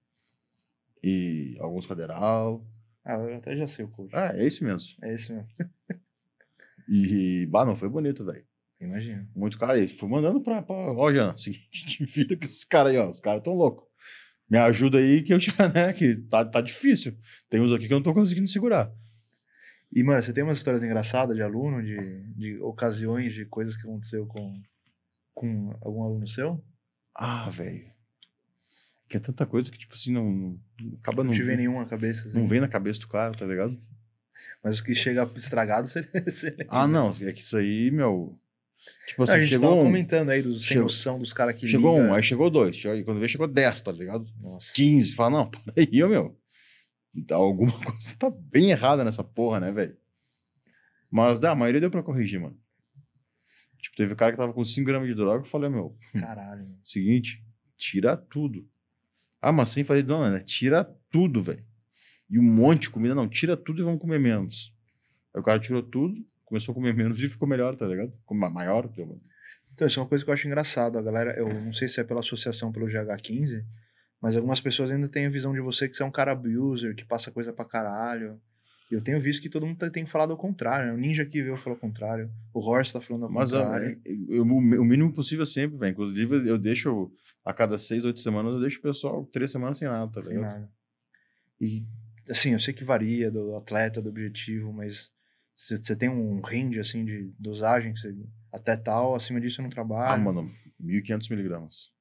E alguns caderal. Ah, eu até já sei o coach. Ah, é isso mesmo. É esse mesmo. E, bah, não, foi bonito, velho. Imagina. Muito cara. E fui mandando pra, pra ó, Jean, seguinte, te vira com esses caras aí, ó. Os caras tão loucos. Me ajuda aí que eu já, né, que tá, tá difícil. Tem uns aqui que eu não tô conseguindo segurar. E, mano, você tem umas histórias engraçadas de aluno, de, de ocasiões, de coisas que aconteceu com, com algum aluno seu? Ah, velho. Que é tanta coisa que, tipo assim, não. não acaba Não não. te vem Não, nenhuma cabeça assim. não vem na cabeça do cara, tá ligado? Mas os que chega estragado, você, você lembra. Ah, não. É que isso aí, meu. Tipo Não, a assim, gente chegou tava um. comentando aí dos sem chegou- noção dos caras que Chegou liga... um, aí chegou dois. Chegou- e quando veio, chegou dez, tá ligado? Nossa. quinze. Fala, não, peraí, ô, meu. Alguma coisa tá bem errada nessa porra, né, velho? Mas dá, a maioria deu pra corrigir, mano. Tipo, teve cara que tava com cinco gramas de droga, eu falei, meu, Caralho. Mano. seguinte, tira tudo. Ah, mas sem fazer, não, né? Tira tudo, velho. E um monte de comida, não, tira tudo e vamos comer menos. Aí o cara tirou tudo, começou a comer menos e ficou melhor, tá ligado? Ficou ma- maior, pelo menos. Então, isso é uma coisa que eu acho engraçado. A galera, eu não sei se é pela associação pelo G H quinze, mas algumas pessoas ainda têm a visão de você que você é um cara abuser, que passa coisa pra caralho. E eu tenho visto que todo mundo tá- tem falado ao contrário. Né? O Ninja que veio falou ao contrário. O Horst tá falando ao Mas ah, contrário. é, eu- o o mínimo possível sempre, velho. Inclusive, eu deixo, a cada seis, oito semanas, eu deixo o pessoal três semanas sem nada, tá Sem ligado? nada. E, assim, eu sei que varia do atleta, do objetivo, mas você você tem um range, assim, de dosagem, que você, até tal, acima disso eu não Ah, trabalho. mano, mil e quinhentos miligramas.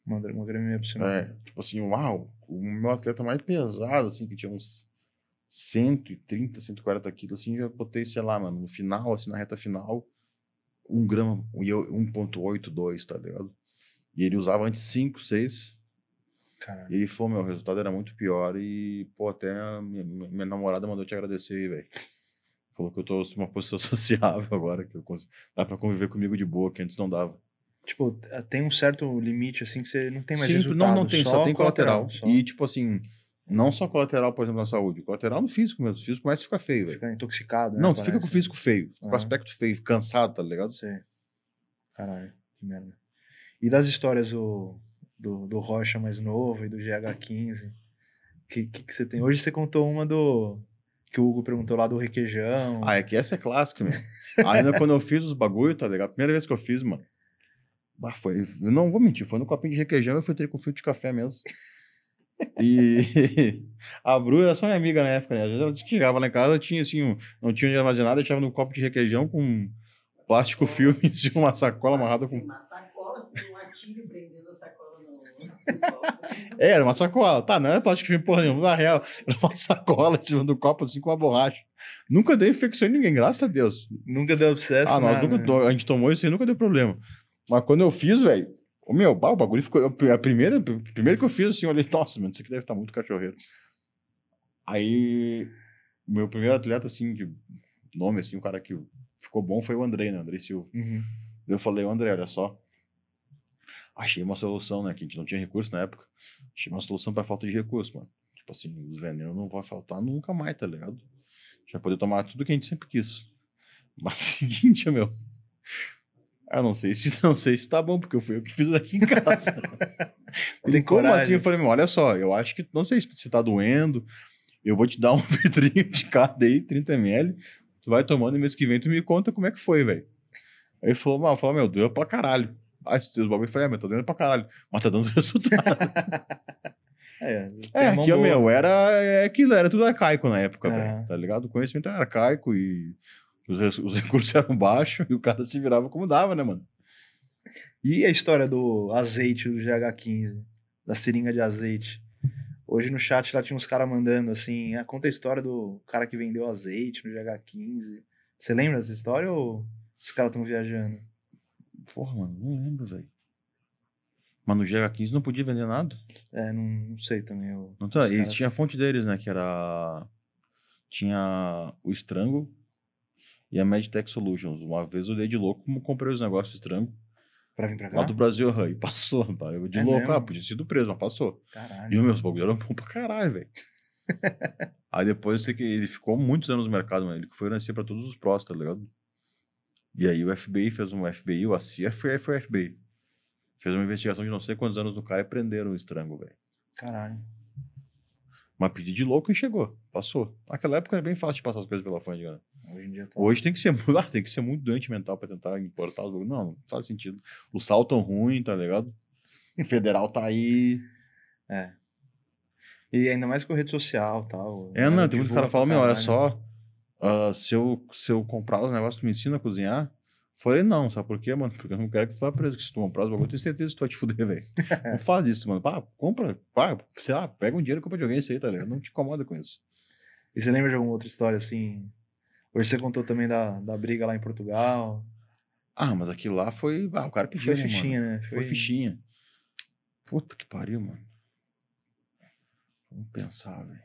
Uma, uma graminha por semana. É, tipo assim, uau, o meu atleta mais pesado, assim, que tinha uns cento e trinta, cento e quarenta quilos, assim, já botei, sei lá, mano, no final, assim, na reta final, um grama, e eu um ponto oitenta e dois, tá ligado? E ele usava antes cinco, seis. Caralho. E ele falou, meu, o resultado era muito pior e, pô, até a minha, minha namorada mandou te agradecer aí, velho. Falou que eu tô numa posição sociável agora, que eu consigo, dá pra conviver comigo de boa, que antes não dava. Tipo, tem um certo limite, assim, que você não tem mais Sim, resultado. não, não tem, só, só tem colateral. colateral só... E, tipo assim, não só colateral, por exemplo, na saúde, colateral no físico mesmo. O físico começa a ficar feio, velho. Fica intoxicado, né? Não, tu parece, fica com o físico feio, fica uhum. com o aspecto feio, cansado, tá ligado? Sei. Caralho, que merda. E das histórias do, do, do Rocha mais novo e do G H quinze, o que, que, que você tem? Hoje você contou uma do... que o Hugo perguntou lá do requeijão. Ah, é que essa é clássica, meu. Ainda quando eu fiz os bagulho, tá ligado? A primeira vez que eu fiz, mano. Bah, foi. Eu não vou mentir, foi no copinho de requeijão eu fui ter com filtro de café mesmo. E a Bru era só minha amiga na época, né? Às vezes ela chegava lá em casa, tinha assim, um, não tinha onde armazenar, deixava no copo de requeijão com plástico filme em cima, uma sacola amarrada com. Uma sacola com um atilho prendendo a sacola no, no copo. É, era uma sacola. Tá, não era plástico filme porra nenhuma, na real. Era uma sacola em cima do copo, assim, com uma borracha. Nunca deu infecção em ninguém, graças a Deus. Nunca deu abscesso, Ah, nós nada, nunca, né? a gente tomou isso e nunca deu problema. Mas quando eu fiz, velho, o meu, bah, o bagulho ficou. A primeira, primeiro que eu fiz, assim, eu olhei, nossa, mano, isso aqui deve estar muito cachorreiro. Aí, o meu primeiro atleta, assim, de nome, assim, um cara que ficou bom foi o Andrei, né? Andrei Silva. Uhum. Eu falei, o André, olha só. Achei uma solução, né? Que a gente não tinha recurso na época. Achei uma solução pra falta de recurso, mano. Tipo assim, os venenos não vão faltar nunca mais, tá ligado? A gente vai poder tomar tudo que a gente sempre quis. Mas seguinte, meu. Eu não sei se não sei se tá bom, porque eu fui eu que fiz aqui em casa. Tem como coragem. assim? Eu falei, meu, olha só, eu acho que não sei se, se tá doendo. Eu vou te dar um vidrinho de cada aí, trinta mililitros. Tu vai tomando e mês que vem tu me conta como é que foi, velho. Aí ele falou, mal, falou, meu, doeu pra caralho. Ah, esse bagulho, eu falei, é, meu, tô doendo pra caralho. Mas tá dando resultado. É, É, aqui, ó, meu, era é aquilo, era tudo arcaico na época, É. velho, tá ligado? O conhecimento era arcaico e os, res- os recursos eram baixos e o cara se virava como dava, né, mano? E a história do azeite do G H quinze, da seringa de azeite? Hoje no chat lá tinha uns caras mandando assim, ah, conta a história do cara que vendeu azeite no G H quinze. Você lembra dessa história ou os caras estão viajando? Porra, mano, não lembro, velho. Mas no G H quinze não podia vender nada. É, não, não sei também. Eu, Não tá, os e caras- tinha a fonte deles, né, que era... Tinha o Strango e a Medtech Solutions. Uma vez eu dei de louco, como comprei os negócios de Strango Pra vir pra cá? lá do Brasil, aham, e passou, tá? Eu de É louco, mesmo? ah, podia ter sido preso, mas passou. Caralho. E os meus bagulho eram bom pra caralho, velho. Aí depois eu sei que ele ficou muitos anos no mercado, mano. Ele foi fornecer pra todos os prós, tá ligado? E aí o F B I fez um F B I, o C I A foi, foi o F B I. Fez uma investigação de não sei quantos anos no cara e prenderam o Strango, velho. Caralho. Mas pedi de louco e chegou. Passou. Naquela época era bem fácil de passar as coisas pela alfândega, né? Hoje em dia tá... Hoje tem que ser, mu- ah, tem que ser muito doente mental pra tentar importar os bagulhos. Não, não faz sentido. O sal tão ruim, tá ligado? O federal tá aí. É. E ainda mais com rede social e tal. É, não, tem muito divulga cara que fala, pra meu, olha caralho. só, ah, se, eu, se eu comprar os negócios, tu me ensina a cozinhar? Falei, não, sabe por quê, mano? Porque eu não quero que tu vá preso, que se tu comprar os bagulho, eu tenho certeza que tu vai te fuder, velho. Não faz isso, mano. Pá, compra, pá, sei lá, pega um dinheiro e compra de alguém isso aí, tá ligado? Não te incomoda com isso. E você lembra de alguma outra história assim? Hoje você contou também da, da briga lá em Portugal. Ah, mas aquilo lá foi, ah, o cara pediu, Foi né, fichinha, mano? né? Foi fichinha. Puta que pariu, mano. Vamos pensar, velho.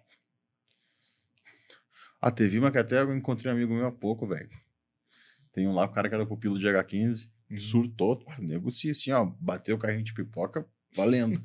Ah, teve uma que até eu encontrei um amigo meu há pouco, velho. Tem um lá, o cara que era pupilo de H quinze, Uhum. surtou, o nego se assim, ó, bateu o carrinho de pipoca, valendo.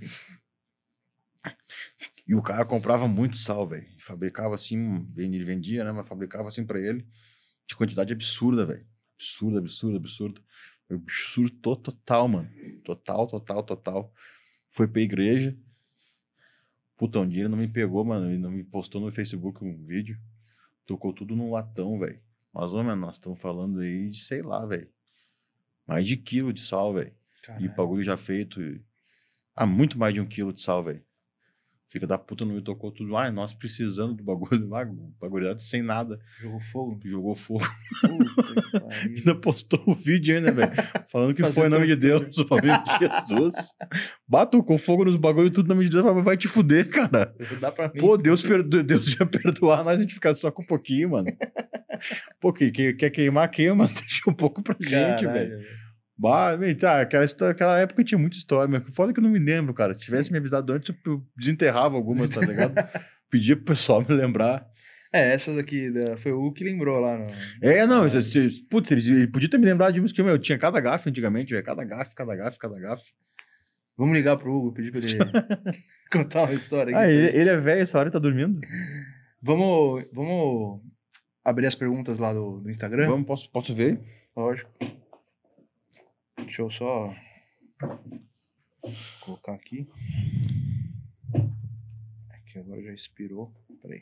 E o cara comprava muito sal, velho. Fabricava assim, ele vendia, né, mas fabricava assim pra ele, de quantidade absurda, velho. Absurda, absurda, absurda. O bicho surtou total, mano. Total, total, total. Foi pra igreja. Puta, um dia ele não me pegou, mano. Ele não me postou no Facebook um vídeo. Tocou tudo num latão, velho. Mas, ô, mano, nós estamos falando aí de, sei lá, velho. Mais de quilo de sal, velho. E Caralho. bagulho já feito. Ah, muito mais de um quilo de sal, velho. Filha da puta não me tocou tudo. Ai, nós precisando do bagulho. Ah, bagulhado sem nada. Jogou fogo? Jogou fogo. Puta que pariu. Ainda postou o vídeo ainda, velho. Falando que Fazer foi em nome de tortura. Deus, o nome de Jesus. Bata com fogo nos bagulhos, tudo em nome de Deus. Vai- Vai te fuder, cara. Dá pra mim. Pô, Deus, perdo... Deus ia perdoar nós, a gente ficar só com um pouquinho, mano. Pô, que, que, quer queimar, queima, mas deixa um pouco pra gente, Caralho, velho. Bah, bem, tá, aquela, história- aquela época tinha muita história, mas foda que eu não me lembro, cara. Se tivesse me avisado antes, eu desenterrava algumas, tá ligado? Pedia pro pessoal me lembrar. É, essas aqui, da- foi o Hugo que lembrou lá. No... É, não, se- putz, ele, ele podia ter me lembrado de música, eu tinha cada gafe antigamente, velho. Cada gafe, cada gafe, cada gafe. Vamos ligar pro Hugo, pedir pra ele contar uma história aqui. Ah, ele, ele é velho, essa hora ele tá dormindo. Vamos, vamos abrir as perguntas lá do, do Instagram? Vamos, posso, posso ver? Lógico. Deixa eu só colocar aqui. Aqui agora já expirou. Peraí.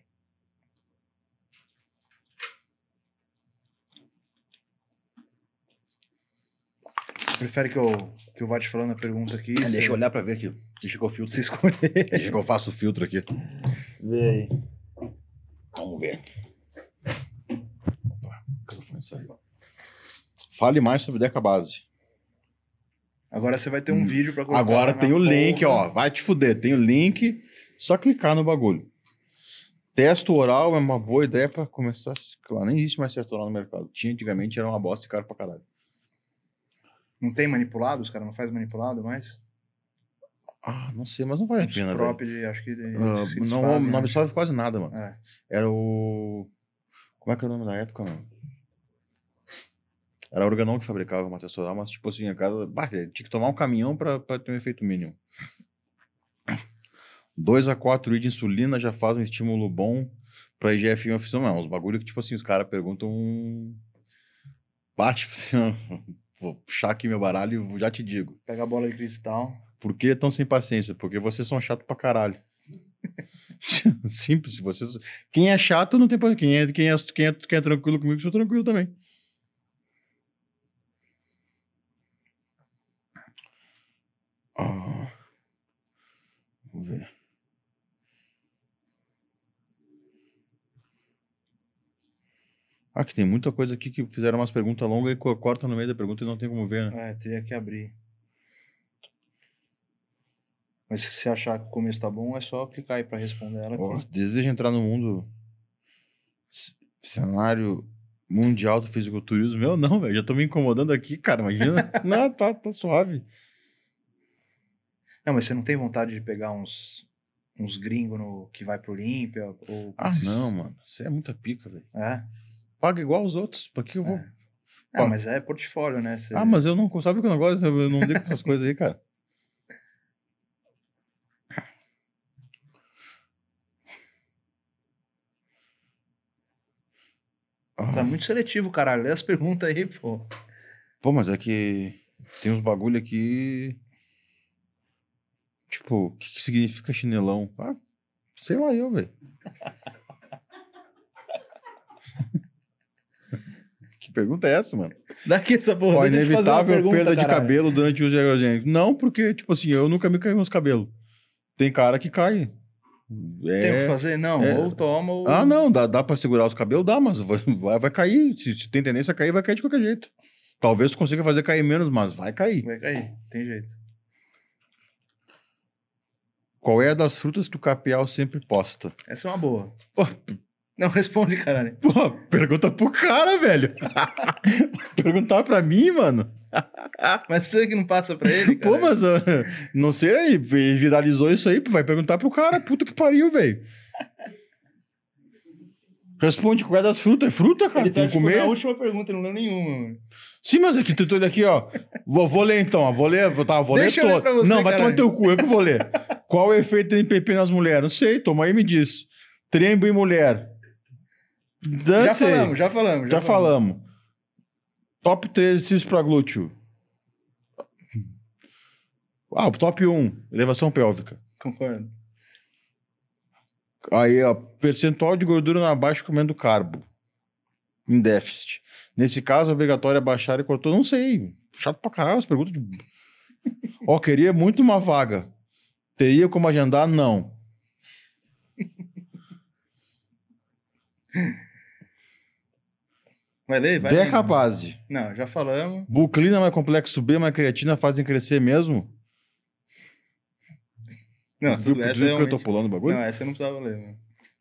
Prefere que eu, que eu vá te falando a pergunta aqui? Ah, deixa Você- eu olhar pra ver aqui. Deixa que eu filtro. Você escolher. Deixa que eu faço o filtro aqui. Vê aí. Vamos ver. Opa, o microfone saiu. Fale mais sobre Deca Base. Agora você vai ter um Hum. vídeo pra colocar Agora na tem o link, porra. ó. Vai te fuder. Tem o link. Só clicar no bagulho. Testo oral é uma boa ideia pra começar a ciclar. Nem existe mais testo oral no mercado. Tinha antigamente, era uma bosta e caro pra caralho. Não tem manipulado? Os caras não fazem manipulado mais? Ah, não sei, mas não vale a Os pena, velho. cropped, acho que Ah, se não, desfazem, não acho. absorve quase nada, mano. É. Era o... Como é que é o nome da época, mano? Era a Organon que fabricava uma testo oral, mas tipo assim, a casa... Bah, tinha que tomar um caminhão pra, pra ter um efeito mínimo. dois a quatro I de insulina já faz um estímulo bom pra I G F um oficial. Não, uns bagulho que tipo assim, os caras perguntam... Bah, tipo assim, ó, vou puxar aqui meu baralho e já te digo. Pega a bola de cristal. Por que tão sem paciência? Porque vocês são chatos pra caralho. Simples, vocês... Quem é chato não tem paciência. Quem é, quem, é, quem, é, quem é tranquilo comigo, sou tranquilo também. Ah, vamos ver. Ah, que tem muita coisa aqui que fizeram umas perguntas longas e co- cortam no meio da pergunta e não tem como ver, né? É, teria que abrir. Mas se você achar que o começo tá bom, é só clicar aí pra responder ela. Ó, aqui. deseja entrar no mundo c- cenário mundial do fisiculturismo? Meu, não, velho. Já tô me incomodando aqui, cara. Imagina. Não, tá, tá suave. Não, mas você não tem vontade de pegar uns, uns gringos no, que vai pro Olímpia? Ou... Ah, não, mano. Isso é muita pica, velho. É? Paga igual os outros. Pra que eu vou. É. Ah, mas é portfólio, né? Você... Ah, mas eu não. Sabe que eu não gosto? Eu não ligo com essas coisas aí, cara. Tá Ah, muito seletivo, caralho. Lê as perguntas aí, pô. pô, mas é que tem uns bagulho aqui. Tipo, o que, que significa chinelão? Ah, sei lá eu, velho. Que pergunta é essa, mano? Daqui essa porra. Ó, deixa eu te fazer uma inevitável pergunta, perda de caralho. cabelo durante o uso de erosões. Não, porque, tipo assim, eu nunca me caí nos cabelos. Tem cara que cai. Tem o É... que fazer? Não, é. ou toma ou... Ah, não, dá, dá pra segurar os cabelos? Dá, mas vai, vai, vai cair. Se, se tem tendência a cair, vai cair de qualquer jeito. Talvez tu consiga fazer cair menos, mas vai cair. Vai cair, tem jeito. Qual é a das frutas que o Capial sempre posta? Essa é uma boa. Pô, Não, responde, caralho. pô, pergunta pro cara, velho. Perguntar pra mim, mano. Mas você que não passa pra ele, cara. Pô, mas ó, não sei, ele viralizou isso aí, pô, vai perguntar pro cara, puta que pariu, velho. Responde qual é das frutas. É fruta, cara, Ele tá tem que tipo, comer. na última pergunta, não leu nenhuma. mano. Sim, mas aqui tem tudo aqui, ó. Vou, vou ler então, ó. Vou ler, vou, tá, vou Deixa eu ler ler todo. pra você, Não, vai caralho. tomar teu cu, eu que vou ler. Qual é o efeito do M P P nas mulheres? Não sei, toma aí e me diz. Trembo em mulher. Não Já sei. falamos, já falamos. Já falamos. Top três exercícios para glúteo. Ah, o top um, elevação pélvica. Concordo. Aí, ó, percentual de gordura na baixa comendo carbo. Em déficit. Nesse caso, é obrigatório baixar e cortou. Não sei. Chato pra caralho as perguntas de... Ó, queria muito uma vaga. Teria como agendar? Não. Vai ler? Vai Deca lendo. base. Não, já falamos. Buclina mais complexo B mais creatina fazem crescer mesmo? Não, Tu tudo viu, tu essa viu porque eu tô realmente... pulando o bagulho? Não, essa eu não precisava ler, mano.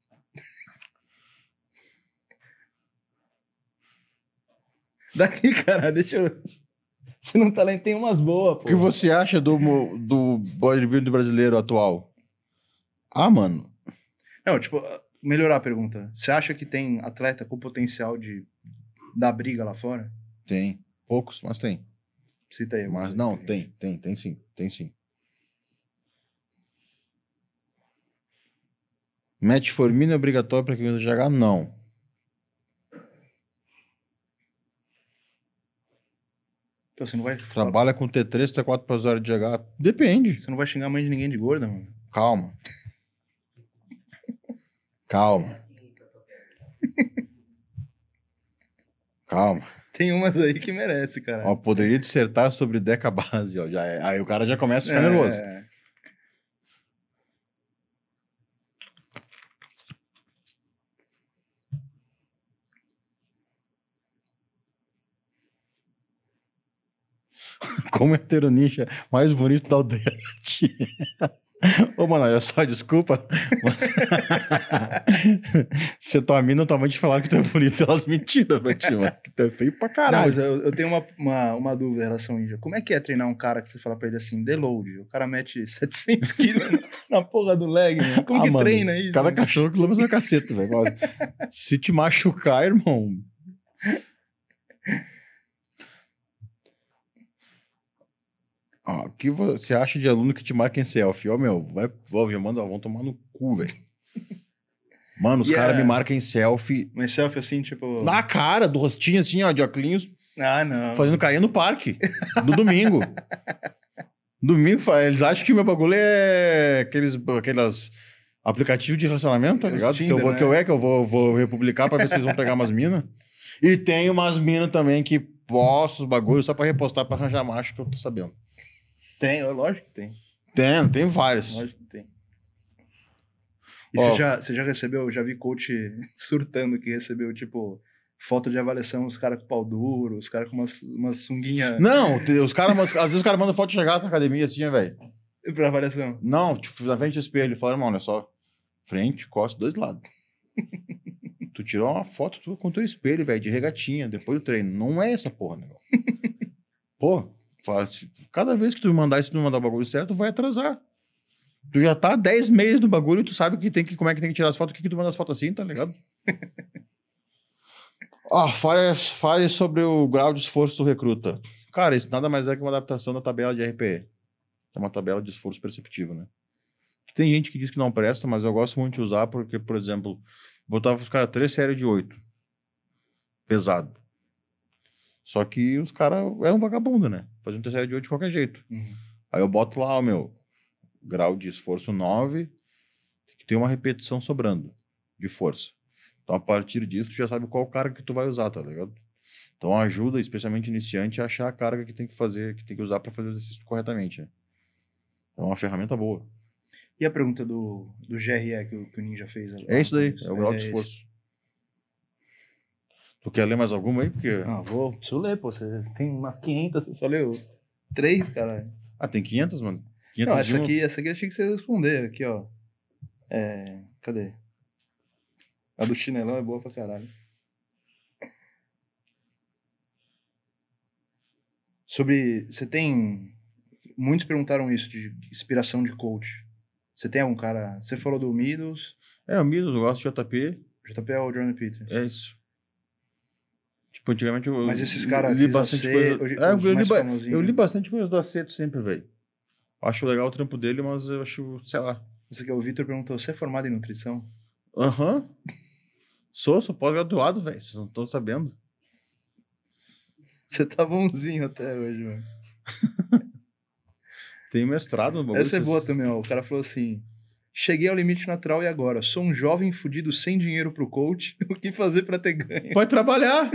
Daqui, cara, deixa eu... Você não tá lendo, tem umas boas, O pô. que você acha do, mo- do bodybuilding brasileiro atual? Ah, mano. Não, tipo, melhorar a pergunta. Você acha que tem atleta com potencial de dar briga lá fora? Tem. Poucos, mas tem. Cita aí. alguns Mas aí. não, tem, tem, tem sim. Tem sim. Metformina é obrigatório para quem usa G H? Não. Pô, você não vai... Trabalha com T três, T quatro para usuário de G H? Depende. Você não vai xingar a mãe de ninguém de gorda, mano? Calma. Calma. Calma. Tem umas aí que merece, cara. Ó, poderia dissertar sobre Deca base, ó. Já é- Aí o cara já começa a ficar nervoso. É... Como é ter o ninja mais bonito da aldeia. Ô, mano, olha só, desculpa. Mas... Se a tua mina ou tua mãe te falar que tu é bonito, elas mentiram pra ti, mano. Que tu é feio pra Não, caralho. mas eu, eu tenho uma, uma, uma dúvida em relação ao Índia. Como é que é treinar um cara que você fala pra ele assim, deload? O cara mete setecentos quilos na porra do leg, mano. Como Ah, que mano, treina isso? Cada mano? cachorro que lama seu cacete, velho. Se te machucar, irmão. Ó, o que você acha de aluno que te marca em selfie? Ó, meu, vai, ó, já manda, ó, vão tomar no cu, velho. Mano, os E caras a- me marcam em selfie Mas selfie assim, tipo... na cara, do rostinho assim, ó, de óculos, Ah, não. fazendo carinha no parque, no domingo. Domingo, fa- eles acham que meu bagulho é aqueles, aqueles aplicativos de relacionamento, tá Os ligado? que eu Tinder, vou, né? que eu é, que eu vou, vou republicar pra ver se eles vão pegar umas minas. E tem umas minas também que postam os bagulhos só pra repostar pra arranjar macho, que eu tô sabendo. Tem, ó, lógico que tem. Tem, tem vários. Lógico que tem. E Ó. você, já, você já recebeu, já vi coach surtando que recebeu, tipo, foto de avaliação, os caras com pau duro, os caras com umas, umas sunguinha Não, te- os caras, às vezes os caras mandam foto de chegar na academia assim, velho. pra avaliação. Não, tipo, na frente do espelho. Fala, irmão, olha só. Frente, costa, dois lados. Tu tirou uma foto tu, com teu espelho, velho, de regatinha, depois do treino. Não é essa porra, negócio. Pô, faz, cada vez que tu me mandar isso, tu me mandar o bagulho certo, vai atrasar. Tu já tá dez meses no bagulho e tu sabe que tem que, como é que tem que tirar as fotos, o que, que tu manda as fotos assim, tá ligado? Ah, fale, fale sobre o grau de esforço do recruta. Cara, isso nada mais é que uma adaptação da tabela de R P E. É uma tabela de esforço perceptivo, né? Tem gente que diz que não presta, mas eu gosto muito de usar porque, por exemplo, botava os caras três séries de oito. Pesado. Só que os caras é um vagabundo, né? Faziam três séries de oito de qualquer jeito. Uhum. Aí eu boto lá, ó, meu, grau de esforço nove, tem que ter uma repetição sobrando de força. Então, a partir disso, tu já sabe qual carga que tu vai usar, tá ligado? Então, ajuda, especialmente iniciante, a achar a carga que tem que fazer, que tem que usar para fazer o exercício corretamente. Né? É uma ferramenta boa. E a pergunta do, do G R E que o, que o Ninja fez? lá É isso no daí, começo? é o grau de esse. esforço. Tu quer ler mais alguma aí? Porque... Ah, vou. Preciso ler, pô. Você tem umas quinhentas, você só leu três, caralho. Ah, tem quinhentas, mano? quinhentas Não, essa e uma. aqui, essa aqui eu achei que você ia responder. Aqui, ó. É. Cadê? A do chinelão é boa pra caralho. Sobre. Você tem. Muitos perguntaram isso de inspiração de coach. Você tem algum cara. Você falou do Middles, É, o Midas, eu gosto de J P, J P é o Jordan Peters. é isso. Tipo, antigamente eu Mas esses caras, li Cris bastante Aceto, coisa. os É, eu, li mais ba- famosinhos. eu li bastante coisa do Aceto sempre, velho. Acho legal o trampo dele, mas eu acho, sei lá. Esse aqui, o Vitor perguntou: você é formado em nutrição? Aham. Sou, sou pós-graduado, velho. Vocês não estão sabendo. Você tá bonzinho até hoje, mano. Tenho mestrado no bagulho. Essa é vocês- boa também, ó. O cara falou assim: cheguei ao limite natural e agora? Sou um jovem fudido sem dinheiro pro coach. O que fazer pra ter ganho? Vai trabalhar.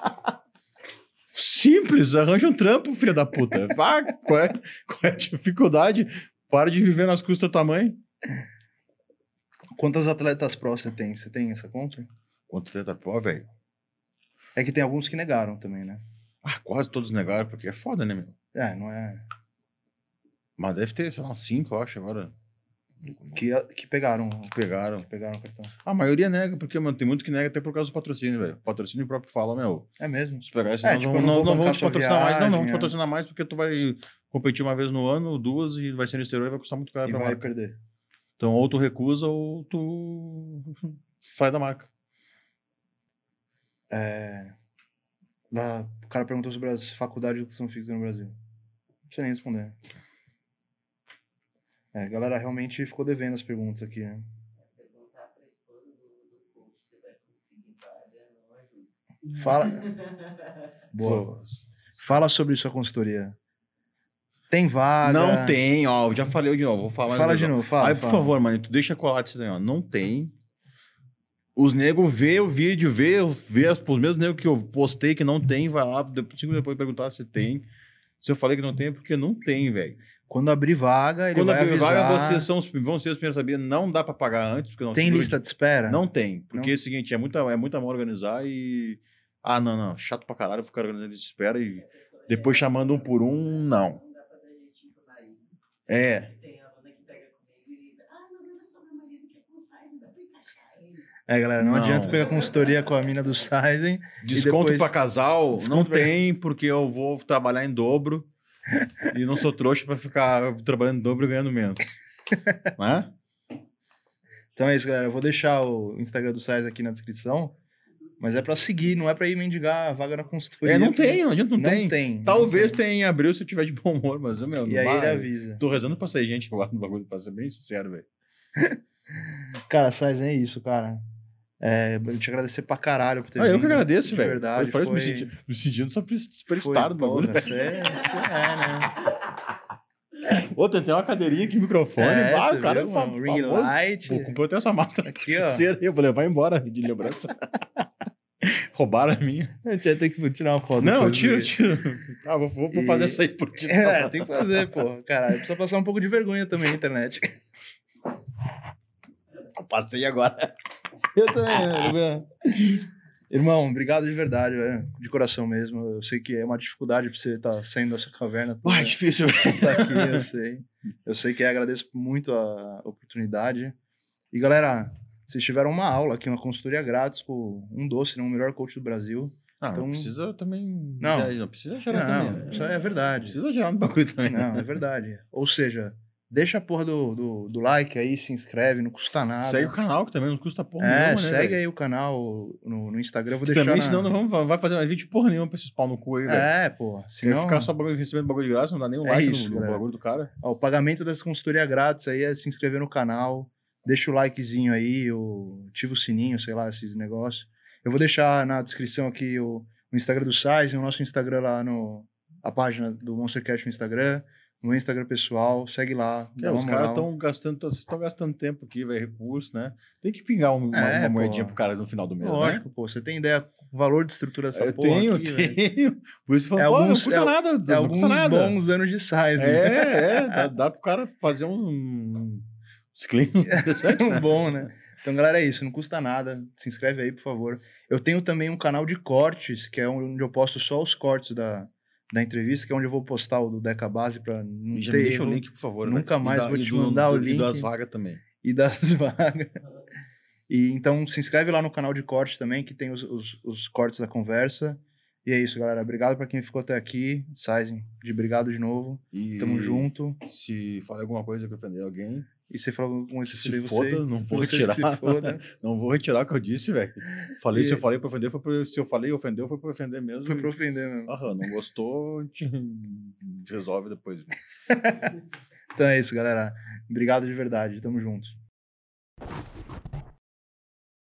Simples, arranja um trampo, filha da puta. Vá, qual é, qual é a dificuldade? Para de viver nas custas da tua mãe. Quantas atletas pró você tem? Você tem essa conta? Contra o Tetrapó, velho. É que tem alguns que negaram também, né? Ah, quase todos negaram, porque é foda, né, meu? É, não é... Mas deve ter, sei lá, uns cinco, eu acho, agora. Que, que pegaram, Que pegaram. que pegaram o cartão. A maioria nega, porque, mano, tem muito que nega até por causa do patrocínio, velho. O patrocínio próprio fala, meu, É mesmo? se pegar esse, É, nós tipo, não, eu não não, vou não bancar vamos te sua patrocinar mais. Não, não, viagem, vamos te é. patrocinar mais porque tu vai competir uma vez no ano, duas, e vai ser no exterior e vai custar muito caro E pra vai marca. perder. Então, ou tu recusa ou tu sai da marca. É... Da... O cara perguntou sobre as faculdades de educação física no Brasil. Não sei nem responder. É, a galera realmente ficou devendo as perguntas aqui, né? Perguntar pra esposa do, do coach se vai conseguir vaga, não ajuda. Fala... Boa. Pô, Fala sobre sua consultoria. Tem vaga? não tem, ó, eu já falei de novo, vou falar. Fala mais de uma vez, novo, ó. fala, Aí, por fala. favor, mano, tu deixa colar isso daí, ó. Não tem. Os negros vê o vídeo, vê, vê as, os mesmos negros que eu postei que não tem, vai lá, depois, cinco depois perguntar se tem. Se eu falei que não tem, é porque não tem, velho. Quando abrir vaga, ele Quando vai abrir avisar. vaga, vocês são os, vão ser os primeiros a saber. Não dá pra pagar antes, porque não Tem segura lista de- de espera? Não tem, porque Não? é o seguinte, é muita, é muita mão organizar e... Ah, não, não, chato pra caralho ficar organizando de espera e depois chamando um por um, não. Não dá pra dar jeitinho pro marido. É, Tem aluna que pega comigo e ah, mas olha só, meu marido quer com size, dá pra encaixar ele. É, galera, não, Não. adianta pegar consultoria com a mina do Sizen. desconto depois- pra casal Desconto não pra- tem, porque eu vou trabalhar em dobro e não sou trouxa pra ficar trabalhando em dobro e ganhando menos. Né? Então é isso, galera. Eu vou deixar o Instagram do Sizen aqui na descrição. Mas é pra seguir, não é pra ir mendigar a vaga na consultoria. É, não tem, não adianta, não, Não tem. tem. Talvez não tem. tenha em abril se eu tiver de bom humor, mas, meu, E não aí vai. ele avisa. Tô rezando pra sair gente lá no bagulho, pra ser bem sincero, velho. Cara, Sizen é isso, cara. É, eu te agradecer pra caralho por ter Ah, eu vindo, que agradeço, de velho. verdade. Eu falei, foi... me, senti, me sentindo só superstar foi, no bagulho. porra, Você é, você é, né? Ô, tem até uma cadeirinha aqui, microfone. É, bah, você o cara viu, é mano? famoso. Ring light. Pô, comprou até essa máscara Aqui, ó. cera aí, eu vou levar embora de lembrança. Roubaram a minha. A gente vai ter que tirar uma foto. Não, depois tiro, do- tiro. Ah, vou, vou, vou E- fazer isso aí por ti. É, tem que fazer, pô. Caralho, precisa passar um pouco de vergonha também na internet. Eu passei agora. Eu também, né? Irmão, obrigado de verdade, velho. De coração mesmo. Eu sei que é uma dificuldade pra você estar saindo dessa caverna. toda. Uai, difícil. Tá aqui, eu sei. Eu sei que é, agradeço muito a oportunidade. E galera, vocês tiveram uma aula aqui, uma consultoria grátis com um doce, né? O melhor coach do Brasil. Ah, Então- não precisa também... Não. já- não precisa gerar Não, também. né? isso é verdade. Precisa gerar no bagulho também. Não, é verdade. Ou seja, deixa a porra do, do, do like aí, se inscreve, não custa nada. Segue o canal, que também não custa porra É, nenhuma, né, segue velho? aí o canal no, no Instagram. Eu vou Que deixar também, na... senão não vamos, não vai fazer mais vídeo porra nenhuma pra esses pau no cu aí, velho. É, pô. Quer Senão... ficar só bagulho, recebendo bagulho de graça, não dá nem um É like isso, no, no galera. bagulho do cara. Ó, o pagamento dessa consultoria grátis aí é se inscrever no canal, deixa o likezinho aí, o... ativa o sininho, sei lá, esses negócios. Eu vou deixar na descrição aqui o, o Instagram do Sizen, o nosso Instagram lá no... a página do MonsterCast no Instagram, o meu Instagram pessoal, segue lá, Que dá é, uma os caras moral. estão gastando, estão gastando tempo aqui, velho, recurso, né? Tem que pingar um- uma, É, uma moedinha pô. pro cara no final do mês, Lógico, né? pô, você tem ideia do valor de estrutura dessa Eu porra tenho, aqui, eu velho? tenho. Por isso eu É falo, pô, alguns- não custa é- nada, É não alguns custa nada. bons anos de Sizen. É, é, dá, dá pro cara fazer um ciclinho interessante, né? Bom, né? Então, galera, é isso. Não custa nada. Se inscreve aí, por favor. Eu tenho também um canal de cortes, que é onde eu posto só os cortes da, da entrevista, que é onde eu vou postar o do Deca Base pra não E já ter me deixa o erro. link, por favor. Nunca velho. E mais da- vou e te do- mandar o do- link. E das vagas também. E das vagas. E então, se inscreve lá no canal de cortes também, que tem os, os, os cortes da conversa. E é isso, galera. Obrigado pra quem ficou até aqui. Sizen, de obrigado de novo. E Tamo junto. Se falar alguma coisa que ofender alguém, E você falou com isso, se você, foda, não vou você retirar. se foda. Não vou retirar o que eu disse, velho. Falei, E- se eu falei pra ofender, foi pra, se eu falei e ofendeu, foi pra ofender mesmo. Foi pra ofender mesmo. Aham, não gostou, te- resolve depois. Então é isso, galera. Obrigado de verdade. Tamo junto.